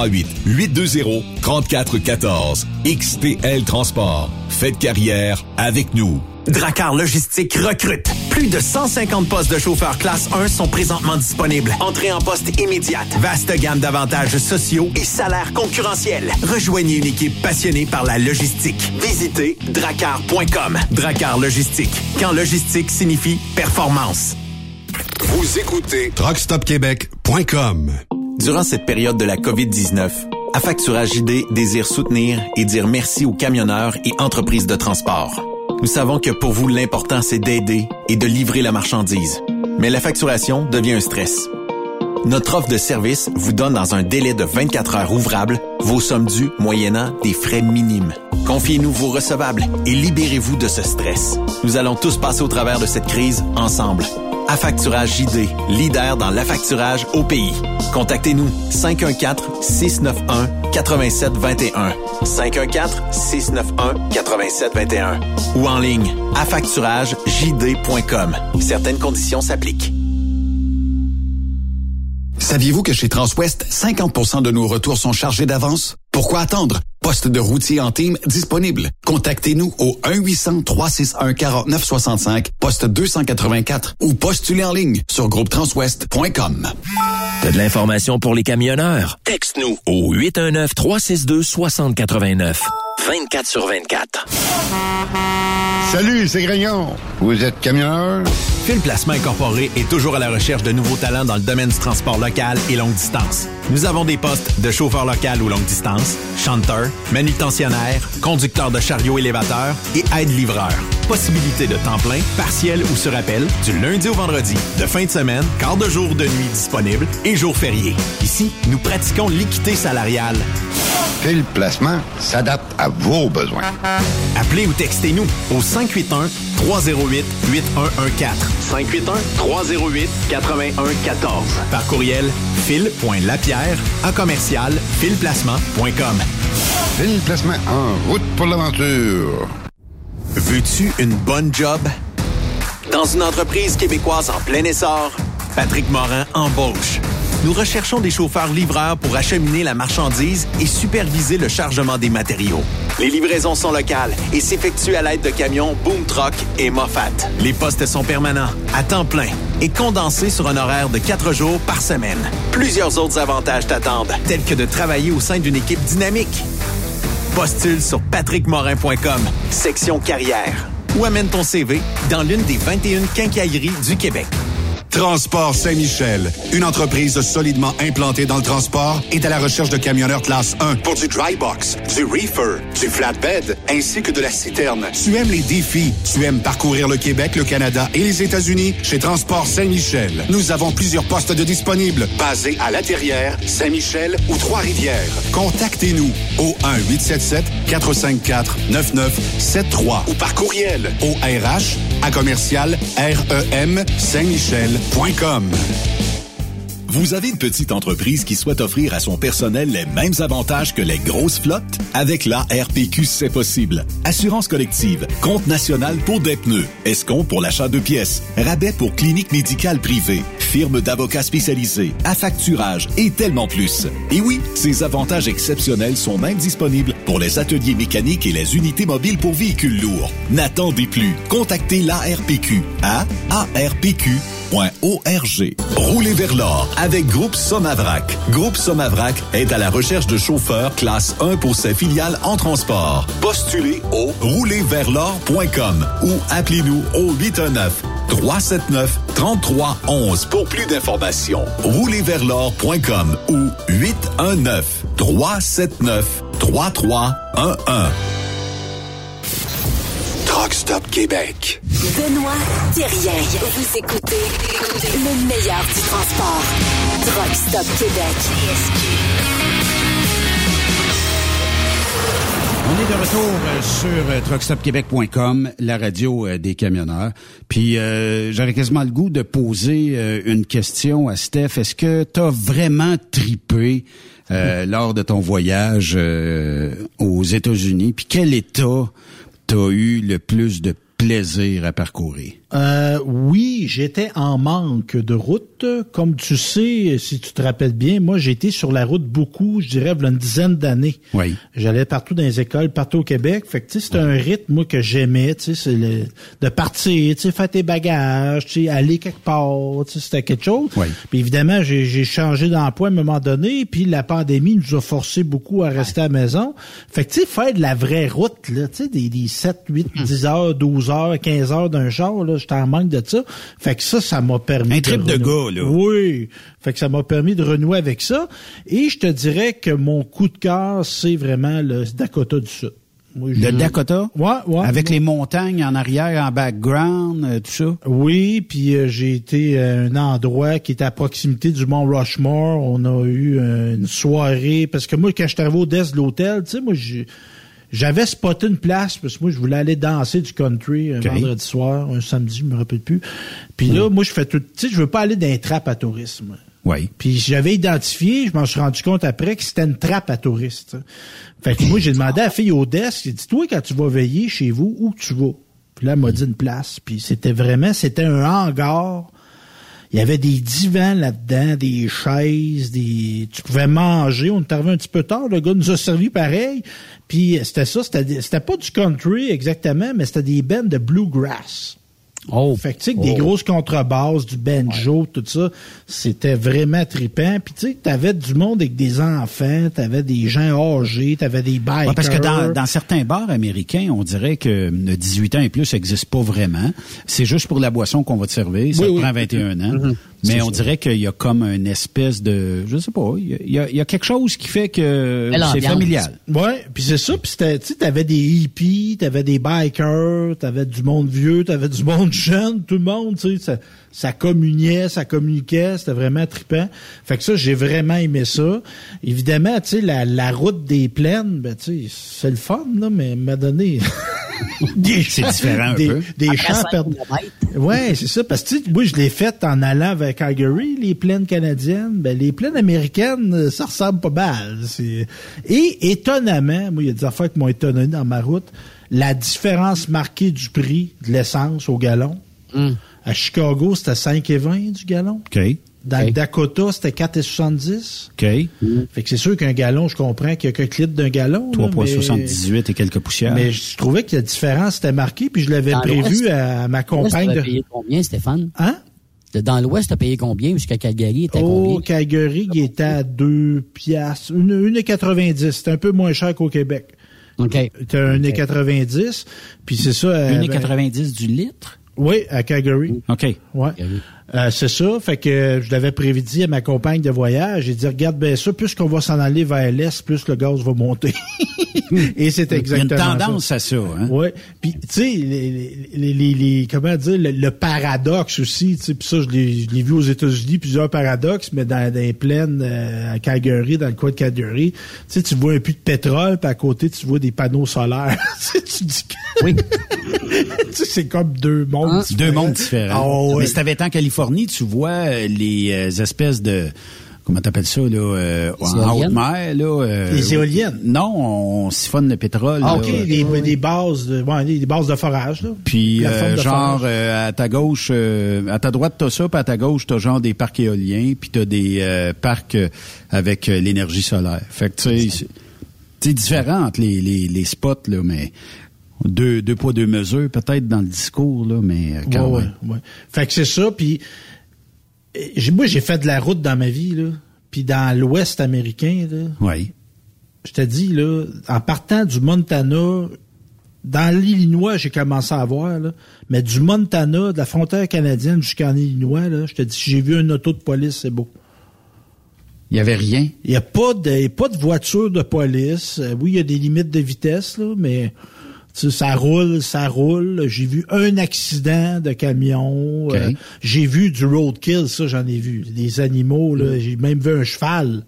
438-820-3414. XTL Transport. Faites carrière avec nous. Dracar Logistique recrute. Plus de 150 postes de chauffeurs classe 1 sont présentement disponibles. Entrée en poste immédiate. Vaste gamme d'avantages sociaux et salaires concurrentiels. Rejoignez une équipe passionnée par la logistique. Visitez dracar.com. Dracar Logistique. Quand logistique signifie performance. Vous écoutez truckstopquebec.com. Durant cette période de la COVID-19, Affacturage JD désire soutenir et dire merci aux camionneurs et entreprises de transport. Nous savons que pour vous, l'important, c'est d'aider et de livrer la marchandise. Mais la facturation devient un stress. Notre offre de service vous donne dans un délai de 24 heures ouvrables vos sommes dues moyennant des frais minimes. Confiez-nous vos recevables et libérez-vous de ce stress. Nous allons tous passer au travers de cette crise ensemble. Affacturage JD, leader dans l'affacturage au pays. Contactez-nous 514-691-8721. 514-691-8721. Ou en ligne, affacturagejd.com. Certaines conditions s'appliquent. Saviez-vous que chez Transwest, 50% de nos retours sont chargés d'avance? Pourquoi attendre? Poste de routier en team disponible. Contactez-nous au 1-800-361-4965, poste 284 ou postulez en ligne sur groupetranswest.com. T'as de l'information pour les camionneurs? Texte-nous au 819-362-6089. 24/24. Salut, c'est Grignon. Vous êtes camionneur? Fil Placement Incorporé est toujours à la recherche de nouveaux talents dans le domaine du transport local et longue distance. Nous avons des postes de chauffeur local ou longue distance, chanteur, manutentionnaire, conducteur de chariot élévateur et aide-livreur. Possibilité de temps plein, partiel ou sur appel, du lundi au vendredi, de fin de semaine, quart de jour de nuit disponible et jours fériés. Ici, nous pratiquons l'équité salariale. Fil Placement s'adapte à vos besoins. Appelez ou textez-nous au 581-308-8114. 581-308-8114. Par courriel, fil.lapierre@filplacement.com. Fil Placement en route pour l'aventure. Veux-tu une bonne job? Dans une entreprise québécoise en plein essor, Patrick Morin embauche. Nous recherchons des chauffeurs-livreurs pour acheminer la marchandise et superviser le chargement des matériaux. Les livraisons sont locales et s'effectuent à l'aide de camions Boom Truck et Moffat. Les postes sont permanents, à temps plein et condensés sur un horaire de 4 jours par semaine. Plusieurs autres avantages t'attendent, tels que de travailler au sein d'une équipe dynamique. Postule sur patrickmorin.com, section carrière, ou amène ton CV dans l'une des 21 quincailleries du Québec. Transport Saint-Michel, une entreprise solidement implantée dans le transport, est à la recherche de camionneurs classe 1 pour du dry box, du reefer, du flatbed, ainsi que de la citerne. Tu aimes les défis, tu aimes parcourir le Québec, le Canada et les États-Unis? Chez Transport Saint-Michel, nous avons plusieurs postes de disponibles, basés à La Terrière, Saint-Michel ou Trois-Rivières. Contactez-nous au 1-877-454-9973 ou par courriel au RH@REM-Saint-Michel.com. Vous avez une petite entreprise qui souhaite offrir à son personnel les mêmes avantages que les grosses flottes? Avec la RPQ, c'est possible. Assurance collective, compte national pour des pneus, escompte pour l'achat de pièces, rabais pour clinique médicale privée, firme d'avocats spécialisés, affacturage et tellement plus. Et oui, ces avantages exceptionnels sont même disponibles pour les ateliers mécaniques et les unités mobiles pour véhicules lourds. N'attendez plus. Contactez l'ARPQ à arpq.org. Roulez vers l'or avec Groupe Somavrac. Groupe Somavrac est à la recherche de chauffeurs classe 1 pour ses filiales en transport. Postulez au roulerversl'or.com ou appelez-nous au 819-379-3311 pour plus d'informations. Roulerversl'or.com ou 819-379-3311. Truck Stop Québec. Benoît Thérien. Vous écoutez le meilleur du transport. Truck Stop Québec. On est de retour sur truckstopquebec.com, la radio des camionneurs. Puis j'aurais quasiment le goût de poser une question à Steph. Est-ce que tu as vraiment tripé lors de ton voyage aux États-Unis? Puis quel état t'as eu le plus de plaisir à parcourir? Oui, j'étais en manque de route. Comme tu sais, si tu te rappelles bien, moi, j'ai été sur la route beaucoup, je dirais, il y a une dizaine d'années. Oui. J'allais partout dans les écoles, partout au Québec. Fait que, tu sais, c'était un rythme, moi, que j'aimais, tu sais, c'est de partir, tu sais, faire tes bagages, tu sais, aller quelque part, tu sais, c'était quelque chose. Oui. Puis évidemment, j'ai changé d'emploi à un moment donné, puis la pandémie nous a forcé beaucoup à rester à la maison. Fait que, tu sais, faire de la vraie route, là, tu sais, des 7, 8, 10 heures, 12 heures, 15 heures d'un char, là, j'étais en manque de ça. Fait que ça m'a permis un trip de gars, là. Oui. Fait que ça m'a permis de renouer avec ça. Et je te dirais que mon coup de cœur, c'est vraiment le Dakota du Sud. Oui, le Dakota? Ouais. Avec les montagnes en arrière, en background, tout ça? Oui, puis j'ai été à un endroit qui était à proximité du Mont Rushmore. On a eu une soirée, parce que moi, quand je suis arrivé au desk de l'hôtel, tu sais, moi, j'avais spoté une place, parce que moi, je voulais aller danser du country un vendredi soir, un samedi, je me rappelle plus. Puis là, moi, je fais tout, tu sais, je veux pas aller dans une trappe à tourisme. Oui. Puis j'avais identifié, je m'en suis rendu compte après que c'était une trappe à touristes. Fait que moi, j'ai demandé à la fille au desk, j'ai dit, toi, quand tu vas veiller chez vous, où tu vas? Puis là, elle m'a dit une place. Puis c'était un hangar. Il y avait des divans là-dedans, des chaises, tu pouvais manger. On est arrivé un petit peu tard, le gars nous a servi pareil. Puis c'était ça, c'était pas du country exactement, mais c'était des bands de bluegrass. Oh. Fait que tu sais, des grosses contrebasses, du banjo, tout ça, c'était vraiment trippant. Puis tu sais, t'avais du monde avec des enfants, t'avais des gens âgés, t'avais des bikers. Ouais, parce que dans certains bars américains, on dirait que 18 ans et plus n'existe pas vraiment. C'est juste pour la boisson qu'on va te servir. Ça te prend 21 ans. Mm-hmm. Mais on dirait qu'il y a comme une espèce de, je sais pas, il y a quelque chose qui fait que c'est familial. Ouais, puis c'est ça, puis tu sais, t'avais des hippies, t'avais des bikers, t'avais du monde vieux, t'avais du monde jeune, tout le monde, tu sais, ça communiait, ça communiquait, c'était vraiment trippant. Fait que ça, j'ai vraiment aimé ça. Évidemment, tu sais, la route des plaines, ben tu sais, c'est le fun, là, mais m'a donné c'est différent un peu. Des champs perdus. Ouais, c'est ça, parce que tu sais, moi je l'ai fait en allant vers Calgary, les plaines canadiennes, ben les plaines américaines, ça ressemble pas mal. Et étonnamment, moi il y a des affaires qui m'ont étonné dans ma route, la différence marquée du prix de l'essence au gallon. À Chicago, c'était 5,20 du gallon. OK. Dans le Dakota, c'était 4,70. OK. Fait que c'est sûr qu'un gallon, je comprends qu'il y a quelques litres d'un gallon. 3,78 et quelques poussières. Mais je trouvais que la différence était marquée, puis je l'avais prévu à ma compagne. Tu as payé combien, Stéphane? Hein? Dans l'Ouest, tu as payé combien? Jusqu'à Calgary, était combien? Oh, Calgary, il était à 2 piastres. 1,90. C'était un peu moins cher qu'au Québec. OK. C'était 1,90. Puis c'est ça. 1,90 du litre? Oui, à Calgary. OK. Ouais. C'est ça. Fait que je l'avais prédit à ma compagne de voyage. J'ai dit, regarde bien ça, plus qu'on va s'en aller vers l'Est, plus le gaz va monter. Et c'est exactement ça. Il y a une tendance à ça, hein? Oui. Puis, tu sais, les comment dire, le paradoxe aussi, tu sais, puis ça, je l'ai vu aux États-Unis, plusieurs paradoxes, mais dans les plaines à Calgary, dans le coin de Calgary, tu sais, tu vois un puits de pétrole, puis à côté, tu vois des panneaux solaires. Tu dis que... Oui. Tu sais, c'est comme deux mondes différents. Deux mondes différents. Oh, ouais. Mais si t'avais été en Californie, tu vois les espèces de... Comment t'appelles ça, là? En haute mer, là? Les éoliennes? Non, on siphonne le pétrole. Ah, OK, des bases de forage, là. Puis, genre, à ta gauche, à ta droite, t'as ça, puis à ta gauche, t'as genre des parcs éoliens, puis t'as des parcs avec l'énergie solaire. Fait que, tu sais, c'est différent entre les spots, là, mais... Deux poids, deux mesures, peut-être, dans le discours, là, mais quand même. Ouais. Fait que c'est ça, puis moi, j'ai fait de la route dans ma vie, là, puis dans l'Ouest américain, là. Oui. Je te dis, là, en partant du Montana, dans l'Illinois, j'ai commencé à voir, là, mais du Montana, de la frontière canadienne jusqu'en Illinois, là, je te dis, si j'ai vu un auto de police, c'est beau. Il y avait rien? Il y a pas de voiture de police. Oui, il y a des limites de vitesse, là, mais... Ça roule. J'ai vu un accident de camion. Okay. J'ai vu du roadkill, ça, j'en ai vu. Des animaux, là. J'ai même vu un cheval.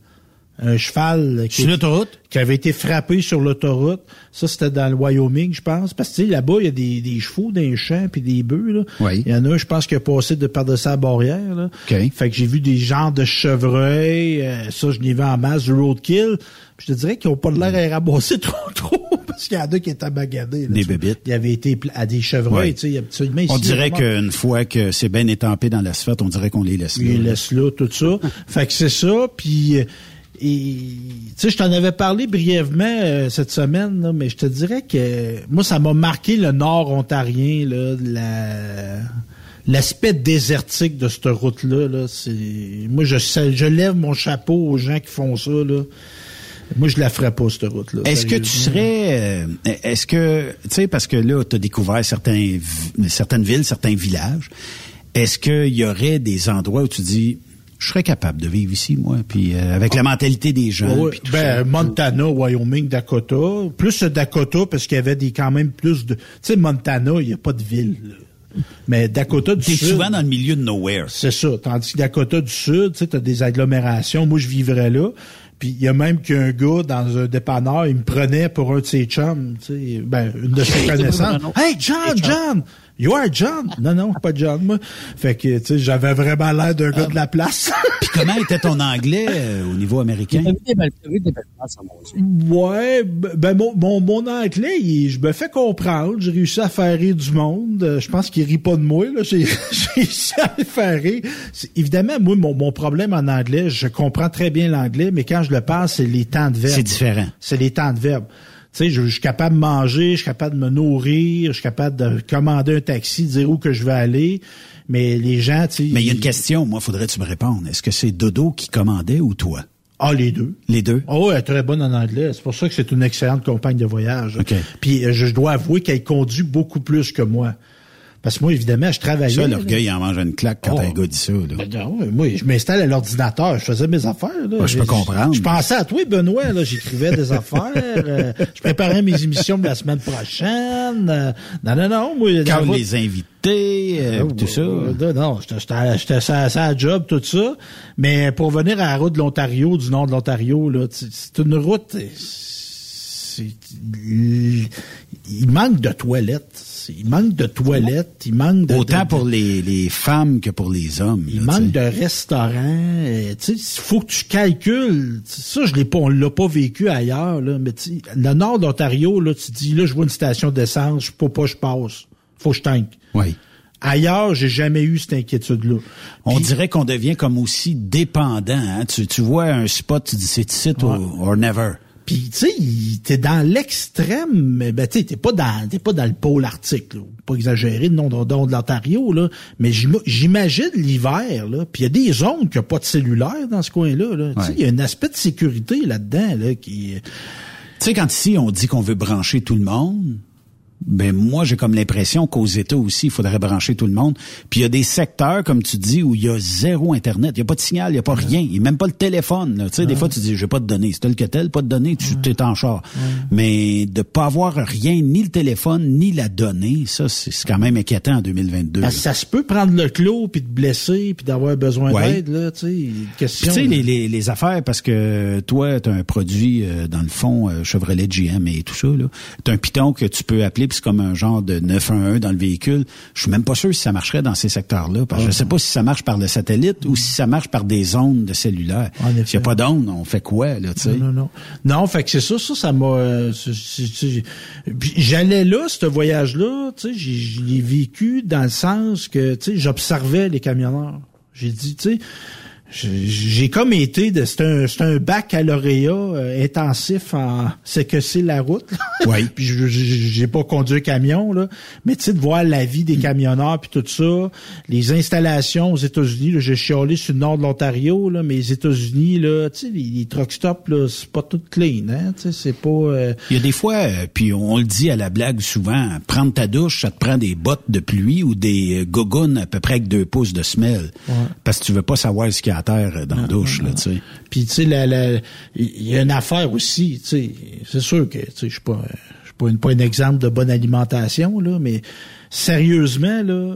Sur l'autoroute? Qui avait été frappé sur l'autoroute. Ça, c'était dans le Wyoming, je pense. Parce que, tu sais, là-bas, il y a des chevaux dans les champs puis des bœufs, là. Oui. Il y en a un, je pense, qui a passé de par-dessus la barrière, là. Okay. Fait que j'ai vu des genres de chevreuils. Ça, je l'ai vu en masse, du roadkill. Puis je te dirais qu'ils ont pas l'air à ramasser trop. Parce qu'il y en a qui étaient maganés. Des bébites. Il avait été à des chevreuils, oui. Tu sais, absolument. On dirait qu'une fois que c'est bien étampé dans l'asphalte, on dirait qu'on les laisse là. Ils les laissent là, tout ça. Fait que c'est ça, puis... Et tu sais, je t'en avais parlé brièvement cette semaine, là, mais je te dirais que moi, ça m'a marqué le nord ontarien, là, l'aspect désertique de cette route-là. Là, c'est moi, je lève mon chapeau aux gens qui font ça. Là. Moi, je la ferais pas, cette route-là. Est-ce que tu serais... est-ce que... Tu sais, parce que là, tu as découvert certaines villes, certains villages. Est-ce qu'il y aurait des endroits où tu dis... Je serais capable de vivre ici, moi, puis avec la mentalité des gens. Oui, Montana, Wyoming, Dakota. Plus Dakota, parce qu'il y avait quand même plus de... Tu sais, Montana, il n'y a pas de ville. Là. Mais Dakota du Sud... T'es souvent dans le milieu de nowhere. C'est ça. Tandis que Dakota du Sud, tu sais, t'as des agglomérations. Moi, je vivrais là. Puis il y a même qu'un gars dans un dépanneur, il me prenait pour un de ses chums, tu sais, une de ses connaissances. Hey, John! You are John? Non, pas John, moi. Fait que, tu sais, j'avais vraiment l'air d'un gars de la place. Puis comment était ton anglais au niveau américain? Ouais, mon anglais, je me fais comprendre. J'ai réussi à faire rire du monde. Je pense qu'il rit pas de moi, là. J'ai réussi à le faire rire. Évidemment, moi, mon problème en anglais, je comprends très bien l'anglais, mais quand je le parle, c'est les temps de verbe. C'est différent. C'est les temps de verbe. Tu sais, je suis capable de manger, je suis capable de me nourrir, je suis capable de commander un taxi, de dire où que je vais aller. Mais les gens, tu sais... Mais il y a une question, moi, faudrait que tu me répondes. Est-ce que c'est Dodo qui commandait ou toi? Ah, les deux. Les deux? Ah oui, elle est très bonne en anglais. C'est pour ça que c'est une excellente compagne de voyage. OK. Puis je dois avouer qu'elle conduit beaucoup plus que moi. Parce que moi, évidemment, je travaillais. Ça, l'orgueil en mange une claque quand un gars dit ça. Là. Ben non, moi, je m'installe à l'ordinateur, je faisais mes affaires. Là. Ben, je peux comprendre. Je pensais à toi, Benoît. Là, j'écrivais des affaires. Je préparais mes émissions de la semaine prochaine. Non. Moi, quand les invités, tout ça. Non, j'étais à la job, tout ça. Mais pour venir à la route de l'Ontario, du nord de l'Ontario, là, c'est une route... Il manque de toilettes. Il manque de toilettes. Il manque de... Autant pour les femmes que pour les hommes. Il manque de restaurants. Tu sais, il faut que tu calcules. Ça, on l'a pas vécu ailleurs, là. Mais le nord d'Ontario, là, tu dis, là, je vois une station d'essence, je peux pas, je passe. Faut que je tank. Oui. Ailleurs, j'ai jamais eu cette inquiétude-là. On dirait qu'on devient comme aussi dépendant. Hein? Tu vois un spot, tu dis c'est ici or never. Puis tu sais, t'es dans l'extrême, mais ben tu sais, t'es pas dans le pôle arctique, là. Pas exagéré le nom de l'Ontario, là. Mais j'imagine l'hiver, là. Puis il y a des zones qui n'ont pas de cellulaire dans ce coin-là, là. Tu sais, il y a un aspect de sécurité là-dedans, là, qui. Tu sais, quand ici on dit qu'on veut brancher tout le monde. Ben moi j'ai comme l'impression qu'aux États aussi il faudrait brancher tout le monde. Puis il y a des secteurs comme tu dis où il y a zéro internet, il y a pas de signal, il y a pas rien, il y a même pas le téléphone. Tu sais des fois tu dis j'ai pas de données, c'est tel que tel, pas de données, tu t'es en char. Mais de pas avoir rien, ni le téléphone ni la donnée, ça c'est quand même inquiétant en 2022. Parce que ça se peut prendre le clos puis te blesser puis d'avoir besoin d'aide là, tu sais, question. Tu sais les affaires parce que toi tu as un produit dans le fond Chevrolet GM et tout ça là, tu as un piton que tu peux appeler. C'est comme un genre de 911 dans le véhicule. Je suis même pas sûr si ça marcherait dans ces secteurs-là. Parce que je sais pas si ça marche par le satellite ou si ça marche par des ondes de cellulaire. S'il n'y a pas d'ondes, on fait quoi, là, tu sais? Non, fait que c'est ça m'a... J'allais là, ce voyage-là, tu sais, je l'ai vécu dans le sens que, tu sais, j'observais les camionneurs. J'ai dit, tu sais... J'ai comme été c'est un baccalauréat intensif en c'est que c'est la route. Oui. Puis j'ai pas conduit un camion là, mais tu sais de voir la vie des camionneurs puis tout ça, les installations aux États-Unis, là, j'ai chialé sur le nord de l'Ontario là, mais les États-Unis là, tu sais les truck stops là, c'est pas tout clean hein, tu sais c'est pas Il y a des fois puis on le dit à la blague souvent, prendre ta douche, ça te prend des bottes de pluie ou des gougounes à peu près avec 2 pouces de semelle. Ouais. Parce que tu veux pas savoir ce qu'il y a à terre dans la douche, là, tu sais. Puis, tu sais, il y a une affaire aussi, tu sais, c'est sûr que, tu sais, je suis pas un exemple de bonne alimentation, là, mais sérieusement, là,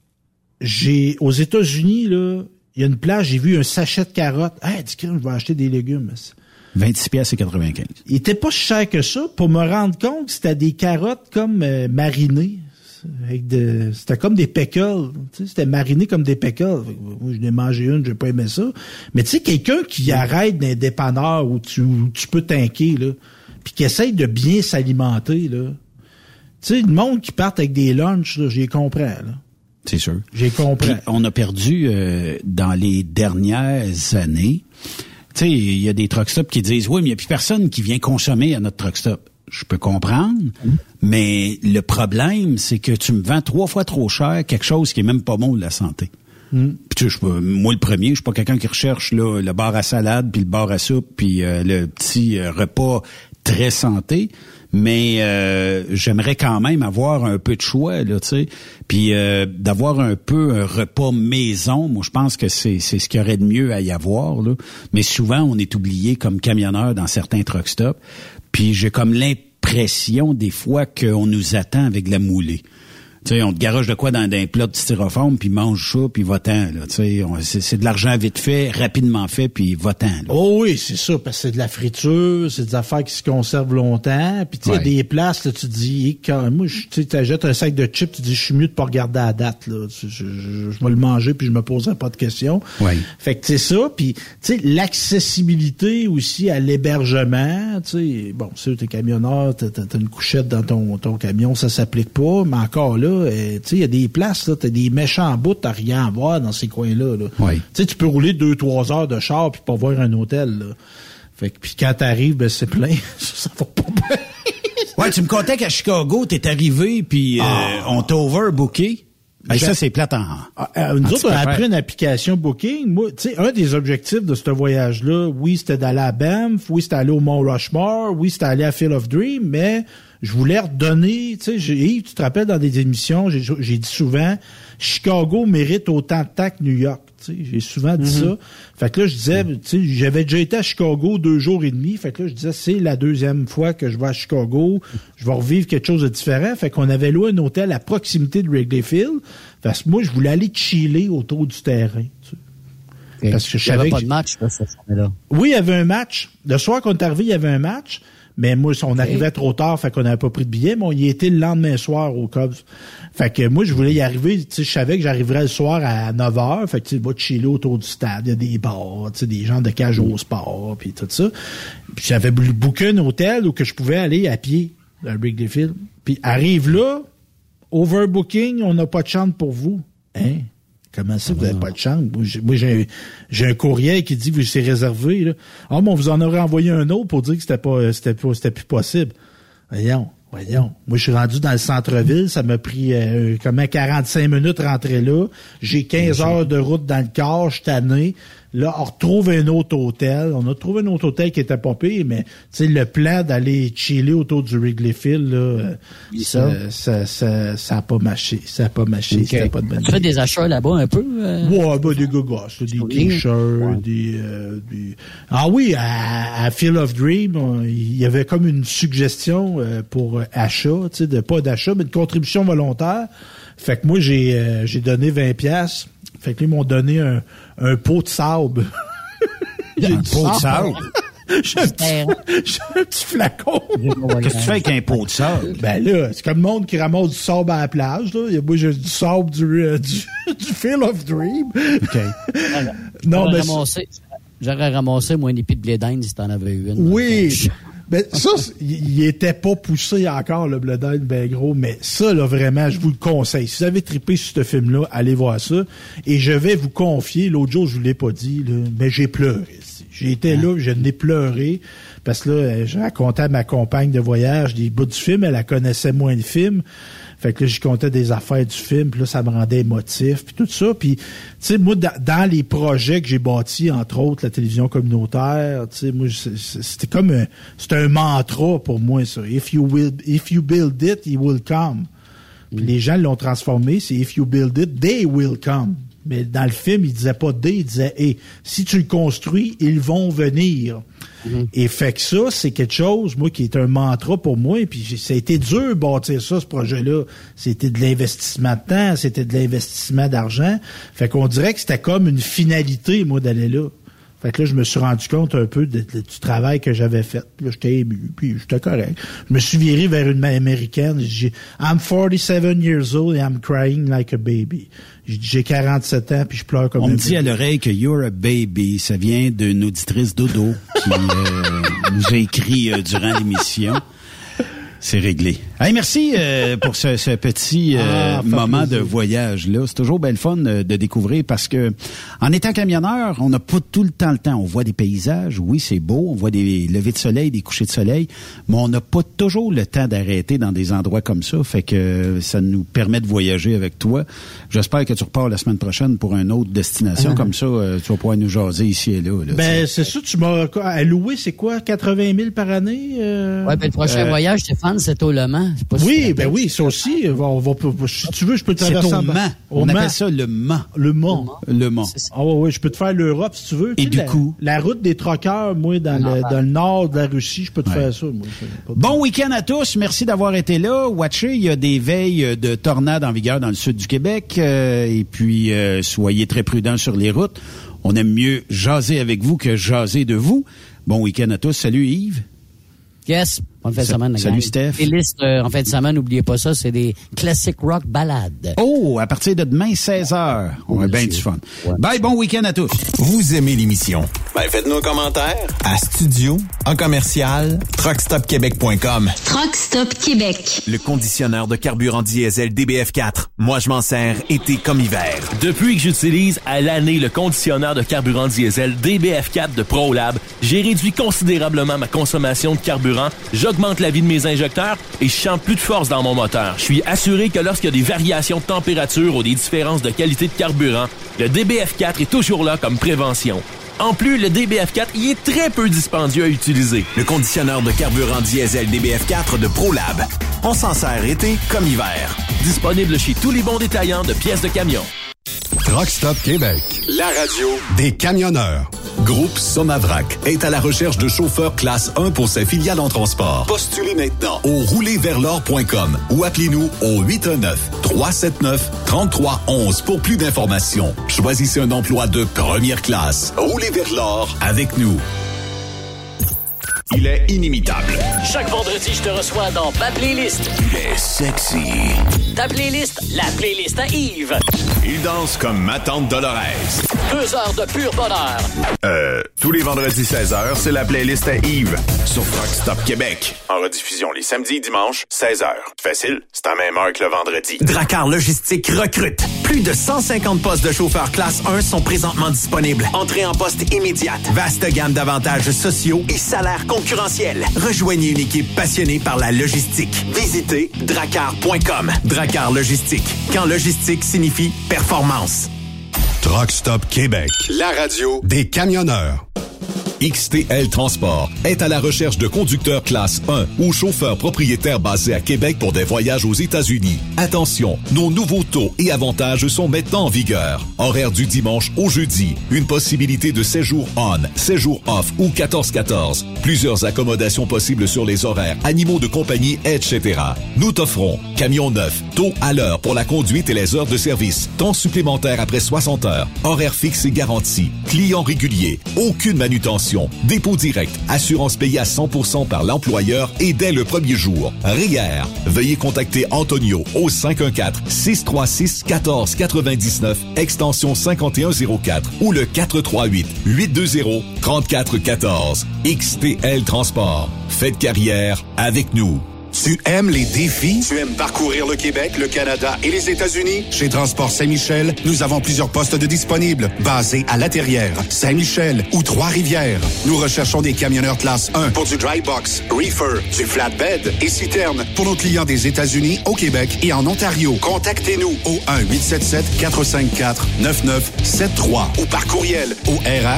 aux États-Unis, là, il y a une place, j'ai vu un sachet de carottes. Hey, dis que je vais acheter des légumes. 26,95 $. Il était pas si cher que ça pour me rendre compte que c'était des carottes comme marinées. C'était comme des pickles, tu sais, c'était mariné comme des pickles. Moi, je l'ai mangé une, j'ai pas aimé ça. Mais tu sais, quelqu'un qui arrête d'un dépanneur où tu peux tanker, là, puis qui essaye de bien s'alimenter, là. Tu sais, le monde qui part avec des lunchs, là, j'y comprends, là. C'est sûr. J'ai compris. On a perdu dans les dernières années. Tu sais, il y a des truck stops qui disent oui, mais il n'y a plus personne qui vient consommer à notre truck stop. Je peux comprendre, mais le problème, c'est que tu me vends 3 fois trop cher quelque chose qui est même pas bon de la santé. Puis tu sais, moi le premier, je suis pas quelqu'un qui recherche là, le bar à salade, puis le bar à soupe, puis le petit repas très santé, mais j'aimerais quand même avoir un peu de choix là, tu sais, puis d'avoir un peu un repas maison. Moi, je pense que c'est ce qu'il y aurait de mieux à y avoir là. Mais souvent, on est oublié comme camionneur dans certains truck stops. Puis j'ai comme l'impression des fois qu'on nous attend avec de la moulée. Tu sais, on te garoche de quoi dans un plat de styrofoam, puis mange ça, puis va-t'en, là. Tu sais, c'est de l'argent vite fait, rapidement fait, puis va-t'en, là. Oh oui, c'est ça, parce que c'est de la friture, c'est des affaires qui se conservent longtemps, puis tu sais, il y a des places, là, tu dis, quand moi, tu sais, t'achètes un sac de chips, tu dis, je suis mieux de pas regarder la date, là. Je vais le manger, puis je me poserai pas de questions. Ouais. Fait que c'est ça, puis tu sais, l'accessibilité aussi à l'hébergement, tu sais, bon, tu sais, t'es camionneur, t'as une couchette dans ton camion, ça s'applique pas, mais encore là, tu sais, il y a des places, là, t'as des méchants bouts, t'as rien à voir dans ces coins-là, là. Oui. Tu sais, tu peux rouler 2-3 heures de char puis pas voir un hôtel, là. Fait que, puis quand t'arrives, ben, c'est plein. Ça va pas bien. Ouais, tu me contais qu'à Chicago, t'es arrivé, puis on t'a overbooké. Ben, ça, c'est plate nous autres, on a pris une application Booking. Moi, tu sais, un des objectifs de ce voyage-là, oui, c'était d'aller à Banff, oui, c'était aller au Mont Rushmore, oui, c'était aller à Field of Dream, mais je voulais redonner, tu sais, Yves, tu te rappelles dans des émissions, j'ai dit souvent, Chicago mérite autant de temps que New York. Tu sais, j'ai souvent dit ça. Fait que là, je disais, tu sais, j'avais déjà été à Chicago 2 jours et demi. Fait que là, je disais, c'est la deuxième fois que je vais à Chicago. Je vais revivre quelque chose de différent. Fait qu'on avait loué un hôtel à proximité de Wrigley Field. Fait que moi, je voulais aller chiller autour du terrain. Tu sais. Parce que je savais il n'y avait pas de match, là, cette journée-là. Oui, il y avait un match. Le soir qu'on est arrivé, il y avait un match. Mais moi, on arrivait trop tard, fait qu'on n'avait pas pris de billet, mais on y était le lendemain soir au Cubs. Fait que moi, je voulais y arriver, tu sais, je savais que j'arriverais le soir à 9h, fait que tu vas chiller autour du stade, il y a des bars, tu sais, des gens de cage au sport, puis tout ça. Puis j'avais booké un hôtel où que je pouvais aller à pied à Wrigley Field. Puis arrive là, overbooking, on n'a pas de chambre pour vous. Hein? Comment ça, vous n'avez pas de chambre? Moi, j'ai un courriel qui dit que c'est réservé, là. Ah, mais on vous en aurait envoyé un autre pour dire que c'était plus possible. Voyons. Moi, je suis rendu dans le centre-ville. Ça m'a pris, 45 minutes rentrer là. J'ai 15 heures de route dans le corps. Je suis tanné. Là, on retrouve un autre hôtel. On a trouvé un autre hôtel qui était pas pire, mais, tu sais, le plan d'aller chiller autour du Wrigley Field, là, ça a pas marché. Ça a pas marché. Okay. C'était pas de bonne Tu fais des achats là-bas un peu? Ouais, des gogos, des t-shirts, des... Ah oui, à Field of Dream, il y avait comme une suggestion pour achat, tu sais, pas d'achat, mais de contribution volontaire. Fait que moi, j'ai donné 20$. Fait que là, ils m'ont donné un pot de sable. Un pot de sable? J'ai un petit flacon. Qu'est-ce que tu fais avec un pot de sable? Ben là, c'est comme le monde qui ramasse du sable à la plage, là. Moi, j'ai du sable du Field of Dream. OK. Non, mais j'aurais ramassé, moi, une épée de blé d'Inde si t'en avais eu une. Oui. Ben, ça, il était pas poussé encore, le blé d'Inde, ben gros, mais ça, là, vraiment, je vous le conseille. Si vous avez trippé sur ce film-là, allez voir ça. Et je vais vous confier, l'autre jour, je vous l'ai pas dit, là, mais j'ai pleuré. J'ai été là, je n'ai pleuré, parce que là, je racontais à ma compagne de voyage des bouts du film, elle connaissait moins le film. Fait que là, je comptais des affaires du film, puis là, ça me rendait émotif, puis tout ça. Puis, tu sais, moi, dans les projets que j'ai bâtis, entre autres, la télévision communautaire, tu sais, moi, c'était comme c'était un mantra pour moi, ça. If you build it, it will come. Puis les gens l'ont transformé, c'est if you build it, they will come. Mais dans le film, il disait pas they, il disait hey, si tu le construis, ils vont venir. Et fait que ça, c'est quelque chose, moi, qui est un mantra pour moi. Et puis ça a été dur de bâtir ça, ce projet-là. C'était de l'investissement de temps, c'était de l'investissement d'argent. Fait qu'on dirait que c'était comme une finalité, moi, d'aller là. Fait que là, je me suis rendu compte un peu du travail que j'avais fait. Puis là, j'étais ému, puis j'étais correct. Je me suis viré vers une américaine. J'ai I'm 47 years old and I'm crying like a baby. J'ai 47 ans, puis je pleure comme un bébé. On me dit dit à l'oreille que you're a baby. Ça vient d'une auditrice Dodo qui nous a écrit durant l'émission. C'est réglé. Hey, merci pour ce petit moment de voyage-là. C'est toujours bien le fun de découvrir parce que en étant camionneur, on n'a pas tout le temps. On voit des paysages, oui, c'est beau, on voit des levées de soleil, des couchers de soleil, mais on n'a pas toujours le temps d'arrêter dans des endroits comme ça. Fait que ça nous permet de voyager avec toi. J'espère que tu repars la semaine prochaine pour une autre destination. Comme ça, tu vas pouvoir nous jaser ici et là. Ben, c'est ça, tu m'as alloué, c'est quoi, 80 000 par année? Ouais, ben, le prochain voyage, Stéphane, c'est au Le Mans. Oui, ben oui, ça aussi. Si tu veux, je peux te traverser. C'est au Mans. On appelle ça le Mans. Le Mans. Le Mans. Ah ouais, je peux te faire l'Europe si tu veux. Et du coup? La route des troqueurs, moi, dans le nord de la Russie, je peux te faire ça. Moi, bon week-end à tous. Merci d'avoir été là. Watchez, il y a des veilles de tornades en vigueur dans le sud du Québec. Et puis, soyez très prudents sur les routes. On aime mieux jaser avec vous que jaser de vous. Bon week-end à tous. Salut Yves. Yes. Bonne fin de semaine, la gang. Salut Steph. Les listes en fin de semaine, n'oubliez pas ça, c'est des classic rock ballades. Oh, à partir de demain, 16h. On a bien du fun. Ouais. Bye, bon week-end à tous. Vous aimez l'émission? Ben, faites-nous un commentaire à studio@truckstopquebec.com. Truck Stop Québec. Le conditionneur de carburant diesel DBF4. Moi, je m'en sers été comme hiver. Depuis que j'utilise à l'année le conditionneur de carburant diesel DBF4 de ProLab, j'ai réduit considérablement ma consommation de carburant. Je j'augmente la vie de mes injecteurs et je sens plus de force dans mon moteur. Je suis assuré que lorsqu'il y a des variations de température ou des différences de qualité de carburant, le DBF4 est toujours là comme prévention. En plus, le DBF4 y est très peu dispendieux à utiliser. Le conditionneur de carburant diesel DBF4 de ProLab. On s'en sert été comme hiver. Disponible chez tous les bons détaillants de pièces de camion. Truck Stop Québec. La radio des camionneurs. Groupe Somavrac est à la recherche de chauffeurs classe 1 pour ses filiales en transport. Postulez maintenant au roulerversl'or.com ou appelez-nous au 819-379-3311 pour plus d'informations. Choisissez un emploi de première classe. Roulez vers l'or avec nous. Il est inimitable. Chaque vendredi, je te reçois dans ma playlist. Il est sexy. Ta playlist, la playlist à Yves. Il danse comme ma tante Dolores. 2 heures de pur bonheur. Tous les vendredis 16h, c'est la playlist à Yves sur Truck Stop Québec. En rediffusion les samedis et dimanches, 16h. Facile, c'est à même heure que le vendredi. Dracar Logistique recrute. Plus de 150 postes de chauffeurs classe 1 sont présentement disponibles. Entrée en poste immédiate. Vaste gamme d'avantages sociaux et salaires concurrentiels. Rejoignez une équipe passionnée par la logistique. Visitez dracar.com. Dracar Logistique. Quand logistique signifie performance. Truck Stop Québec. La radio des camionneurs. XTL Transport est à la recherche de conducteurs classe 1 ou chauffeurs propriétaires basés à Québec pour des voyages aux États-Unis. Attention, nos nouveaux taux et avantages sont maintenant en vigueur. Horaire du dimanche au jeudi. Une possibilité de 7 jours on, 7 jours off ou 14-14. Plusieurs accommodations possibles sur les horaires, animaux de compagnie, etc. Nous t'offrons camion neuf, taux à l'heure pour la conduite et les heures de service, temps supplémentaire après 60 heures, horaire fixe et garanti, client régulier, aucune manutention, dépôt direct, assurance payée à 100% par l'employeur et dès le premier jour. REER. Veuillez contacter Antonio au 514-636-1499, extension 5104 ou le 438-820-3414. XTL Transport. Faites carrière avec nous. Tu aimes les défis? Tu aimes parcourir le Québec, le Canada et les États-Unis? Chez Transport Saint-Michel, nous avons plusieurs postes de disponibles, basés à La Terrière, Saint-Michel ou Trois-Rivières. Nous recherchons des camionneurs classe 1 pour du dry box, reefer, du flatbed et citerne pour nos clients des États-Unis, au Québec et en Ontario. Contactez-nous au 1-877-454-9973 ou par courriel au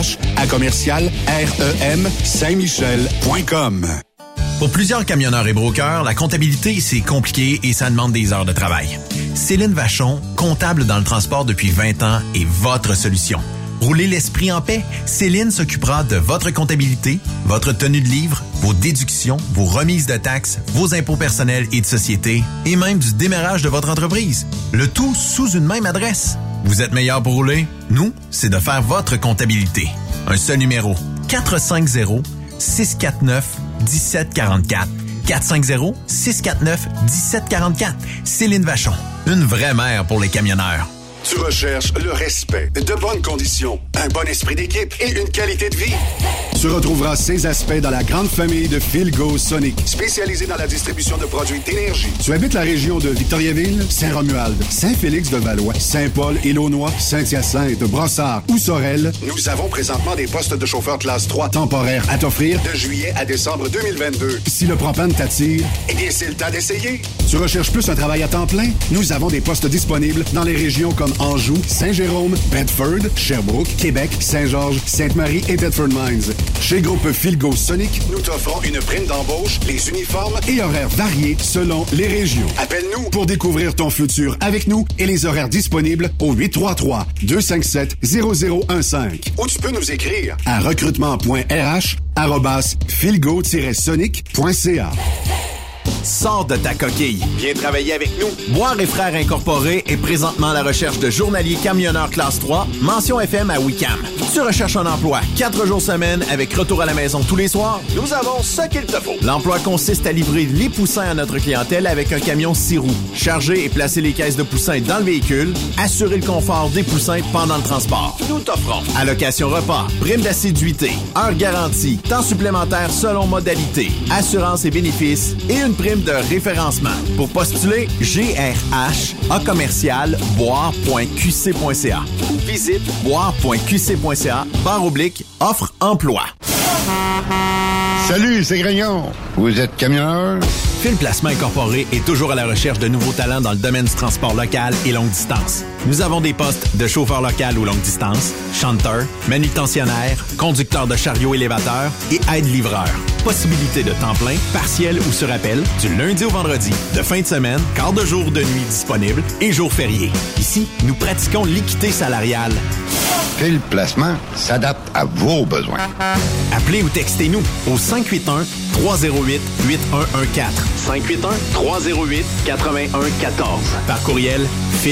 RH@remsaintmichel.com. Pour plusieurs camionneurs et brokers, la comptabilité, c'est compliqué et ça demande des heures de travail. Céline Vachon, comptable dans le transport depuis 20 ans, est votre solution. Roulez l'esprit en paix. Céline s'occupera de votre comptabilité, votre tenue de livre, vos déductions, vos remises de taxes, vos impôts personnels et de société, et même du démarrage de votre entreprise. Le tout sous une même adresse. Vous êtes meilleur pour rouler? Nous, c'est de faire votre comptabilité. Un seul numéro. 450-649-1744. 450-649-1744. Céline Vachon. Une vraie mère pour les camionneurs. Tu recherches le respect, de bonnes conditions, un bon esprit d'équipe et une qualité de vie. Tu retrouveras ces aspects dans la grande famille de Philgo Sonic, spécialisée dans la distribution de produits d'énergie. Tu habites la région de Victoriaville, Saint-Romuald, Saint-Félix-de-Valois, Saint-Paul, Île-aux-Noix, Saint-Hyacinthe, Brossard ou Sorel. Nous avons présentement des postes de chauffeur classe 3 temporaires à t'offrir de juillet à décembre 2022. Si le propane t'attire, eh bien, c'est le temps d'essayer. Tu recherches plus un travail à temps plein? Nous avons des postes disponibles dans les régions comme Anjou, Saint-Jérôme, Bedford, Sherbrooke, Québec, Saint-Georges, Sainte-Marie et Thetford Mines. Chez Groupe Philgo Sonic, nous t'offrons une prime d'embauche, les uniformes et horaires variés selon les régions. Appelle-nous pour découvrir ton futur avec nous et les horaires disponibles au 833-257-0015. Ou tu peux nous écrire à recrutement.rh@philgo-sonic.ca. Sors de ta coquille. Viens travailler avec nous. Boire et Frères Incorporés est présentement à la recherche de journaliers camionneurs classe 3, mention FM à Wicam. Tu recherches un emploi 4 jours semaine avec retour à la maison tous les soirs? Nous avons ce qu'il te faut. L'emploi consiste à livrer les poussins à notre clientèle avec un camion 6 roues. Charger et placer les caisses de poussins dans le véhicule. Assurer le confort des poussins pendant le transport. Nous t'offrons allocation repas, prime d'assiduité, heures garanties, temps supplémentaire selon modalité, assurance et bénéfices et une prime de référencement. Pour postuler, grh@boire.qc.ca. Visite boire.qc.ca/offre emploi. Salut, c'est Grignon. Vous êtes camionneur? Fil Placement Incorporé est toujours à la recherche de nouveaux talents dans le domaine du transport local et longue distance. Nous avons des postes de chauffeur local ou longue distance, chanteur, manutentionnaire, conducteur de chariot élévateur et aide-livreur. Possibilité de temps plein, partiel ou sur appel, du lundi au vendredi, de fin de semaine, quart de jour de nuit disponible et jours fériés. Ici, nous pratiquons l'équité salariale. Fil Placement s'adapte à vos besoins. Appelez ou textez-nous au 581-308-8114. 581-308-8114. Par courriel,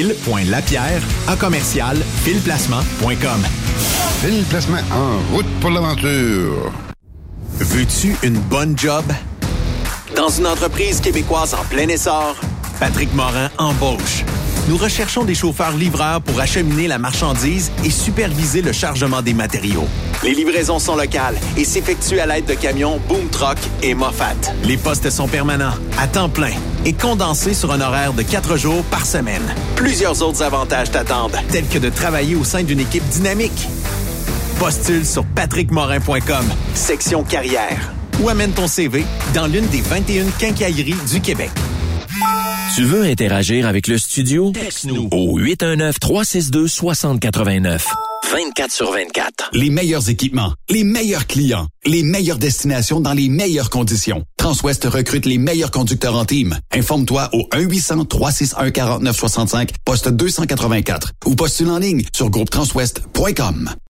fil.lapierre@filplacement.com. Fil Placement, en route pour l'aventure. Veux-tu une bonne job? Dans une entreprise québécoise en plein essor, Patrick Morin embauche. Nous recherchons des chauffeurs-livreurs pour acheminer la marchandise et superviser le chargement des matériaux. Les livraisons sont locales et s'effectuent à l'aide de camions Boom Truck et Moffat. Les postes sont permanents, à temps plein et condensés sur un horaire de 4 jours par semaine. Plusieurs autres avantages t'attendent, tels que de travailler au sein d'une équipe dynamique. Postule sur patrickmorin.com, section carrière, ou amène ton CV dans l'une des 21 quincailleries du Québec. Tu veux interagir avec le studio? Texte-nous au 819-362-6089. 24/24. Les meilleurs équipements, les meilleurs clients, les meilleures destinations dans les meilleures conditions. Transwest recrute les meilleurs conducteurs en team. Informe-toi au 1-800-361-4965, poste 284 ou postule en ligne sur groupetranswest.com.